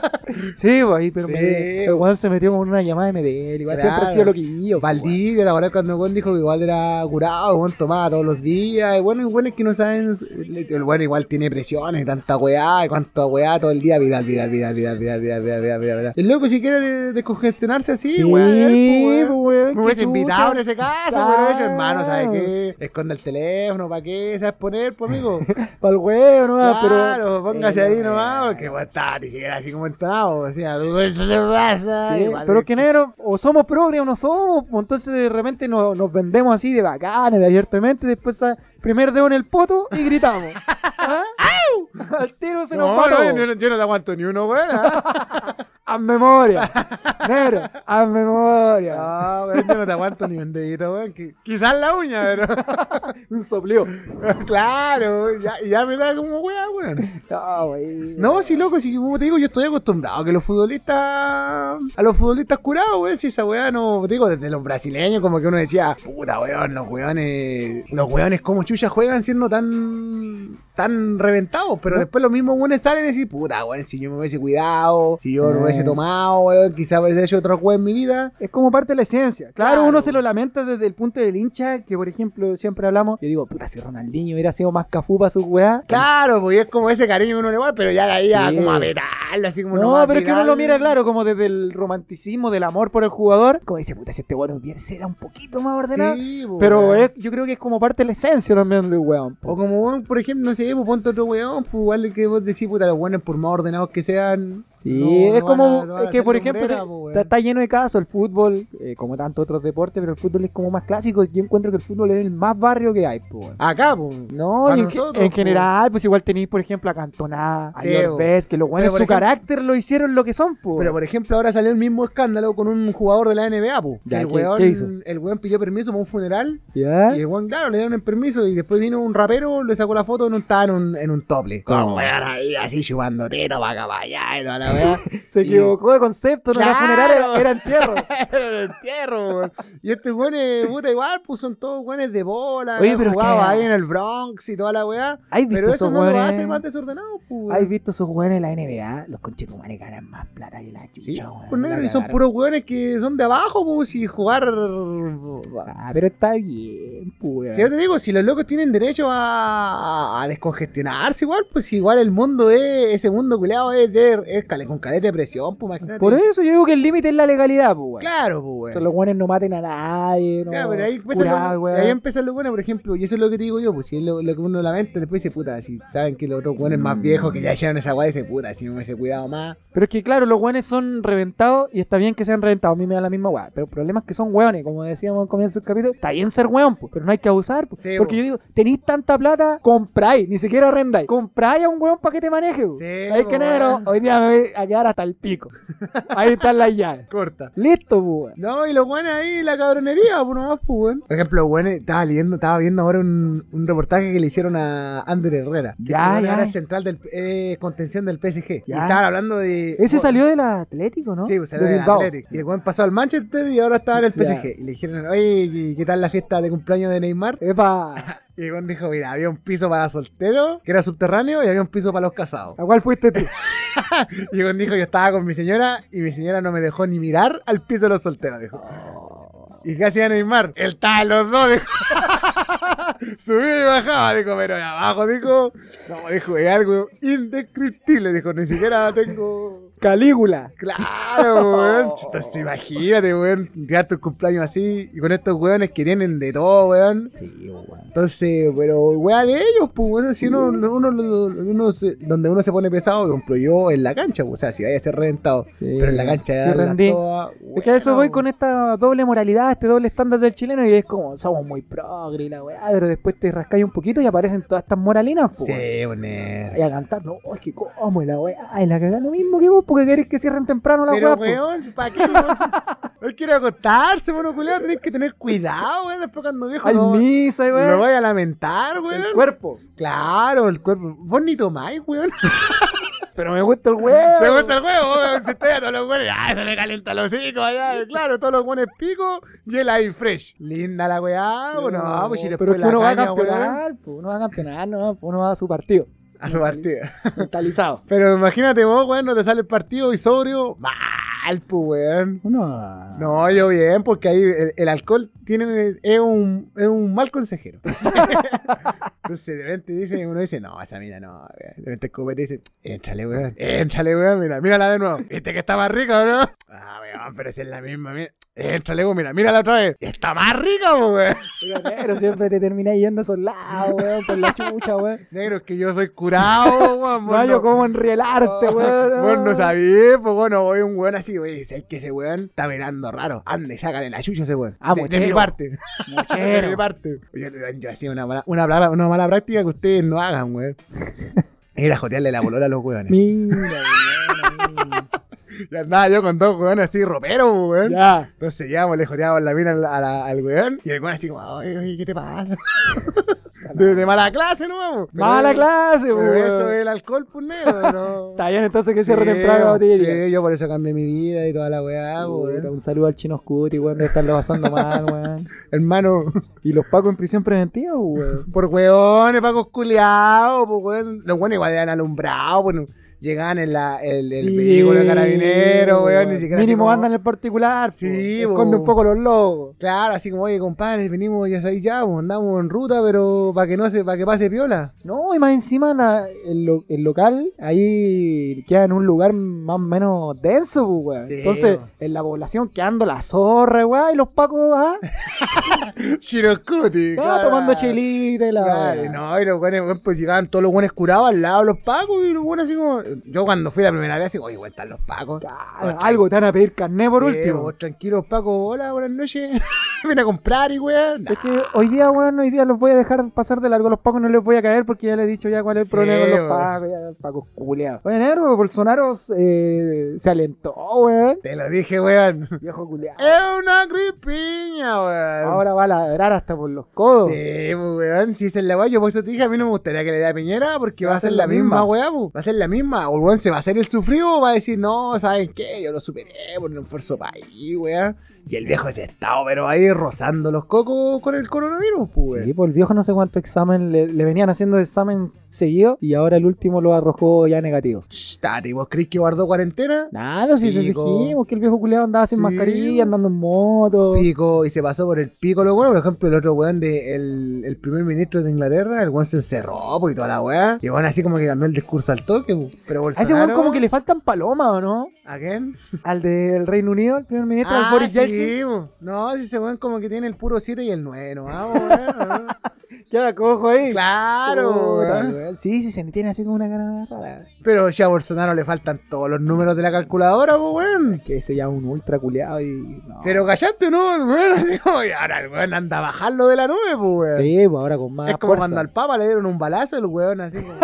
Sí, pues ahí, pero Sí. me, el weón se metió con una llamada de Medel. Igual Claro. siempre ha sido lo que vivo. pues, weón. Valdivia, ¿te acordás cuando el weón dijo que igual era curado? El weón tomaba todos los días. Y bueno, y bueno, es que no saben. El weón igual tiene presiones y tanta weá. Y cuánta weá todo el día. Vidal, Vidal, Vidal, Vidal, Vidal, Vidal, Vidal, Vidal, Vidal, Vidal. El loco, si quiere de- descongestionarse así, Sí, weón. pues, weón, Me hubiese qué invitado en chucha. ese caso, Claro. pero eso, hermano, ¿sabes qué? Esconde el teléfono, ¿para qué? ¿Sabes poner, pues, amigo? Para el huevo nomás, Claro, pero. póngase Eh, ahí nomás, porque bueno, está ni siquiera así como entonado, o sea, ¿qué le pasa? Sí, Igual, pero que negro, o somos progres o no somos, pues, entonces de repente nos, nos vendemos así de bacanes, de abiertamente, después a, primer dedo en el poto y gritamos. ¿Ah? Al tiro se nos No, va no, todo. yo, no- yo no te aguanto ni uno, weón. ¿ah? Haz memoria, negro, haz memoria. No, weón, yo no te aguanto ni un dedito, weón. que- Quizás la uña, pero. Un sopleo. Claro, ya, ya me da como weá, weón. No, güey. No, sí, loco, sí, como te digo, yo estoy acostumbrado a que los futbolistas, a los futbolistas curados, weón, si esa weá no, te digo, desde los brasileños, como que uno decía, puta, weón, los weones, los weones como chucha juegan siendo tan, tan reventados, pero ¿No? después los mismos weones salen y decir, puta, weón, si yo me hubiese cuidado, si yo no Eh. hubiese tomado, weón, quizás hubiese hecho otra weá en mi vida. Es como parte de la esencia. Claro, Claro. uno se lo lamenta desde el punto del hincha, que por ejemplo siempre hablamos, yo digo, puta, si Ronaldinho hubiera sido más cafú para su weá. Claro, pues es como ese cariño que uno le va, pero ya de ahí a Sí. como a vetarlo, así como No, más pero es que uno Vidal. lo mira, claro, como desde el romanticismo, del amor por el jugador. Como dice, puta, si este weón bien será un poquito más ordenado. Sí, pues, pero weón. es, yo creo que es como parte de la esencia también del weón. O como, weón, por ejemplo, no sé, pues ponte otro weón, pues igual que vos decís, puta, los weones por más ordenados que sean, Sí, No, es no como van a- no van a es que, hacer por ejemplo, lumbrera, te- po, weón. está, está lleno de casos. El fútbol, eh, como tantos otros deportes, pero el fútbol es como más clásico. Yo encuentro que el fútbol es el más barrio que hay, pues. Acá, pues. No, para y en, ge- nosotros, en po. general, pues igual tenéis, por ejemplo, a Cantona, a Sí, Llorbes, que los Pero, buenos por su ejemplo- carácter lo hicieron lo que son, pues. Pero por ejemplo ahora salió el mismo escándalo con un jugador de la N B A, po. Ya, el ¿qué- weón, qué hizo? el weón pidió permiso para un funeral ¿Ya? y el weón, claro, le dieron el permiso y después vino un rapero, le sacó la foto y no estaba en un, en un tople. Con ¿Cómo? weón ahí así chupando tiro para acá para allá y toda la weá. Se Y- equivocó de concepto, no era Claro. funeral, era, era entierro. Era el entierro, weón. Y estos weones, puta, igual, pues son todos weones de bola, Oye, que pero es jugaba que- ahí en el Bronx y toda la weá. ¿Has visto Pero eso esos no lo weones? hace más desordenado, pues, weón. ¿Has visto esos güeyes en la N B A? Los conchetumanes ganan más plata que la chucha, Sí, weón. pues, negro, La y son cagaron. puros weones que son de abajo, pues, y jugar. Ah, pero está bien, pues. Si yo te digo, si los locos tienen derecho a, a, a descongestionarse igual, pues igual el mundo es, ese mundo culeado es, de, es cale- con caleta de presión, pues imagínate. Por eso yo digo que el límite es la legalidad, pues, weón. Claro, pues, O weón. sea, los güeyes no maten a nadie, no. Claro, pero ahí empieza, curar, lo, weón. ahí empieza lo bueno, por ejemplo, y eso es lo que te digo yo, pues si es lo, lo que uno lamenta, después dice, puta, si saben que los otros weones más viejos que ya echaron esa weá, dice, puta, si me hubiese cuidado más. Pero es que claro, los güeyes son reventados y está bien que sean reventados, a mí me da la misma weá. Pero el problema es que son weones, como decíamos al comienzo del capítulo, está bien ser weón, pues, pero no hay que abusar, pues. Sí, Porque po. yo digo, tenéis tanta plata, compráis, ni siquiera arrendáis. Compráis a un weón para que te maneje, pues. Sí, Ahí po, que negro, weón. hoy día me voy a quedar hasta el pico. Ahí están las llaves. Corta. Listo, pues, weón. No, y los buenos ahí, la cabronería, pues nomás, pues, weón. Por ejemplo, los buenos, estaba leyendo, estaba viendo ahora un, un reportaje que le hicieron a Ander Herrera. Que Ya, este weón ya. era central del eh, contención del P S G. Y Ya. estaban hablando de. Ese oh, salió del Atlético, ¿no? Sí, pues salió de del Bilbao. Athletic. Y el weón pasó al Manchester y ahora estaba en el P S G. Ya. Y le dijeron, oye, ¿qué, qué tal la fiesta de cumpleaños de Neymar? Epa, Y el weón dijo, mira, había un piso para solteros, que era subterráneo, y había un piso para los casados. ¿a cuál fuiste tú? Y el weón dijo, yo estaba con mi señora y mi señora no me dejó ni mirar al piso de los solteros, dijo. ¿Y qué hacía Neymar? Él estaba en los dos, dijo. Subía y bajaba, dijo, pero de abajo, dijo. No, dijo, es algo indescriptible, dijo, ni siquiera tengo. Calígula. Claro, weón. Entonces, imagínate, weón, tirar tu cumpleaños así y con estos weones que tienen de todo, weón. Sí, weón. Entonces, pero weá de ellos, pues, weón, si uno, uno, uno, uno se- donde uno se pone pesado, por ejemplo, yo en la cancha, pues, o sea, si vaya a ser reventado, Sí. pero en la cancha Sí, de darlas rendí. todas, Es que a eso bueno. voy con esta doble moralidad, este doble estándar del chileno, y es como, somos muy progre y la weá, pero después te rascáis un poquito y aparecen todas estas moralinas, pues. Sí, poner. Y a cantar, no, es que como y la weá, ay, la cagá lo mismo que vos, porque queréis que cierren temprano la Pero, weá, po. weón, ¿para qué? weón? No quiere acostarse, bueno, culiado, tenés que tener cuidado, weón, después cuando viejo Hay no, misa, y no weón. vaya a lamentar, weón. El cuerpo. Claro, el cuerpo. Vos ni tomáis, weón. Pero me gusta el weón. ¿Te gusta el huevo? weón? Si estoy a todos los huevos, ¡ay, se me calienta los hocicos! allá. Claro, todos los buenos pico y el ahí fresh. Linda la weá, bueno, pues si después pero es que la uno va a caña, weón, campeonar, po, uno va a campeonar, no, po, uno va a su partido. a su partida. Mentalizado. Pero imagínate vos, weón, no te sale el partido y sobrio. Mal, pues, weón. Uno va- No, yo bien, porque ahí el, el alcohol tiene, es, un, es un mal consejero. Entonces, de repente dice, uno dice, no, esa mina no. weón. De repente el copete dice, éntrale, weón, éntrale, weón, mira, mírala de nuevo. ¿Viste que está más rica o no? Ah, weón, pero esa es la misma, mira. Éntrale, weón, mira, mírala otra vez. Está más rica, weón. Pero siempre te termináis yendo a esos lados, weón, por la chucha, weón. Negro, es que yo soy curado, weón. No vos hay yo como enrielarte, weón. Vos no sabías, pues bueno, voy un weón así, oye, ¿sabes que ese weón está mirando raro? Ande, sácale la chucha a ese weón. Ah, de, de mochero. mi parte. De Mochero. mi parte. Yo, yo hacía una mala, una, mala, una mala práctica que ustedes no hagan, weón. Era jotearle la bolola a los weones. Mira, weón, mira. Ya andaba yo con dos weones así, roperos, weón. Ya. Entonces llegamos, le joteábamos la mina al, a la- al weón. Y el weón así como, oye, oye, ¿qué te pasa? De, de mala clase, ¿no? Vamos. Mala clase, Pero weón. eso es el alcohol, pues, negro, ¿no? Está bien, entonces que cierre Sí, temprano la botella. Sí, yo por eso cambié mi vida y toda la weá, Puta, weón. un saludo al chino Scuti, weón, de estarlo pasando mal, weón. Hermano, Y los pacos en prisión preventiva, weón. por weones, pacos culiados, pues weón. Los weones igual eran alumbrados, pues no- llegaban en la, el, el Sí, vehículo de carabinero, weón, ni siquiera. así Mínimo como- andan en el particular, Sí, po. po. Esconde un poco los logos. Claro, así como, oye, compadre, venimos, ya sabéis ya, pues, andamos en ruta, pero para que no se, para que pase piola. No, y más encima la- el, lo- el local ahí queda en un lugar más o menos denso, pues, weón. Sí, Entonces, po. en la población quedando la zorra, weón, y los pacos, ah, Chiroscuti, ah, tomando chelita y la Claro, weá. no, y los buenos, pues llegaban todos los buenos curados al lado de los pacos y los buenos así como, yo cuando fui la primera vez, digo, oye, güey, están los pacos. Claro, algo te van a pedir carné por Sí, último. vos, tranquilos, Paco, hola, buenas noches. Vine a comprar y weón. Es que hoy día, weón, hoy día los voy a dejar pasar de largo. Los pacos no les voy a caer porque ya les he dicho ya cuál es el Sí, problema con los weón. pacos. Ya, los pacos culiados. Oye, negro, Bolsonaro eh, se alentó, weón. Te lo dije, weón. Viejo culiado. Es una gripiña, weón. Ahora va a ladrar hasta por los codos. Sí, pues, weón, si esa es la weá, yo por eso te dije, a mí no me gustaría que le dé a Piñera porque va a ser la misma, weá, pues. Va a ser la misma. O el weón se va a hacer el sufrido o va a decir, no, ¿saben qué? Yo lo superé por un esfuerzo país, weá. Y el viejo ese estado, pero ahí rozando los cocos con el coronavirus, pues, weón. Sí, pues el viejo no sé cuánto examen le, le venían haciendo examen seguido y ahora el último lo arrojó ya negativo. Ch, Tati, ¿vos crees que guardó cuarentena? Nada, si te Pico. dijimos que el viejo culiado andaba sin Sí. mascarilla, andando en moto. Pico, y se pasó por el pico, lo bueno, por ejemplo, el otro weón de el, el primer ministro de Inglaterra, el weón se encerró, pues, y toda la weá. Y bueno, así como que cambió el discurso al toque, pues. Pero A Bolsonaro... ese weón como que le faltan palomas, ¿o no? ¿A quién? Al del Reino Unido, el primer ministro, al Ah, Boris sí, Yeltsin. po. No, si ese weón como que tiene el puro siete y el nueve, ¿no? Vamos, weón. Queda cojo ahí. Claro, Puta, weón. weón. Sí, sí, se me tiene así como una cara rara. Pero ya a Bolsonaro le faltan todos los números de la calculadora, pues, weón. Que ese ya un ultra culiado y... No. Pero callaste, ¿no? El weón así como, y ahora el weón anda a bajarlo de la nube, pues, weón. Sí, pues ahora con más Es como fuerza. cuando al Papa le dieron un balazo, el weón así como...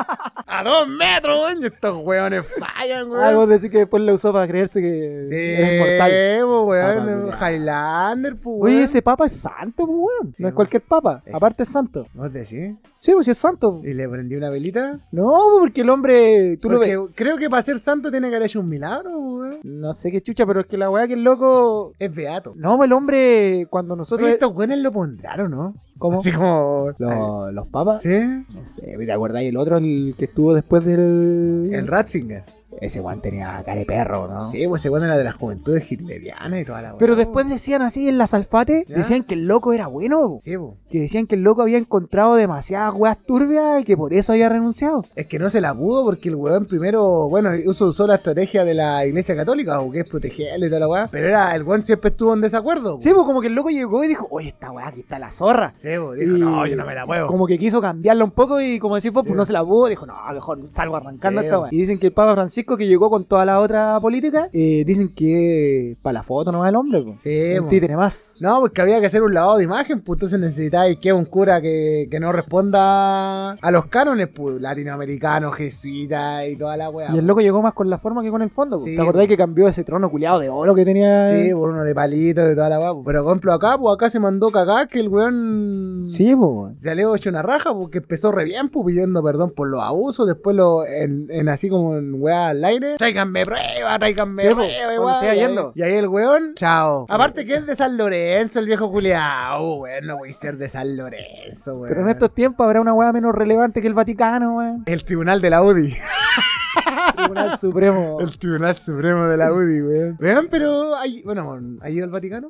a dos metros, weón. Y estos weones fallan, weón. Ah, vos decís que después lo usó para creerse que Sí, eres mortal. pues, Papa, weón. culiao. Highlander, pues, weón. Oye, ese papa es santo, pues, weón. Sí, no es weón. cualquier papa. Es- Aparte es santo. ¿Vos decís? Sí, pues sí es santo. ¿Y le prendí una velita? No, porque el hombre... Tú Porque lo ves. creo que para ser santo tiene que haber hecho un milagro, weón. No sé qué chucha, pero es que la weá que el loco... Es beato. No, pues el hombre, cuando nosotros... Oye, estos güeyes lo pondrán, ¿o no? ¿Cómo? Así como... Los, los papas. ¿Sí? No sé, ¿te acordáis? El otro, el que estuvo después del... El Ratzinger. Ese weón tenía cara de perro, ¿no? Sí, pues ese güey era de las juventudes hitlerianas y toda la Pero weá. después decían así en la Salfate, ¿Ya? decían que el loco era bueno. Sí, pues. Que decían que el loco había encontrado demasiadas weas turbias y que por eso había renunciado. Es que no se la pudo porque el weón primero, bueno, usó, usó la estrategia de la iglesia católica, o que es protegerlo y toda la weá. Pero era, el weón siempre estuvo en desacuerdo. Sí, pues como que el loco llegó y dijo, oye, esta weá, aquí está la zorra. Sí, pues, dijo, Y no, yo no me la muevo. Como que quiso cambiarla un poco y como decís vos, Sí. pues no se la pudo. Dijo, no, mejor salgo arrancando Sí. esta weá. Y dicen que el Papa Francisco, que llegó con toda la otra política, eh, dicen que para la foto nomás el hombre, pues. Sí, Un po. títere más. No, porque había que hacer un lavado de imagen, pues entonces necesitáis que un cura que, que no responda a los cánones, pues, latinoamericanos, jesuitas y toda la weá. Y el loco llegó más con la forma que con el fondo. pues. Sí, ¿Te acordás po. que cambió ese trono culiado de oro que tenía? Sí, por uno de palitos y toda la weá. Pero por ejemplo acá, pues acá se mandó cagar que el weón Sí, pues. se le hecho una raja porque empezó re bien, pues pidiendo perdón por los abusos, después lo en, en así como en weá al aire, tráiganme prueba, tráiganme Sí, po, prueba, cuando igual. se iba Y ahí- yendo. Y ahí el weón, chao. Aparte que es de San Lorenzo, el viejo culiao, weón, no voy a ser de San Lorenzo, weón. Pero en estos tiempos habrá una weá menos relevante que el Vaticano, weón. El tribunal de la U D I. Tribunal Supremo. El tribunal supremo de la U D I, weón. Weón, pero hay, bueno, ¿ha ido al Vaticano?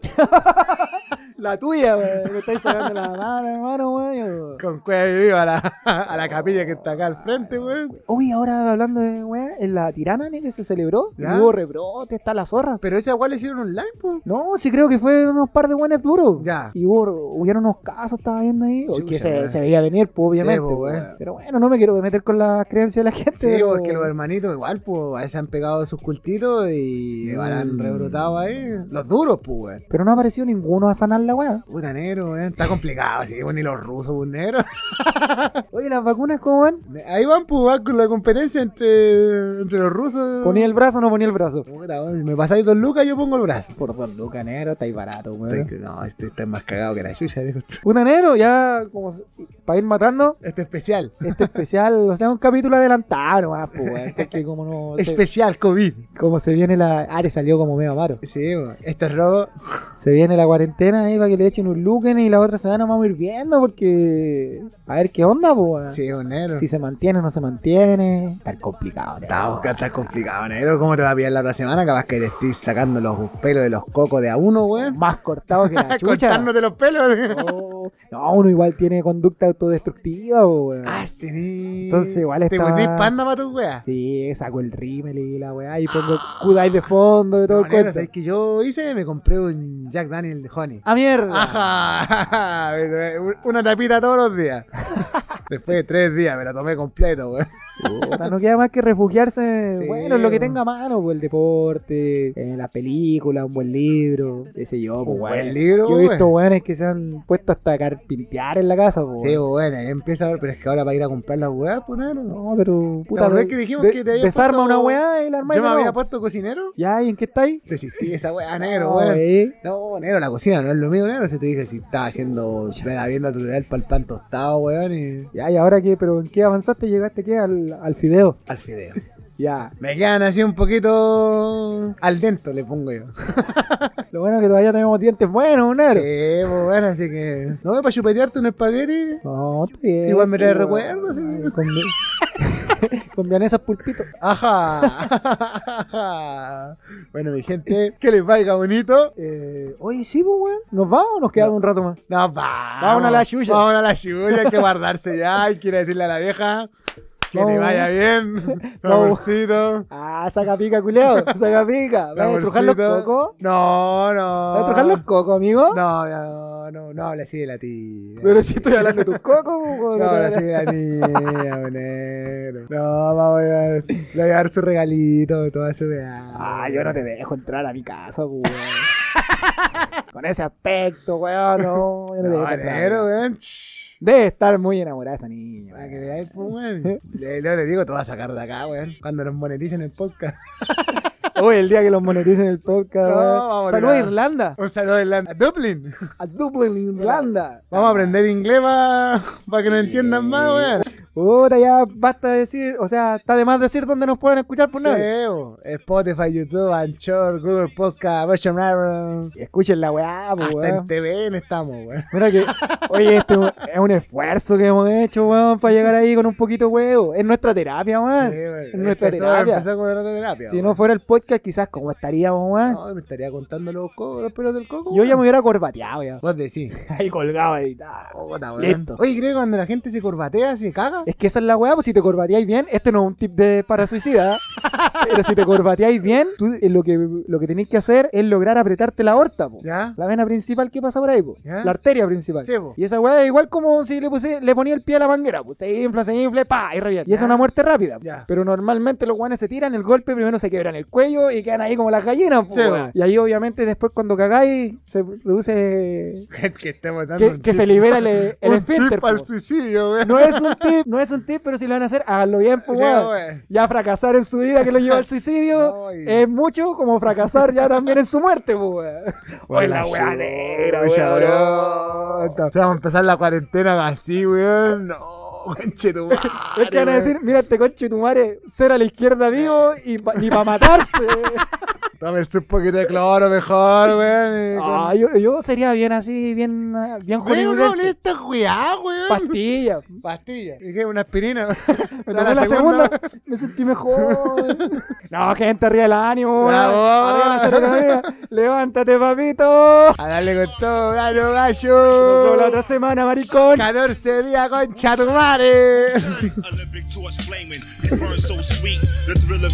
La tuya, weón. Me estáis sacando la mano, hermano, weón. Con cueva viva a la, a la capilla que está acá al frente, weón. Uy, ahora hablando de weón, en la tirana ¿no? que se celebró, ¿Ya? hubo rebrote, está la zorra. Pero esa weá le hicieron online, pues. No, sí creo que fue unos par de buenos duros. Ya. Y hubo, hubieron unos casos, estaba viendo ahí, Sí, que pues, se, weón. se veía venir, pues, obviamente. Sí, pues, pues, weón. weón. Pero bueno, no me quiero meter con las creencias de la gente. Sí, pero- porque los hermanitos igual, pues, ahí se han pegado sus cultitos y igual han rebrotado ahí. Los duros, pues, weón. Pero no ha aparecido ninguno a sanar la weá. Puta negro, weón. Está complicado, sí, pues, ni los rusos, pues, negro. Oye, ¿las vacunas cómo van? Ahí van, pues, van con la competencia entre, entre los rusos. ¿Ponía el brazo o no ponía el brazo? Puta, weón, me pasáis dos lucas, yo pongo el brazo. Por dos lucas, negro, está ahí barato, weón. Estoy- No, este está más cagado que la chucha, dijo. Puta, negro, ya como para ir matando Este especial. este especial, o sea, un capítulo adelantado nomás, pues, weón. Porque como no... se- Especial COVID. como se viene la... Are salió como medio amaro. Sí, weón. Esto es robo. Se viene la cuarentena ahí para que le echen un luquen y la otra semana vamos a ir viendo porque... A ver qué onda, pues, weón. Sí, weón, negro. Si se mantiene o no se mantiene. Está complicado, negro. Está, buscar, está complicado, negro. ¿Cómo te va a pillar la otra semana? Capaz que te estés sacando los pelos de los cocos de a uno, weón. Más cortado que la chucha. Cortándote los pelos. Oh, no, uno igual tiene conducta autodestructiva, po, weón. Ah, tení. Entonces igual ¿Te está- ponís panda para tu weá? Sí, saco el rímel y la weá y pongo kudai de fondo y todo No, el negro, cuento. ¿sabes qué yo hice? Me compré un Jack Daniel de Honey. ¡Ah, mierda! Ajá, una tapita todos los días. Después de tres días me lo tomé completo, weón. Puta, no queda más que refugiarse, Sí, bueno, en lo que weón. tenga a mano, pues, el deporte, en la película, un buen libro, qué sé yo, pues, Un buen weón. libro, Yo he visto weón. weones que se han puesto hasta a carpintear en la casa, pues, Sí, weón. bueno, ahí empieza a ver, pero es que ahora para ir a comprar las weas, pues no. No, pero, puta, acordás de- que dijimos de- que te habías desarma puesto- una weá y la armáis Yo me de había nuevo. puesto cocinero. Ya, ¿y en qué estáis? Desistí de esa wea, negro, No, weón. eh. No, negro, la cocina no es lo mío, negro. Si te dije si estaba haciendo, me viendo el tutorial para el pan tostado, weón, y Ya, ¿y ahora qué? ¿Pero en qué avanzaste? ¿Llegaste qué? Al, al fideo. al fideo. Ya. Me quedan así un poquito al dento, le pongo yo. Lo bueno es que todavía tenemos dientes buenos, negro. Sí, pues bueno, así que. No, para chupetearte un espagueti. No, está bien. Igual me trae sí, recuerdos, sí. ay, Con, mi- con vianesas pulpito. Ajá. Bueno, mi gente, que les vaya bonito. Eh, oye, sí, pues, weón. ¿Nos vamos o nos quedamos No. un rato más? No, vamos. Vámonos a la chucha. Vámonos a la chucha, hay que guardarse ya. Hay que ir a decirle a la vieja que te Vamos. vaya bien. Vamos. Amorcito. Ah, saca pica, culeado. Saca pica. ¿Vas a estrujar los Amorcito. cocos? No, no. ¿Vas a estrujar los cocos, amigo? No, no, no, no habla así de la tía. Pero si estoy hablando de tus cocos, weón. No habla así de la tía, bonero. No, vamos a, le voy a dar su regalito, toda su weá. Ah, yo no te dejo entrar a mi casa, weón. Con ese aspecto, weón, no. Yo no te No, dejo entrar. bonero, weón. Shh. Debe estar muy enamorada esa niña. Para weón. que veáis, pues, weón. Le, le, le digo, te vas a sacar de acá, weón. Cuando nos moneticen el podcast. Hoy el día que los moneticen el podcast, No, weón. vamos a Saludos a tirar. Irlanda. Un saludo a Irlanda. Dublin. A Dublin, Irlanda. Vamos a aprender inglés para que nos entiendan más, weón. Puta, ya basta de decir, o sea, está de más decir dónde nos pueden escuchar por nada. Sí, bo. Spotify, YouTube, Anchor, Google Podcast, Version Iron. Y escuchen la weá, pues, Hasta en weón. T V N estamos, weón. Mira que, oye, este es un esfuerzo que hemos hecho, weón, para llegar ahí con un poquito de huevo. Es nuestra terapia, weón. Sí, weón. Es nuestra Empezó- terapia. Empezó con la terapia. Si weón. no fuera el podcast, quizás cómo estaríamos, weón. No, me estaría contando los, cocos, los pelos del coco. Yo ya me weón. hubiera corbateado, ya. Vos decís. Ahí colgado ahí. ah, Puta, weón. Listo. Oye, creo que cuando la gente se corbatea, se caga. Es que esa es la weá, pues si te corbateáis bien, este no es un tip de para suicida, pero si te corbateáis bien, tú eh, lo que lo que tenéis que hacer es lograr apretarte la aorta, po. ¿Ya? La vena principal que pasa por ahí, po. ¿Ya? La arteria principal. Sí, po. Y esa weá es igual como si le puse, le ponía el pie a la manguera, pues se infla, se infla, pa, y revienta. Y esa es ¿Ya? una muerte rápida. po. Ya. Pero normalmente los guanes se tiran el golpe, primero se quebran el cuello y quedan ahí como las gallinas, po, Sí, weá. po. Y ahí obviamente después cuando cagáis se produce que estamos dando que, un que tip. se libera el, el un esfínter. tip al po. suicidio, weón. No es un tip, no es un tip, pero si lo van a hacer, háganlo bien, pues, Sí, weón. weón. Ya fracasar en su vida que lo lleva al suicidio No, y- es mucho como fracasar ya también en su muerte, pues, weón. Oye, la Buena weá negra, chucha, weón. weón. O sea, vamos a empezar la cuarentena así, weón. No, conche tu madre, Es que van a weón. decir, mira este conche tu madre, ser a la izquierda vivo y pa- ni para matarse. Tómese un poquito de cloro mejor, weón. y con- Ah, yo, yo sería bien así, bien, ah, bien Weón, no hollywoodense. hablé esta weá, weón. Pastilla. Pastilla. ¿Y qué? ¿Una aspirina? Me tomé la segunda, me sentí mejor. No, gente, arriba el ánimo, weón. Bravo. Arriba la serotonina. Levántate, papito. A darle con todo, gallo, Nos vemos gallo. la otra semana, maricón. catorce días, concha tu madre. Olympic torch flaming, it burns so sweet. The thrill of